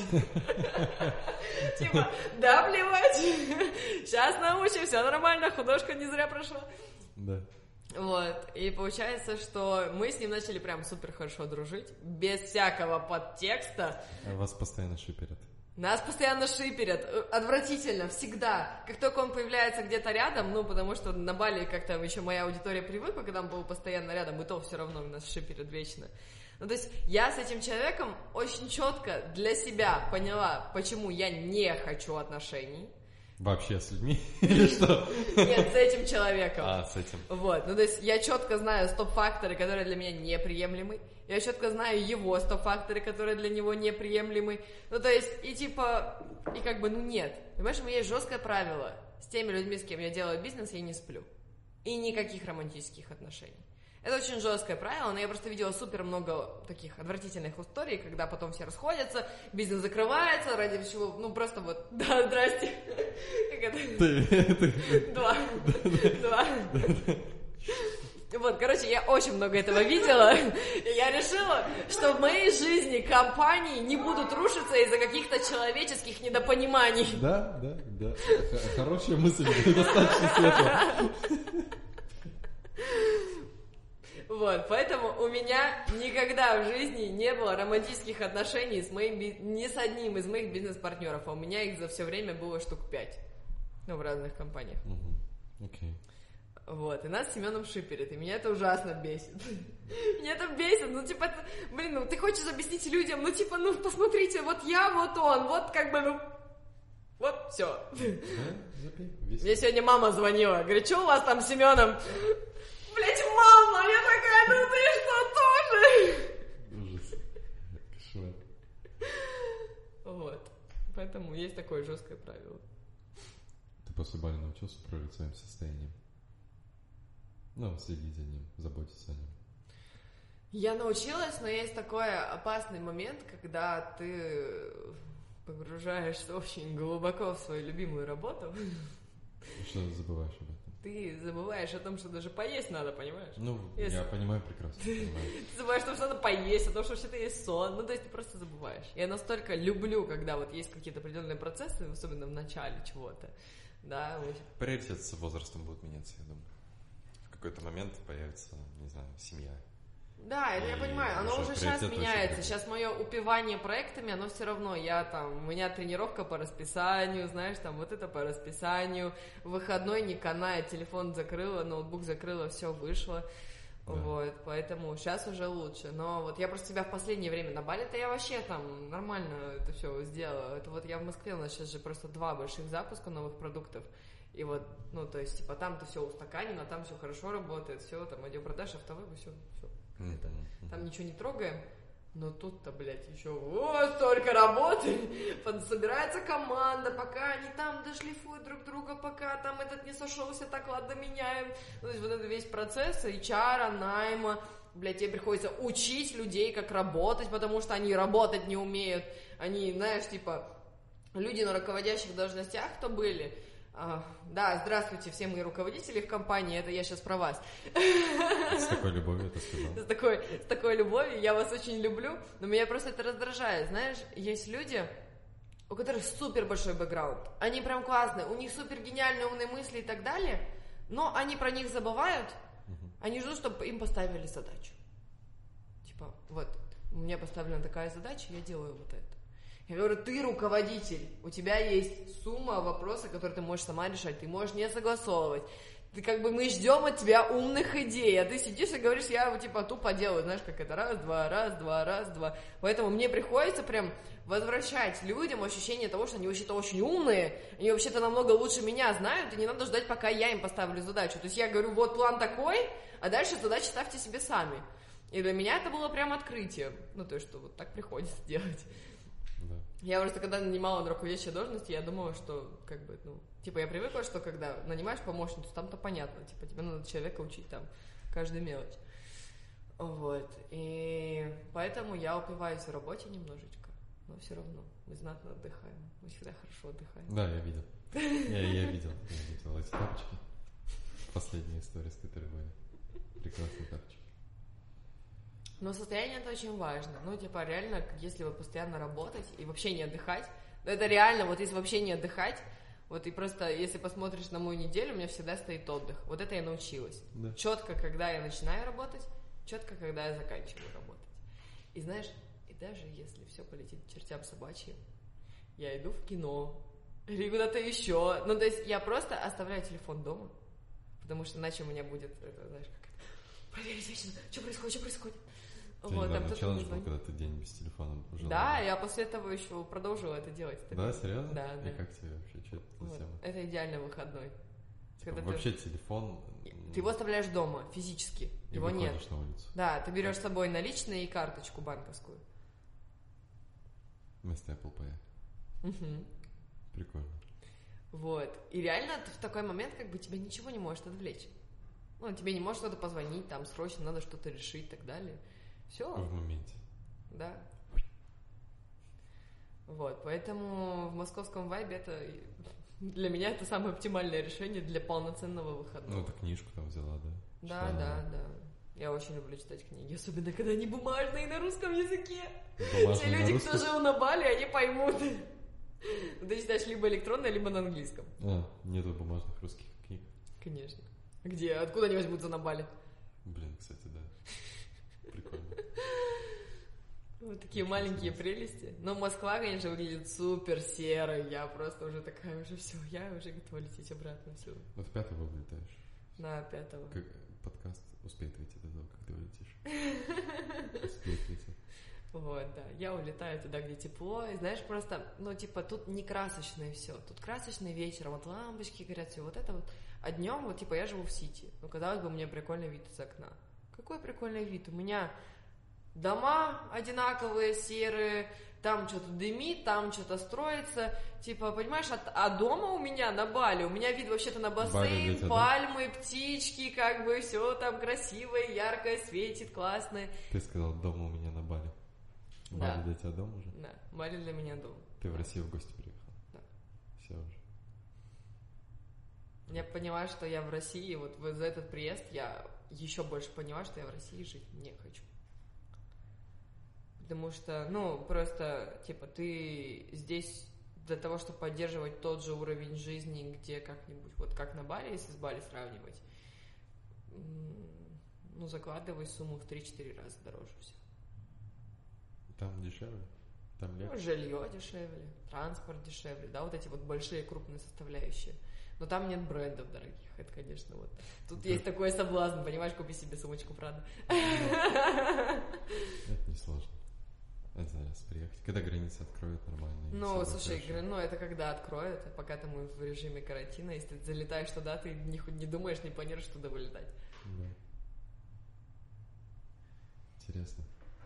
Типа, да плевать! Сейчас научим, все нормально, художка не зря прошла. Да. Вот, и получается, что мы с ним начали прям супер хорошо дружить, без всякого подтекста. А вас постоянно шиперят? Нас постоянно шиперят, отвратительно, всегда. Как только он появляется где-то рядом, ну, потому что на Бали как-то еще моя аудитория привыкла, когда он был постоянно рядом, и то все равно нас шиперят вечно. Ну, то есть я с этим человеком очень четко для себя поняла, почему я не хочу отношений. Вообще с людьми или что? Нет, с этим человеком. А, с этим. Вот, ну то есть я четко знаю стоп-факторы, которые для меня неприемлемы. Я четко знаю его стоп-факторы, которые для него неприемлемы. Ну то есть, и типа, и как бы, ну нет. Понимаешь, у меня есть жесткое правило. С теми людьми, с кем я делаю бизнес, я не сплю. И никаких романтических отношений. Это очень жесткое правило, но я просто видела супер много таких отвратительных историй, когда потом все расходятся, бизнес закрывается, ради чего, ну просто вот, да, здрасте. Как это? Два. Вот, короче, я очень много этого видела, и я решила, что в моей жизни компании не будут рушиться из-за каких-то человеческих недопониманий. Да. Хорошая мысль, достаточно светлая. Вот, поэтому у меня никогда в жизни не было романтических отношений ни с одним из моих бизнес-партнеров, а у меня их за все время было штук 5, ну, в разных компаниях. Окей. Вот, и нас с Семеном шиперит, и меня это ужасно бесит. Меня это бесит, ну, типа, блин, ну, ты хочешь объяснить людям, ну, типа, ну, посмотрите, вот я, вот он, вот, как бы, ну, вот, все. Мне сегодня мама звонила, говорит, что у вас там с Семеном? Блять, мама, я такая, ну ты что, тоже? Ужас. Кошмар. Вот, поэтому есть такое жесткое правило. Ты после Бали научился управлять своим состоянием? Ну, следить за ним, заботиться о нем. Я научилась, но есть такой опасный момент, когда ты погружаешься очень глубоко в свою любимую работу. Что ты забываешь об этом? Ты забываешь о том, что даже поесть надо, понимаешь? Ну, я понимаю прекрасно. Ты забываешь, что надо поесть, о том, что вообще-то есть сон. Ну, то есть ты просто забываешь. Я настолько люблю, когда вот есть какие-то определенные процессы, особенно в начале чего-то. Да, приоритеты с возрастом будут меняться, я думаю. В какой-то момент появится, не знаю, семья. Да, это я понимаю, оно уже сейчас меняется. Сейчас мое упивание проектами, оно все равно, у меня тренировка по расписанию, знаешь, там вот это по расписанию, выходной не канает, телефон закрыла, ноутбук закрыла, все, вышло. Да. Вот, поэтому сейчас уже лучше. Но вот я просто себя в последнее время на Бали-то я вообще там нормально это все сделала. Это вот я в Москве, у нас сейчас же просто 2 больших запуска новых продуктов. И вот, ну, то есть, типа, там-то все устаканено, там все хорошо работает, все, там, отдел продаж, автовыгу, все. Там ничего не трогаем, но тут-то, блядь, еще вот столько работы, собирается команда, пока они там дошлифуют друг друга, пока там этот не сошелся, так, ладно, меняем. Ну, то есть, вот этот весь процесс HR, найма, блядь, тебе приходится учить людей, как работать, потому что они работать не умеют. Они, знаешь, типа, люди на руководящих должностях, кто были... да, здравствуйте, все мои руководители в компании, это я сейчас про вас. С такой любовью это сказал. С такой любовью, я вас очень люблю, но меня просто это раздражает. Знаешь, есть люди, у которых супер большой бэкграунд, они прям классные, у них супер гениальные умные мысли и так далее, но они про них забывают, они ждут, чтобы им поставили задачу. Типа, вот, у меня поставлена такая задача, я делаю вот это. Я говорю, ты руководитель, у тебя есть сумма вопросов, которые ты можешь сама решать, ты можешь не согласовывать. Ты как бы, мы ждем от тебя умных идей, а ты сидишь и говоришь, я типа тупо делаю, знаешь, как это, раз-два. Поэтому мне приходится прям возвращать людям ощущение того, что они вообще-то очень умные, они вообще-то намного лучше меня знают, и не надо ждать, пока я им поставлю задачу. То есть я говорю, вот план такой, а дальше задачи ставьте себе сами. И для меня это было прям открытие, ну то есть, что вот так приходится делать. Я просто, когда нанимала на руководящие должности, я думала, что, как бы, ну, типа, я привыкла, что когда нанимаешь помощницу, там-то понятно, типа, тебе надо человека учить там каждую мелочь. Вот, и поэтому я упиваюсь в работе немножечко, но все равно мы знатно отдыхаем, мы всегда хорошо отдыхаем. Да, я видел. Я видел эти тапочки. Последняя история, с которой были. Прекрасные тапочки. Но состояние это очень важно. Ну, типа, реально, если вот постоянно работать и вообще не отдыхать, это реально, вот если вообще не отдыхать, вот и просто, если посмотришь на мою неделю, у меня всегда стоит отдых. Вот это я научилась. Да. Четко, когда я начинаю работать, четко, когда я заканчиваю работать. И знаешь, и даже если все полетит к чертям собачьим, я иду в кино или куда-то еще. Ну, то есть я просто оставляю телефон дома, потому что иначе у меня будет, это, знаешь, как это, проверить вечно, что происходит. Вот, там челлендж был, когда ты день без телефона жил. Да, я после этого еще продолжила это делать. Да, серьезно? Да. И как тебе вообще? Что это за тема? Это идеальный выходной. Типа, вообще телефон... Ты его оставляешь дома, физически. И его нет. На улицу. Да, ты берешь с собой наличные и карточку банковскую. Вместо Apple Pay. Угу. Прикольно. Вот. И реально в такой момент как бы тебя ничего не может отвлечь. Ну, тебе не может кто-то позвонить, там срочно надо что-то решить и так далее. Все. В моменте. Да. Вот, поэтому в московском вайбе это для меня это самое оптимальное решение для полноценного выходного. Ну, ты книжку там взяла, да? Да. Я очень люблю читать книги, особенно когда они бумажные на русском языке. Те люди, кто жил на Бали, они поймут. Ты читаешь либо электронно, либо на английском. Нету бумажных русских книг. Конечно. Где? Откуда они возьмутся на Бали? Блин, кстати, да. Прикольно. Вот такие маленькие прелести. Но Москва, конечно, выглядит супер серой. Я просто уже такая, уже все, я уже готова лететь обратно. Все. Вот 5-го вылетаешь? Да, 5-го. Как подкаст успеет выйти до того, как ты улетишь? Успеет выйти. Вот, да. Я улетаю туда, где тепло. И знаешь, просто, ну, типа, тут не красочное все. Тут красочный вечер, вот лампочки горят, все вот это вот. А днем, вот, типа, я живу в Сити. Ну, казалось бы, у меня прикольный вид из окна. Какой прикольный вид? У меня дома одинаковые, серые, там что-то дымит, там что-то строится. Типа, понимаешь, а дома у меня на Бали, у меня вид вообще-то на бассейн, пальмы, птички, как бы все там красивое, яркое, светит, классное. Ты сказал, дома у меня на Бали. Бали для тебя дом уже? Да, Бали для меня дом. Ты в Россию в гости приехал? Да. Все уже. Я поняла, что я в России, вот за этот приезд я еще больше поняла, что я в России жить не хочу. Потому что, ну, просто, типа, ты здесь для того, чтобы поддерживать тот же уровень жизни, где как-нибудь, вот как на Бали, если с Бали сравнивать, ну, закладывай сумму в 3-4 раза дороже все. Там дешевле? Там легче? Ну, жилье дешевле, транспорт дешевле, да, вот эти вот большие крупные составляющие. Но там нет брендов дорогих, это, конечно, вот. Тут есть такой соблазн, понимаешь, купи себе сумочку Прада. Это не сложно. Это раз приехать. Когда границы откроют нормально? Ну, слушай, ну это когда откроют, а пока там мы в режиме карантина, если ты залетаешь туда, ты не думаешь, не планируешь туда вылетать. Да. Интересно.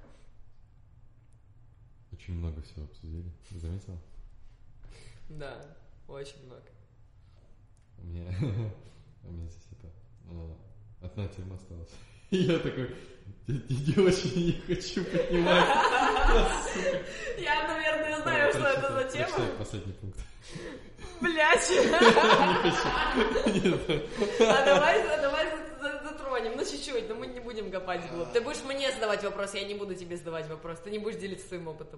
Очень много всего обсудили. Заметила? Да, очень много. У меня здесь одна тема осталась. И я такой, я очень не хочу поднимать. Я, наверное, знаю, что это за тема. Прочитай последний пункт. Блядь. А давай затронем, ну чуть-чуть, но мы не будем копать вглубь. Ты будешь мне задавать вопрос, я не буду тебе задавать вопрос. Ты не будешь делиться своим опытом.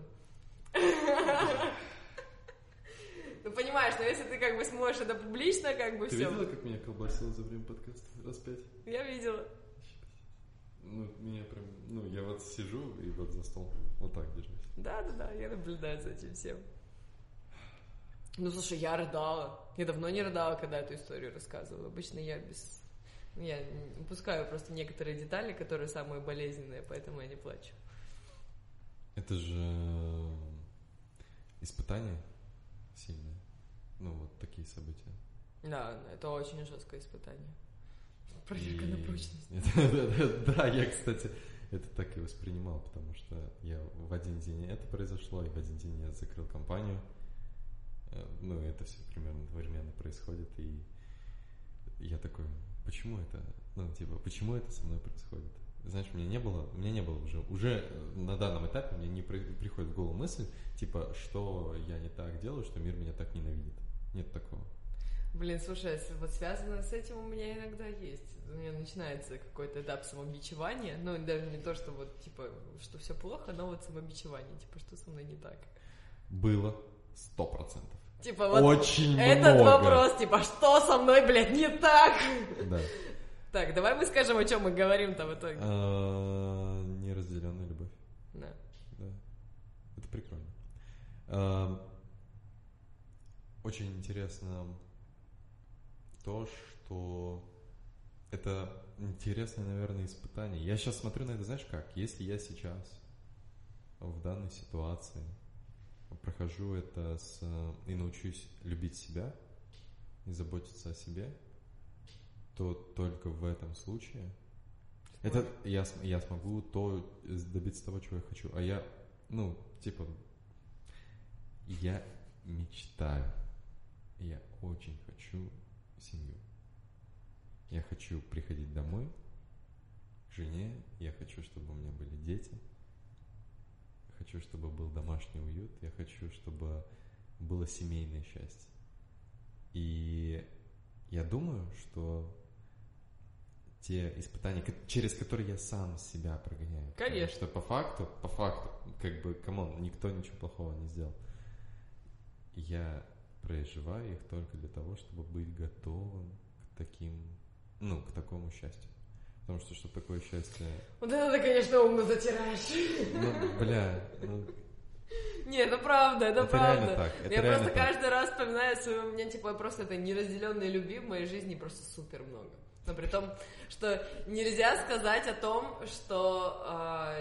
Ну, понимаешь, но если ты как бы сможешь это публично, как бы ты все. Ты видела, как меня колбасило за время подкаста? Раз 5? Я видела. Ну, меня прям... Ну, я вот сижу и вот за стол вот так держусь. Да, я наблюдаю за этим всем. Ну, слушай, я рыдала. Я давно не рыдала, когда эту историю рассказывала. Обычно я Я упускаю просто некоторые детали, которые самые болезненные, поэтому я не плачу. Это же испытание сильное. Ну, вот такие события. Да, это очень жесткое испытание. Проверка на прочность. Да, я, кстати, это так и воспринимал, потому что я в один день это произошло, и в один день я закрыл компанию. Ну, это все примерно одновременно происходит, и я такой, почему это, ну, типа, почему это со мной происходит? Знаешь, у меня не было уже на данном этапе мне не приходит в голову мысль, типа, что я не так делаю, что мир меня так ненавидит. Нет такого. Блин, слушай, вот связано с этим у меня иногда есть. У меня начинается какой-то этап самобичевания. Ну, даже не то, что вот, типа, что все плохо, но вот самобичевание. Типа, что со мной не так? Было 100%. Типа, вот очень этот много. вопрос, типа, что со мной, блядь, не так? Да. Так, давай мы скажем, о чем мы говорим-то в итоге. Неразделенная любовь. Да. Это прикольно. Очень интересно то, что это интересное, наверное, испытание. Я сейчас смотрю на это, знаешь как? Если я сейчас в данной ситуации прохожу это и научусь любить себя и заботиться о себе, то только в этом случае я смогу добиться того, чего я хочу. А я, я мечтаю. Я очень хочу семью. Я хочу приходить домой к жене. Я хочу, чтобы у меня были дети. Я хочу, чтобы был домашний уют. Я хочу, чтобы было семейное счастье. И я думаю, что те испытания, через которые я сам себя прогоняю. Конечно. Что по факту, как бы, камон, никто ничего плохого не сделал. Я проживаю их только для того, чтобы быть готовым к такому счастью. Потому что такое счастье... Вот это ты, конечно, умно затираешь. Не, это правда, это правда. Реально так, я просто каждый раз вспоминаю свою, у меня типа просто это неразделенной любви в моей жизни просто супер много. Но при том, что нельзя сказать о том, что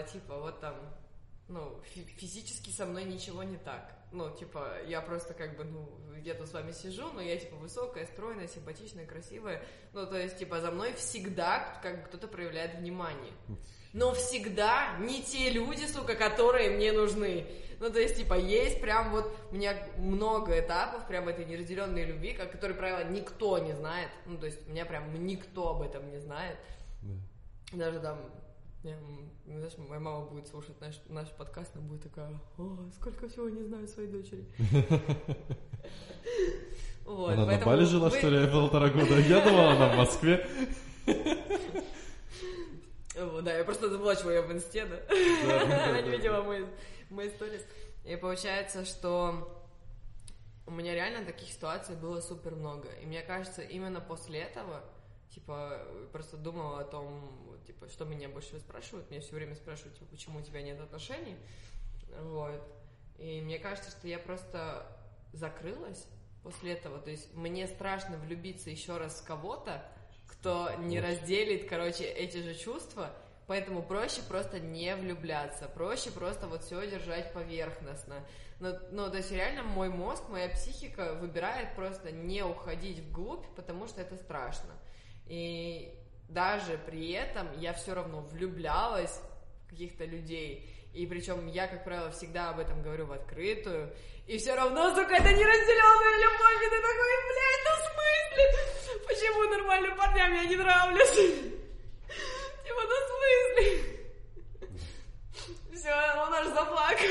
физически со мной ничего не так. Я просто где-то с вами сижу, но я высокая, стройная, симпатичная, красивая. За мной всегда кто-то проявляет внимание. Но всегда не те люди, сука, которые мне нужны. Есть прям вот у меня много этапов прям этой неразделенной любви, которые, правило, никто не знает. У меня прям никто об этом не знает. Даже там... Знаешь, моя мама будет слушать наш подкаст, она будет такая: о, сколько всего не знаю своей дочери. Она на Бали жила, что ли, 1,5 года? Я думала, она в Москве. Да, я просто заблочила ее в инсте, да? Она не видела мои сторис. И получается, что у меня реально таких ситуаций было супер много. И мне кажется, именно после этого... просто думала о том, что меня больше всего спрашивают. Меня все время спрашивают, почему у тебя нет отношений. Вот. И мне кажется, что я просто закрылась после этого. То есть мне страшно влюбиться еще раз в кого-то, кто не разделит, эти же чувства. Поэтому проще просто не влюбляться. Проще просто все держать поверхностно. То есть реально мой мозг, моя психика выбирает просто не уходить вглубь, потому что это страшно. И даже при этом я все равно влюблялась в каких-то людей. И причем я, как правило, всегда об этом говорю в открытую. И все равно, сука, это неразделенная любовь. И ты такой, блядь, в смысле? Почему нормальным парням я не нравлюсь? В смысле? Все, он аж заплакал.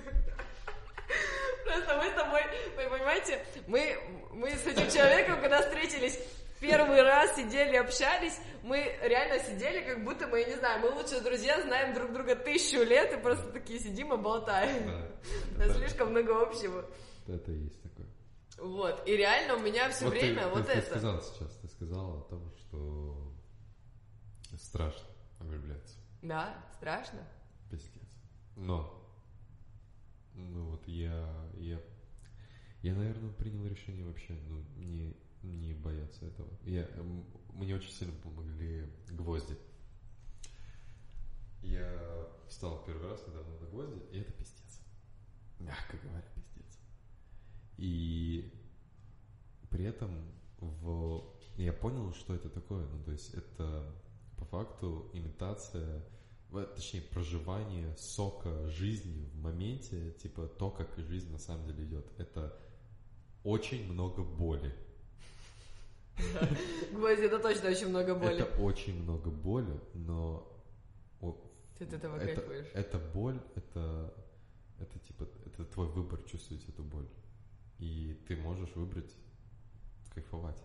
Просто мы с тобой, вы понимаете, мы с этим человеком, когда встретились... Первый раз сидели, общались, мы реально сидели, как будто мы, я не знаю, мы лучшие друзья, знаем друг друга 1000 лет, и просто такие сидим и болтаем. Да, слишком много общего. Это и есть такое. Вот, и реально у меня все время ты сказала сейчас, ты сказала о том, что страшно влюбляться. Да, страшно. Пиздец. Но, я, наверное, принял решение вообще, не бояться этого. Мне очень сильно помогли гвозди. Я встал первый раз недавно на гвозди, и это пиздец. Мягко говоря, пиздец. И при этом я понял, что это такое. То есть это по факту имитация, точнее проживание сока жизни в моменте, то, как жизнь на самом деле идет. Это очень много боли. Гвозди, это точно очень много боли. Это очень много боли, но ты от этого кайфуешь. Это боль, это твой выбор чувствовать эту боль. И ты можешь выбрать кайфовать.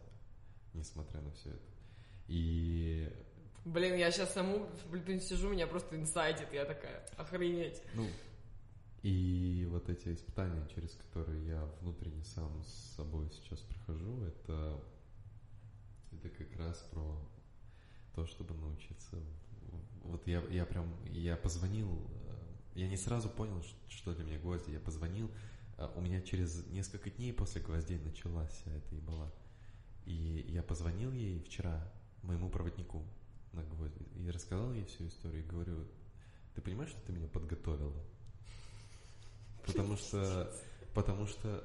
несмотря на все это. И... Блин, я сейчас сижу, меня просто инсайтит, я такая, охренеть. Ну, и вот эти испытания, через которые я внутренне сам с собой сейчас прохожу, это как раз про то, чтобы научиться. Вот я позвонил, я не сразу понял, что для меня гвозди. Я позвонил, у меня через несколько дней после гвоздей началась вся эта ебала. И я позвонил ей вчера, моему проводнику на гвозди, и рассказал ей всю историю, и говорю: ты понимаешь, что ты меня подготовила? Потому что,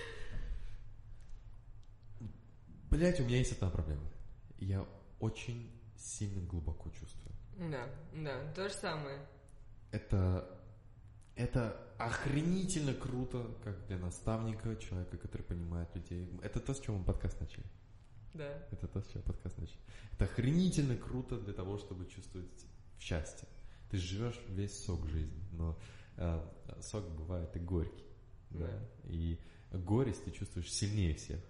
блять, у меня есть одна проблема. Я очень сильно глубоко чувствую. Да, то же самое. Это охренительно круто, как для наставника, человека, который понимает людей. Это то, с чего мы подкаст начали. Да. Это то, с чего подкаст начали. Это охренительно круто для того, чтобы чувствовать счастье. Ты живешь весь сок жизни, но сок бывает и горький. Да? И горесть ты чувствуешь сильнее всех.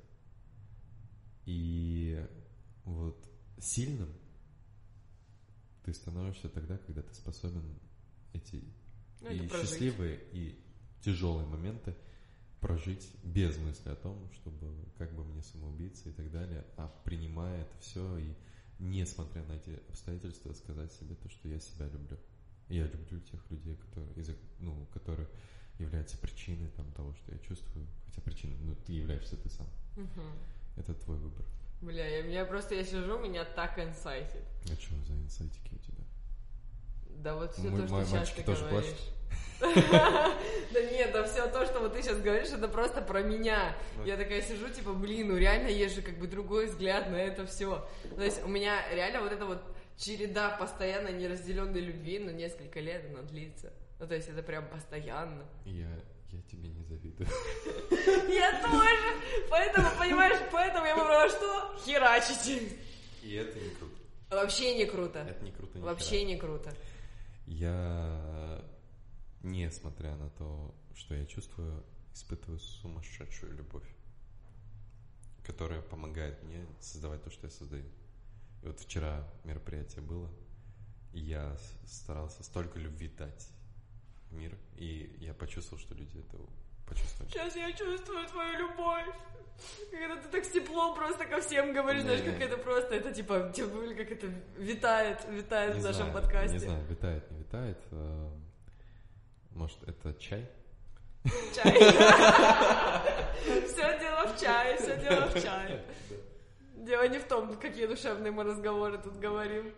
И вот сильным ты становишься тогда, когда ты способен эти и счастливые, и тяжелые моменты прожить без мысли о том, чтобы как бы мне самоубийца и так далее, а принимая это все и несмотря на эти обстоятельства сказать себе то, что я себя люблю. Я люблю тех людей, которые являются причиной того, что я чувствую. Хотя причиной, ты являешься ты сам. Угу. Это твой выбор. Бля, я сижу, меня так инсайтит. А что за инсайтики у тебя? Да вот все то, что сейчас ты тоже говоришь. Да нет, да все то, что вот ты сейчас говоришь, это просто про меня. Я такая сижу, типа, реально есть же как бы другой взгляд на это все. То есть у меня реально вот эта вот череда постоянно неразделенной любви, несколько лет она длится. Ну то есть это прям постоянно. Я тебе не завидую. Я тоже! Поэтому, понимаешь, я выбрала что? Херачить. И это не круто. Вообще не круто. Это не круто. Вообще не круто. Я, несмотря на то, что я чувствую, испытываю сумасшедшую любовь, которая помогает мне создавать то, что я создаю. И вот вчера мероприятие было, и я старался столько любви дать в мир, и я почувствовал, что люди это почувствовали. Сейчас я чувствую твою любовь. Когда ты так с теплом просто ко всем говоришь, знаешь, как это просто, это типа, как это витает в нашем подкасте. Не знаю, витает, не витает. Может, это чай? Чай. Все дело в чае, Дело не в том, какие душевные мы разговоры тут говорим.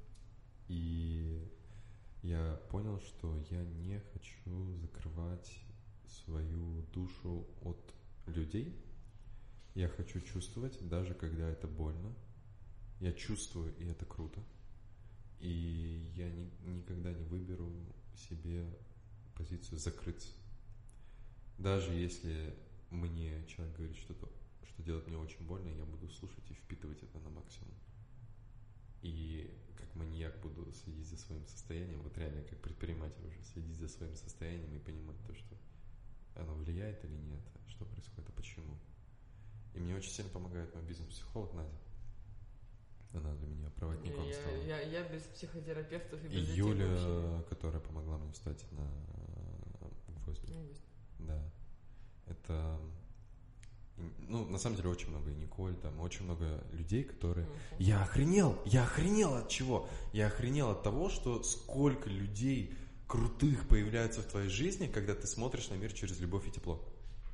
И я понял, что я не хочу закрывать свою душу от людей. Я хочу чувствовать, даже когда это больно. Я чувствую, и это круто. И я никогда не выберу себе позицию закрыться. Даже если мне человек говорит что-то, что делает мне очень больно, я буду слушать и впитывать это на максимум. И как маньяк буду следить за своим состоянием, вот реально как предприниматель уже, следить за своим состоянием и понимать то, что оно влияет или нет, что происходит, а почему. И мне очень сильно помогает мой бизнес-психолог Надя. Она для меня проводником стала. Я без психотерапевтов и без этих Юля, вообще. Которая помогла мне встать на гвозди. Да. Это... на самом деле очень много, и Николь, там очень много людей, которые... Я охренел от чего? Я охренел от того, что сколько людей крутых появляется в твоей жизни, когда ты смотришь на мир через любовь и тепло.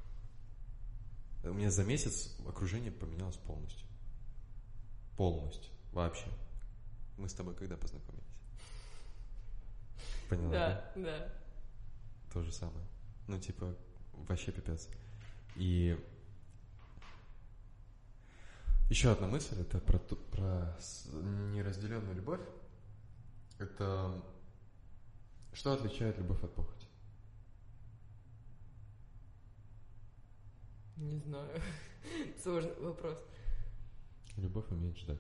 У меня за месяц окружение поменялось полностью. Полностью. Вообще. Мы с тобой когда познакомились? Поняла, да? То же самое. Вообще пипец. И еще одна мысль, это про неразделенную любовь. Это что отличает любовь от похоти? Не знаю. Сложный вопрос. Любовь умеет ждать.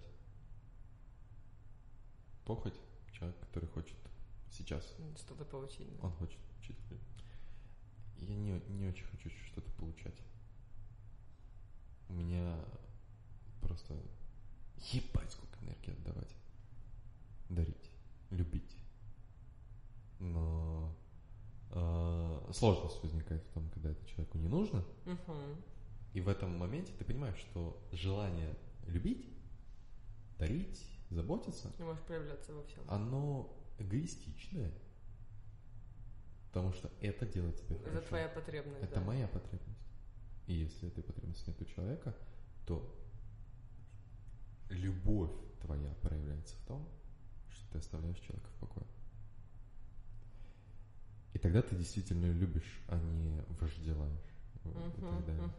Похоть — человек, который хочет сейчас. Что-то получить. Он хочет получить. Я не очень хочу что-то получать. У меня просто сложность возникает в том, когда это человеку не нужно. И в этом моменте ты понимаешь, что желание любить, дарить, заботиться, не может проявляться во всем. Оно эгоистичное. Потому что это делает тебе хорошо. Это твоя потребность. Это моя потребность. И если этой потребности нет у человека, то любовь твоя проявляется в том, что ты оставляешь человека в покое. И тогда ты действительно любишь, а не вожделаешь. И так далее.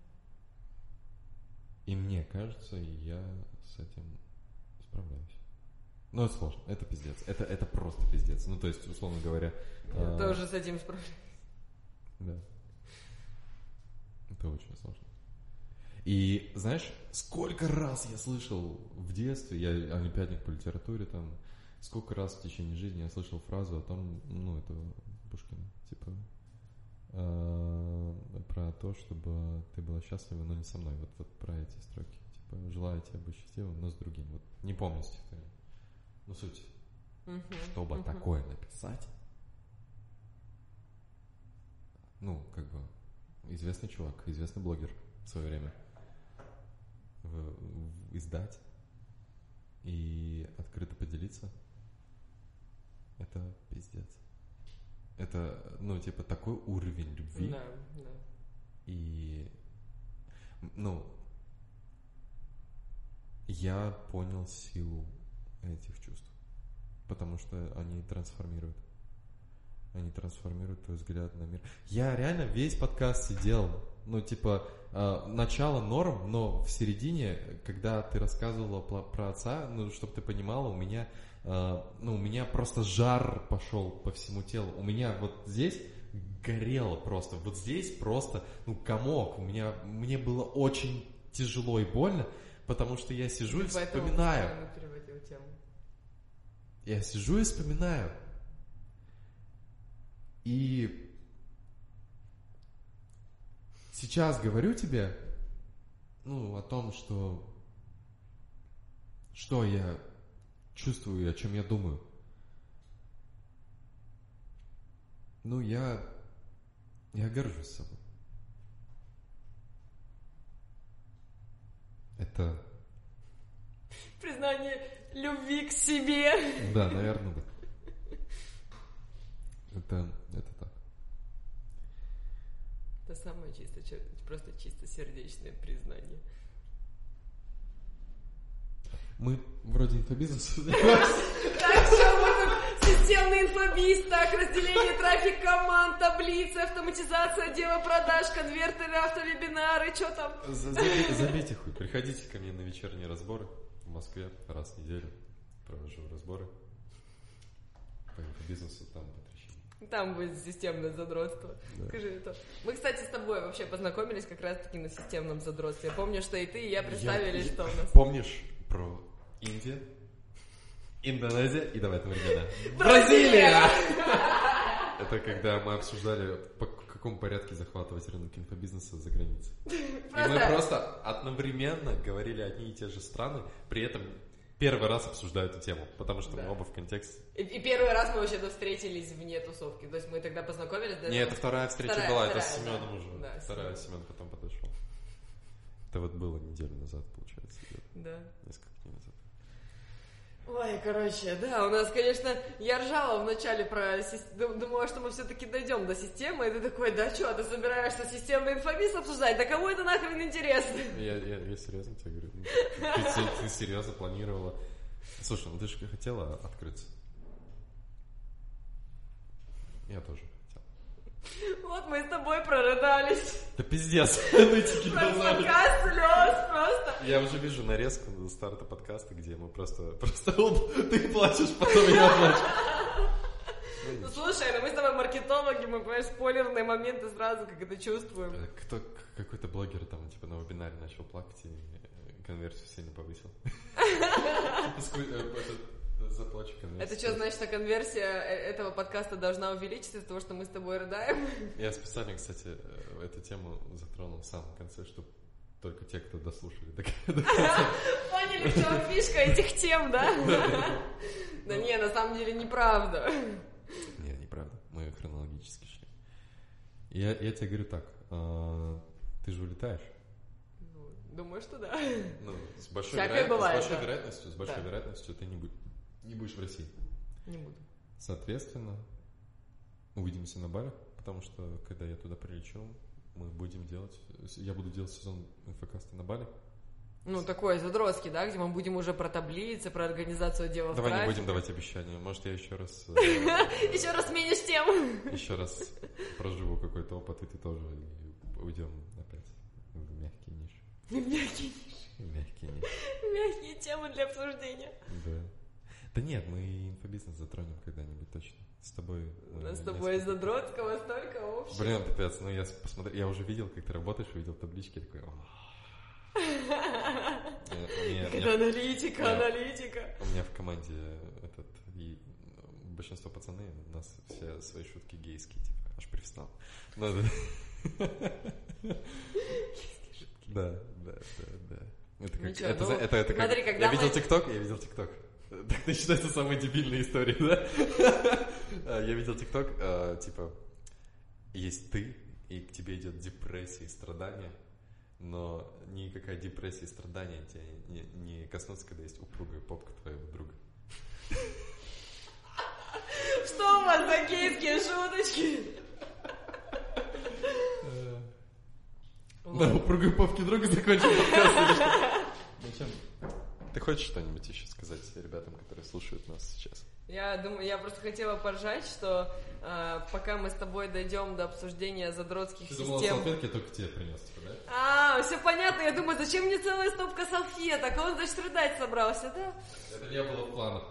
И мне кажется, я с этим справляюсь. Но это сложно, это пиздец. Это просто пиздец. Ну, то есть, условно говоря... Я тоже с этим справляюсь. Да. Это очень сложно. И, знаешь, сколько раз я слышал в детстве, я олимпиадник по литературе, там, сколько раз в течение жизни я слышал фразу о том, ну, это Пушкина, типа, про то, чтобы ты была счастлива, но не со мной. Вот про эти строки. Типа, желаю тебе быть счастливым, но с другим. Вот не помню стихотворение. Ну, суть. Чтобы такое написать, ну, как бы, известный чувак, известный блогер в свое время издать и открыто поделиться, это пиздец. Это, ну, типа, такой уровень любви. Да. И, ну, я понял силу этих чувств, потому что они трансформируют. Они трансформируют твой взгляд на мир. Я реально весь подкаст сидел, ну, типа, начало норм, но в середине, когда ты рассказывала про отца, ну, чтобы ты понимала, у меня просто жар пошел по всему телу. У меня вот здесь горело просто, вот здесь просто, ну, комок. Мне было очень тяжело и больно, потому что я сижу и вспоминаю. Я сижу и вспоминаю. И сейчас говорю тебе, ну, о том, что я чувствую и о чем я думаю. Ну, я горжусь собой. Это... Признание любви к себе. Да, наверное, да. Это так. Это самое просто чисто сердечное признание. Мы вроде инфобизнеса. Так, что мы тут системный инфобиз, так, разделение трафик команд, таблицы, автоматизация, отдела продаж, конвертеры, автовебинары, что там? Забейте хуй, приходите ко мне на вечерние разборы в Москве раз в неделю, провожу разборы по инфобизнесу, там потрясение. Там будет системное задротство. Да. Скажи это. Мы, кстати, с тобой вообще познакомились как раз-таки на системном задротстве. Я помню, что и ты, и я представили, что у нас... Помнишь про Индию, Индонезия и давай одновременно Бразилия! Это когда мы обсуждали, в каком порядке захватывать рынок инфобизнеса за границей. И мы просто одновременно говорили одни и те же страны, при этом первый раз обсуждаю эту тему, потому что мы оба в контексте. И первый раз мы вообще-то встретились вне тусовки, то есть мы тогда познакомились. Нет, это вторая встреча была, это с Семеном уже. Да, вторая, Семен потом подошел. Это вот было неделю назад, получается. Да. Несколько дней назад. Ой, короче, да, у нас, конечно, я ржала вначале думала, что мы все-таки дойдем до системы, и ты такой, да что, ты собираешься системный инфобиз обсуждать? Да кому это нахрен интересно? Я серьезно тебе говорю. Ты серьезно планировала? Слушай, ну ты же хотела открыться. Я тоже хотел. Вот мы с тобой прорыдались. Да пиздец. Подкаст слез просто. Я уже вижу нарезку до старта подкаста, где мы просто ты плачешь, потом я плачу. Ну слушай, мы с тобой маркетологи, мы, понимаешь, спойлерные моменты сразу как это чувствуем. Какой-то блогер там типа на вебинаре начал плакать и конверсию сильно повысил. Заплачу конверсию. Это что, значит, что конверсия этого подкаста должна увеличиться из-за того, что мы с тобой рыдаем? Я специально, кстати, эту тему затронул в самом конце, чтобы только те, кто дослушали до конца. Поняли, в чем фишка этих тем, да? Да не, на самом деле неправда. Не, неправда. Мы хронологически шли. Я тебе говорю так, ты же улетаешь? Ну, думаю, что да. Ну, с большой вероятностью ты не будешь в России. Не буду. Соответственно, увидимся на Бали, потому что, когда я туда прилечу, я буду делать сезон инфокаста на Бали. Ну, такой задротский, да, где мы будем уже про таблицы, про организацию дела в трафике. Давай не будем давать обещания. Может, я еще раз... Еще раз сменишь тему. Еще раз проживу какой-то опыт, и ты тоже, и уйдем опять в мягкие ниши. Мягкие темы для обсуждения. Да. Да нет, мы инфобизнес затронем когда-нибудь точно. С тобой... У нас с тобой из задротского столько общего. Блин, пипец, ну я посмотрел, я уже видел, как ты работаешь, увидел таблички, такой... Аналитика. У меня в команде большинство пацаны, у нас все свои шутки гейские, типа, аж привстал. Да. Это смотри, когда я видел ТикТок. Это считается самой дебильной историей, да? Я видел ТикТок, типа, есть ты, и к тебе идет депрессия и страдания, но никакая депрессия и страдания тебя не коснутся, когда есть упругая попка твоего друга. Что у вас за гейские шуточки? На упругой попке друга закончим подкаст. Ты хочешь что-нибудь еще сказать ребятам, которые слушают нас сейчас? Я просто хотела поржать, что пока мы с тобой дойдем до обсуждения задротских систем... Ты думала, салфетки я только тебе принес, типа, да? Все понятно, я думаю, зачем мне целая стопка салфеток? Он, значит, рыдать собрался, да? Это не было в планах.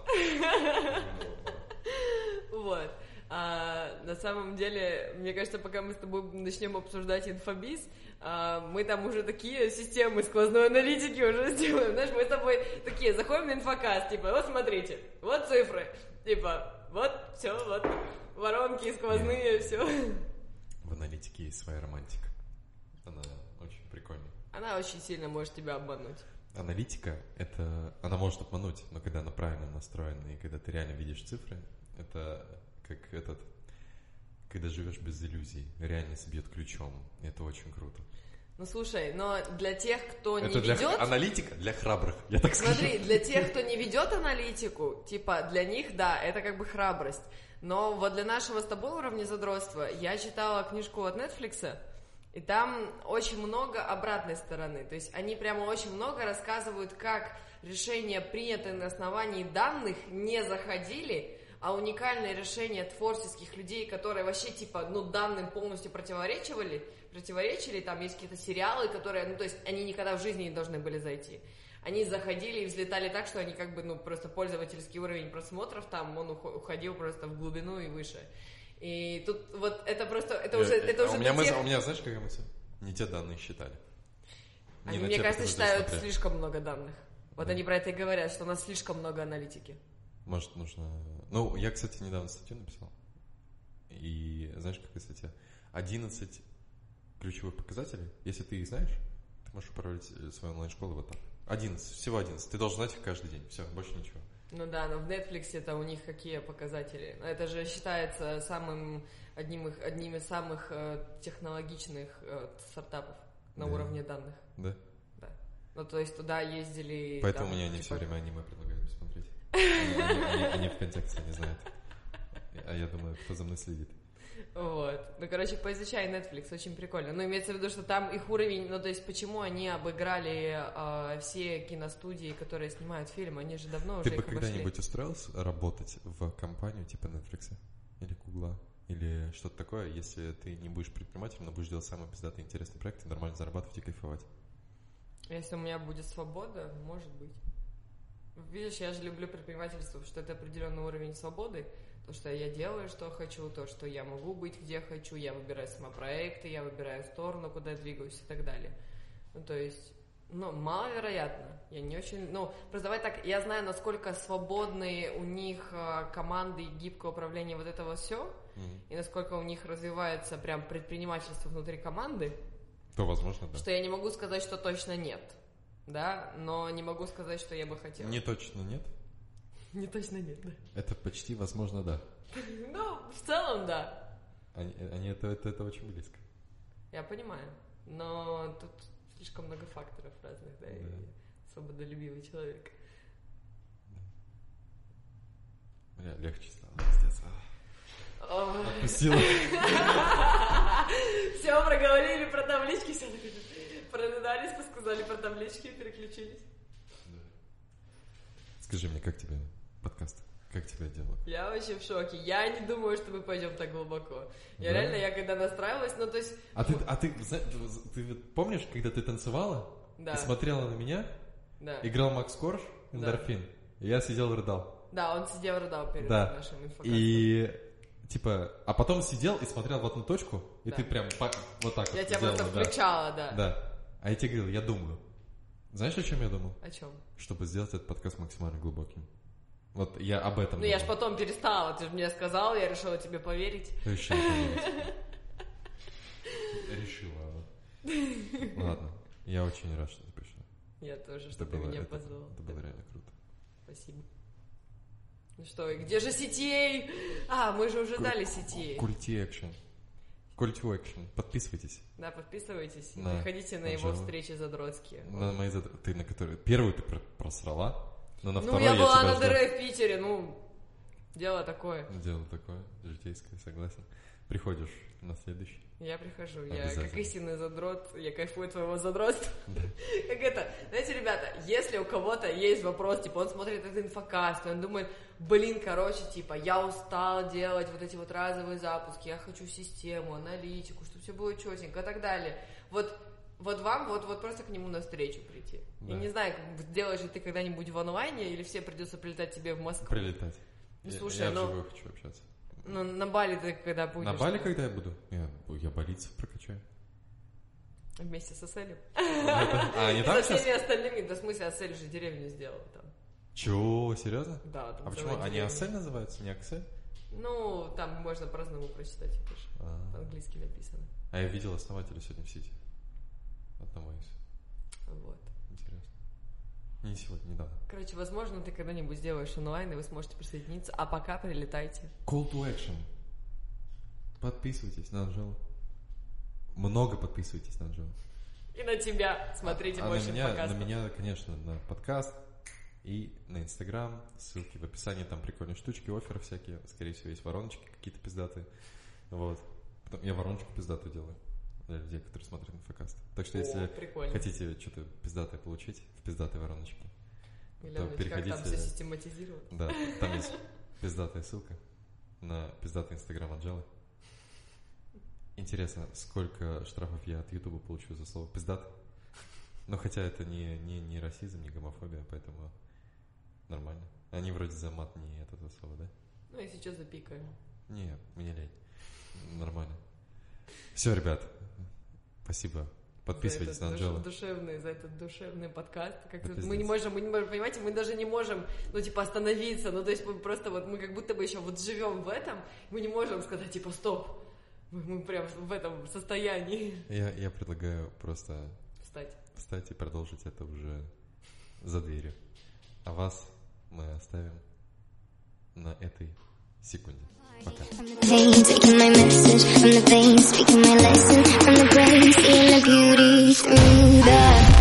Вот. На самом деле, мне кажется, пока мы с тобой начнем обсуждать инфобиз, мы там уже такие системы сквозной аналитики уже сделаем. Знаешь, мы с тобой такие, заходим на инфокаст, типа, вот смотрите, вот цифры, типа, вот все, вот воронки сквозные, все. В аналитике есть своя романтика. Она очень прикольная. Она очень сильно может тебя обмануть. Аналитика, она может обмануть, но когда она правильно настроена, и когда ты реально видишь цифры, это как когда живешь без иллюзий, реальность бьет ключом. Это очень круто. Ну, слушай, но для тех, кто это не ведет... Аналитика для храбрых, я так скажу. Смотри, для тех, кто не ведет аналитику, типа, для них, да, это как бы храбрость. Но вот для нашего с тобой уровня задротства я читала книжку от Netflix, и там очень много обратной стороны. То есть они прямо очень много рассказывают, как решения, принятые на основании данных, не заходили, а уникальные решения творческих людей, которые вообще, типа, данным полностью противоречили, там есть какие-то сериалы, которые, то есть они никогда в жизни не должны были зайти. Они заходили и взлетали так, что они как бы, просто пользовательский уровень просмотров там, он уходил просто в глубину и выше. И тут вот это просто, это уже у меня, знаешь, какая мысль? Не те данные считали. Они, мне кажется, считают слишком много данных. Вот они про это и говорят, что у нас слишком много аналитики. Может, нужно... я, кстати, недавно статью написал. И знаешь, какая статья? 11 ключевых показателей. Если ты их знаешь, ты можешь управлять свою онлайн-школу вот так. 11, всего 11. Ты должен знать их каждый день. Все, больше ничего. Ну да, но в Netflix это у них какие показатели? Это же считается одним из самых технологичных стартапов на уровне данных. Да? Да. Ну, то есть туда ездили... Поэтому мне они все время аниме предлагают посмотреть. Они ВКонтакте не знают. А я думаю, кто за мной следит. Вот. Поизучай Netflix, очень прикольно. Но имеется в виду, что там их уровень, то есть почему они обыграли все киностудии, которые снимают фильмы, они же давно уже их обошли. Ты бы когда-нибудь устроился работать в компанию типа Netflix или Гугла? Или что-то такое, если ты не будешь предпринимателем, но будешь делать самый пиздатый интересный проект и нормально зарабатывать и кайфовать? Если у меня будет свобода, может быть. Видишь, я же люблю предпринимательство, потому что это определенный уровень свободы. То, что я делаю, что хочу, то, что я могу быть, где хочу, я выбираю сама проекты, я выбираю сторону, куда двигаюсь и так далее. То есть, маловероятно. Я не очень... просто давай так, я знаю, насколько свободные у них команды и гибкое управление вот этого все, и насколько у них развивается прям предпринимательство внутри команды. То возможно, да. Что я не могу сказать, что точно нет. Да, но не могу сказать, что я бы хотела. Не точно нет? Не точно нет, да. Это почти возможно, да. В целом, да. Они это очень близко. Я понимаю, но тут слишком много факторов разных, да, и свободолюбивый человек. Бля, легче стало, пиздец. Отпустила. Все, проговорили про таблички, все про анализ, сказали про таблички, переключились. Скажи мне, как тебе подкаст? Как тебе дело? Я вообще в шоке. Я не думаю, что мы пойдем так глубоко. Я когда настраивалась, ну то есть... А ты помнишь, когда ты танцевала? Да. И смотрела на меня? Да. Играл Макс Корж, эндорфин. Да. И я сидел и рыдал. Да, он сидел и рыдал перед нашим инфокастом. И типа, а потом сидел и смотрел в одну точку, и ты прям вот так я тебя просто включала, да. Да. А я тебе говорил, я думаю. Знаешь, о чем я думал? О чем? Чтобы сделать этот подкаст максимально глубоким. Вот я об этом думал. Я ж потом перестала, ты же мне сказал, я решила тебе поверить. Решила поверить. Решила. Ладно, я очень рад, что ты пришла. Я тоже, что ты меня позвал. Это было реально круто. Спасибо. Ну что, и где же сетей? Мы же уже дали сетей. Культи экшен. Культу экшен. Подписывайтесь. Да, подписывайтесь. И приходите на его встречи задротские. На мои ты на которые... Первую ты просрала, но на второй я была тебя на ДР в Питере, дело такое. Дело такое, житейское, согласен. Приходишь на следующий. Я прихожу, я как истинный задрот, я кайфую от твоего задротства. Как это, знаете, ребята, если у кого-то есть вопрос, типа, он смотрит этот инфокаст, и он думает, я устал делать вот эти вот разовые запуски, я хочу систему, аналитику, чтобы все было четенько и так далее. Вот вам просто к нему навстречу прийти. Да. Я не знаю, сделаешь ли ты когда-нибудь в онлайне, или все придется прилетать тебе в Москву. Прилетать. Слушай, я вживую хочу общаться. На Бали ты когда будешь? На Бали когда я буду? Я балийцев прокачаю. Вместе с Аселем? Не так со всеми остальными, в смысле, Асель же деревню сделал там. Чего, серьезно? Да. А почему? Они Асель называются, не Аксель? Там можно по-разному прочитать, по-английски написано. А я видел основателя сегодня в сети. Одного из. Вот. Интересно. Не сегодня, недавно. Короче, возможно, ты когда-нибудь сделаешь онлайн, и вы сможете присоединиться, а пока прилетайте. Call to action. Подписывайтесь на Анжелу. Много подписывайтесь на Анжелу. И на тебя. Смотрите больше подкастов. На меня, конечно, на подкаст и на Инстаграм. Ссылки в описании, там прикольные штучки, офферы всякие. Скорее всего, есть вороночки какие-то пиздатые. Вот. Потом я вороночку пиздатую делаю для людей, которые смотрят инфокаст. Так что, если хотите что-то пиздатое получить в пиздатой вороночке, то переходите... Как там все систематизировать? Да, там есть пиздатая ссылка на пиздатый Инстаграм Анжелы. Интересно, сколько штрафов я от Ютуба получу за слово пиздат? Но хотя это не расизм, не гомофобия, поэтому нормально. Они вроде за мат не это слово, да? И сейчас запикаем. Не, мне лень. Нормально. Все, ребят, спасибо. Подписывайтесь на Анжелу. За этот душевный подкаст. Мы не можем, понимаете, мы даже не можем, остановиться. То есть мы просто мы как будто бы еще живем в этом, мы не можем сказать, стоп. Мы прям в этом состоянии. Я предлагаю просто встать и продолжить это уже за дверью. А вас мы оставим на этой секунде. Пока. Taking my message from the veins, speaking my lesson from the brain, seeing the beauty through the